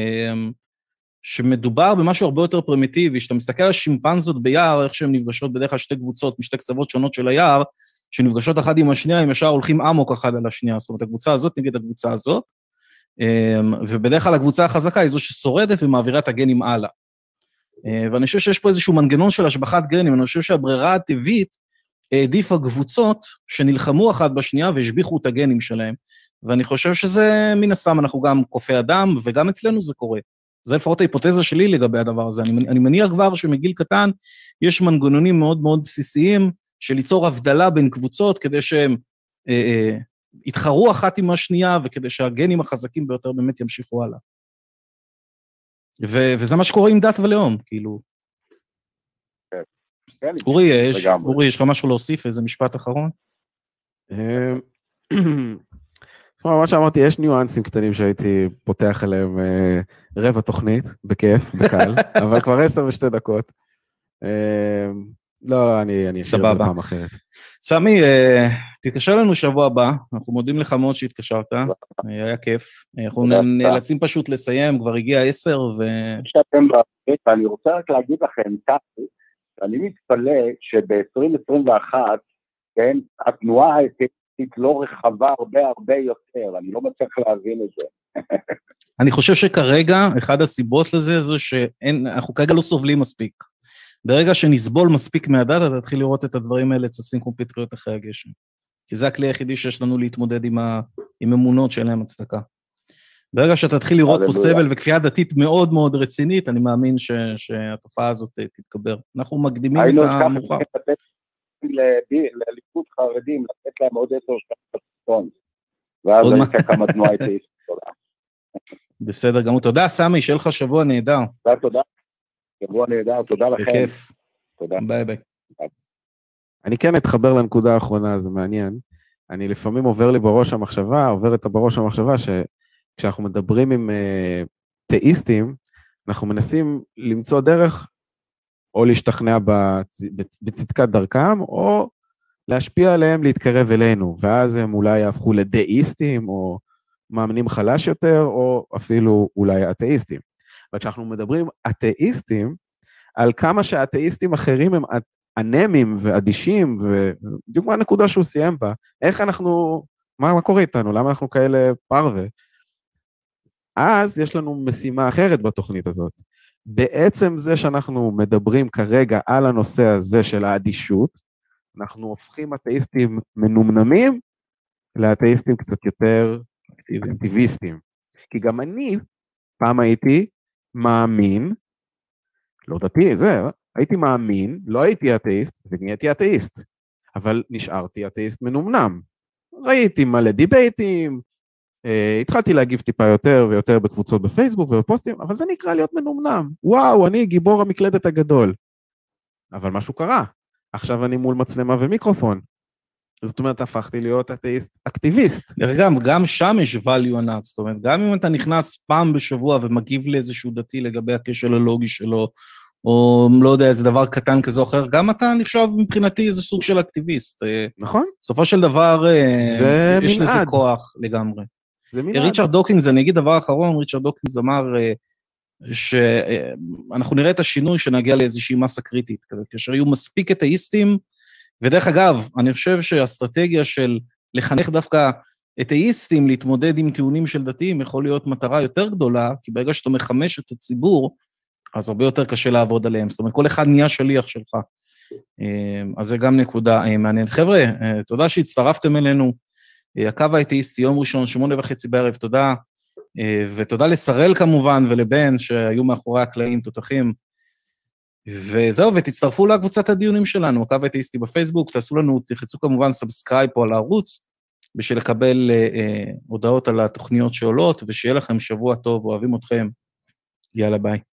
שמדובר במשהו הרבה יותר פרימיטיבי, שאתה מסתכל על שימפנזות ביער, איך שהן נפגשות בדרך כלל שתי קבוצות, משתי קצוות שונות של היער, שנפגשות אחת עם השנייה, הם ישר הולכים עמוק אחד על השנייה, זאת אומרת, הקבוצה הזאת נגד הקבוצה הזאת, ובדרך כלל הקבוצה החזקה היא זו ששורדת ומעבירה את הגנים הלאה. ואני חושב שיש פה איזשהו מנגנון של השבחת גנים, אני חושב שהברירה הטבעית העדיפה קבוצות שנלחמו אחת בשנייה והשביחו את הגנים שלהם, ואני חושב שזה מן הסתם, אנחנו גם קופי אדם, וגם אצלנו זה קורה. זה לפחות ההיפותזה שלי לגבי הדבר הזה. אני, אני מניח כבר שמגיל קטן יש מנגנונים מאוד מאוד בסיסיים של ליצור הבדלה בין קבוצות, כדי שהם אה, אה, יתחרו אחת עם השנייה, וכדי שהגנים החזקים ביותר באמת ימשיכו הלאה. ו, וזה מה שקורה עם דת ולאום, כאילו. כן. כן, אורי, יש, אורי, יש לך משהו להוסיף, איזה משפט אחרון? מה שאמרתי, יש ניואנסים קטנים שהייתי פותח עליהם אה, רבע תוכנית, בכיף, בקל, אבל כבר עשר ושתי דקות. אה, לא, אני, אני אשאיר את זה פעם אחרת. סמי, אה, תתקשר לנו שבוע הבא, אנחנו מודים לך מאוד שהתקשרת, אה, היה כיף. אנחנו נאלצים פשוט לסיים, כבר הגיע עשר ו... שאתם בבית, ואני רוצה רק להגיד לכם, אני מתפלא שב-עשרים עשרים ואחת, כן, התנועה האתית, לא רחבה הרבה הרבה יותר, אני לא מצליח להבין את זה. אני חושב שכרגע, אחד הסיבות לזה, זה שאנחנו כרגע לא סובלים מספיק. ברגע שנסבול מספיק מהדת, אתה תתחיל לראות את הדברים האלה צצים כמו פטריות אחרי הגשם. כי זה הכלי היחידי שיש לנו להתמודד עם, ה... עם אמונות שאין להם הצדקה. ברגע שאתה תתחיל לראות פה סבל וכפייה דתית מאוד מאוד רצינית, אני מאמין ש... שהתופעה הזאת תתקבר. אנחנו מקדימים את המאוחר. לליכוד חרדים, לתת להם עוד עשר שעות בסטון, ואז הייתה כמה תנועה איתי. בסדר גמור, תודה סמי, שיהיה לך שבוע נהדר. תודה, תודה, שבוע נהדר, תודה לכם. בכיף. תודה. ביי ביי. אני כן אתחבר לנקודה האחרונה, זה מעניין, אני לפעמים עובר לי בראש המחשבה, עוברת בראש המחשבה, שכשאנחנו מדברים עם תאיסטים, אנחנו מנסים למצוא דרך, או להשתכנע בצדקת דרכם, או להשפיע עליהם להתקרב אלינו, ואז הם אולי יהפכו לדאיסטים, או מאמנים חלש יותר, או אפילו אולי אתאיסטים. וכשאנחנו מדברים אתאיסטים, על כמה שהאתאיסטים אחרים הם אנמים ואדישים, ובדיוק מה הנקודה שהוא סיים בה, איך אנחנו, מה, מה קורה איתנו, למה אנחנו כאלה פרווה? אז יש לנו משימה אחרת בתוכנית הזאת, בעצם זה שאנחנו מדברים כרגע על הנושא הזה של האדישות, אנחנו הופכים אתאיסטים מנומנמים, לאתאיסטים קצת יותר אקטיביסטים. כי גם אני פעם הייתי מאמין, לא דתי, זה, הייתי מאמין, לא הייתי אתאיסט, ונהייתי אתאיסט, אבל נשארתי אתאיסט מנומנם. ראיתי מלא דיבייטים, התחלתי להגיב טיפה יותר ויותר בקבוצות בפייסבוק ובפוסטים, אבל זה נקרא להיות מנומנם. וואו, אני גיבור המקלדת הגדול. אבל משהו קרה. עכשיו אני מול מצלמה ומיקרופון. זאת אומרת, הפכתי להיות אתאיסט אקטיביסט. גם, גם שם יש value ענק, זאת אומרת, גם אם אתה נכנס פעם בשבוע ומגיב לאיזשהו דתי לגבי הקשר הלוגי שלו, או לא יודע, איזה דבר קטן כזה או אחר, גם אתה נחשב מבחינתי איזה סוג של אקטיביסט. נכון. בסופו של דבר, יש לזה כוח לגמרי. ריצ'רד דוקינגס, אני אגיד דבר אחרון, ריצ'רד דוקינגס אמר שאנחנו נראה את השינוי שנגיע לאיזושהי מסה קריטית, כאשר יהיו מספיק אתאיסטים, ודרך אגב, אני חושב שהאסטרטגיה של לחנך דווקא אתאיסטים להתמודד עם טיעונים של דתיים, יכול להיות מטרה יותר גדולה, כי ברגע שאתה מחמש את הציבור, אז הרבה יותר קשה לעבוד עליהם, זאת אומרת, כל אחד נהיה שליח שלך. אז זה גם נקודה מעניין. חבר'ה, תודה שהצטרפתם אלינו, הקו האתאיסטי, יום ראשון, שמונה וחצי בערב, תודה, ותודה לשראל כמובן, ולבן שהיו מאחורי הקלעים, תותחים, וזהו, ותצטרפו לקבוצת הדיונים שלנו, הקו האתאיסטי בפייסבוק, תעשו לנו, תחצו כמובן סאבסקרייב פה על הערוץ, בשביל לקבל אה, הודעות על התוכניות שעולות, ושיהיה לכם שבוע טוב, אוהבים אתכם, יאללה ביי.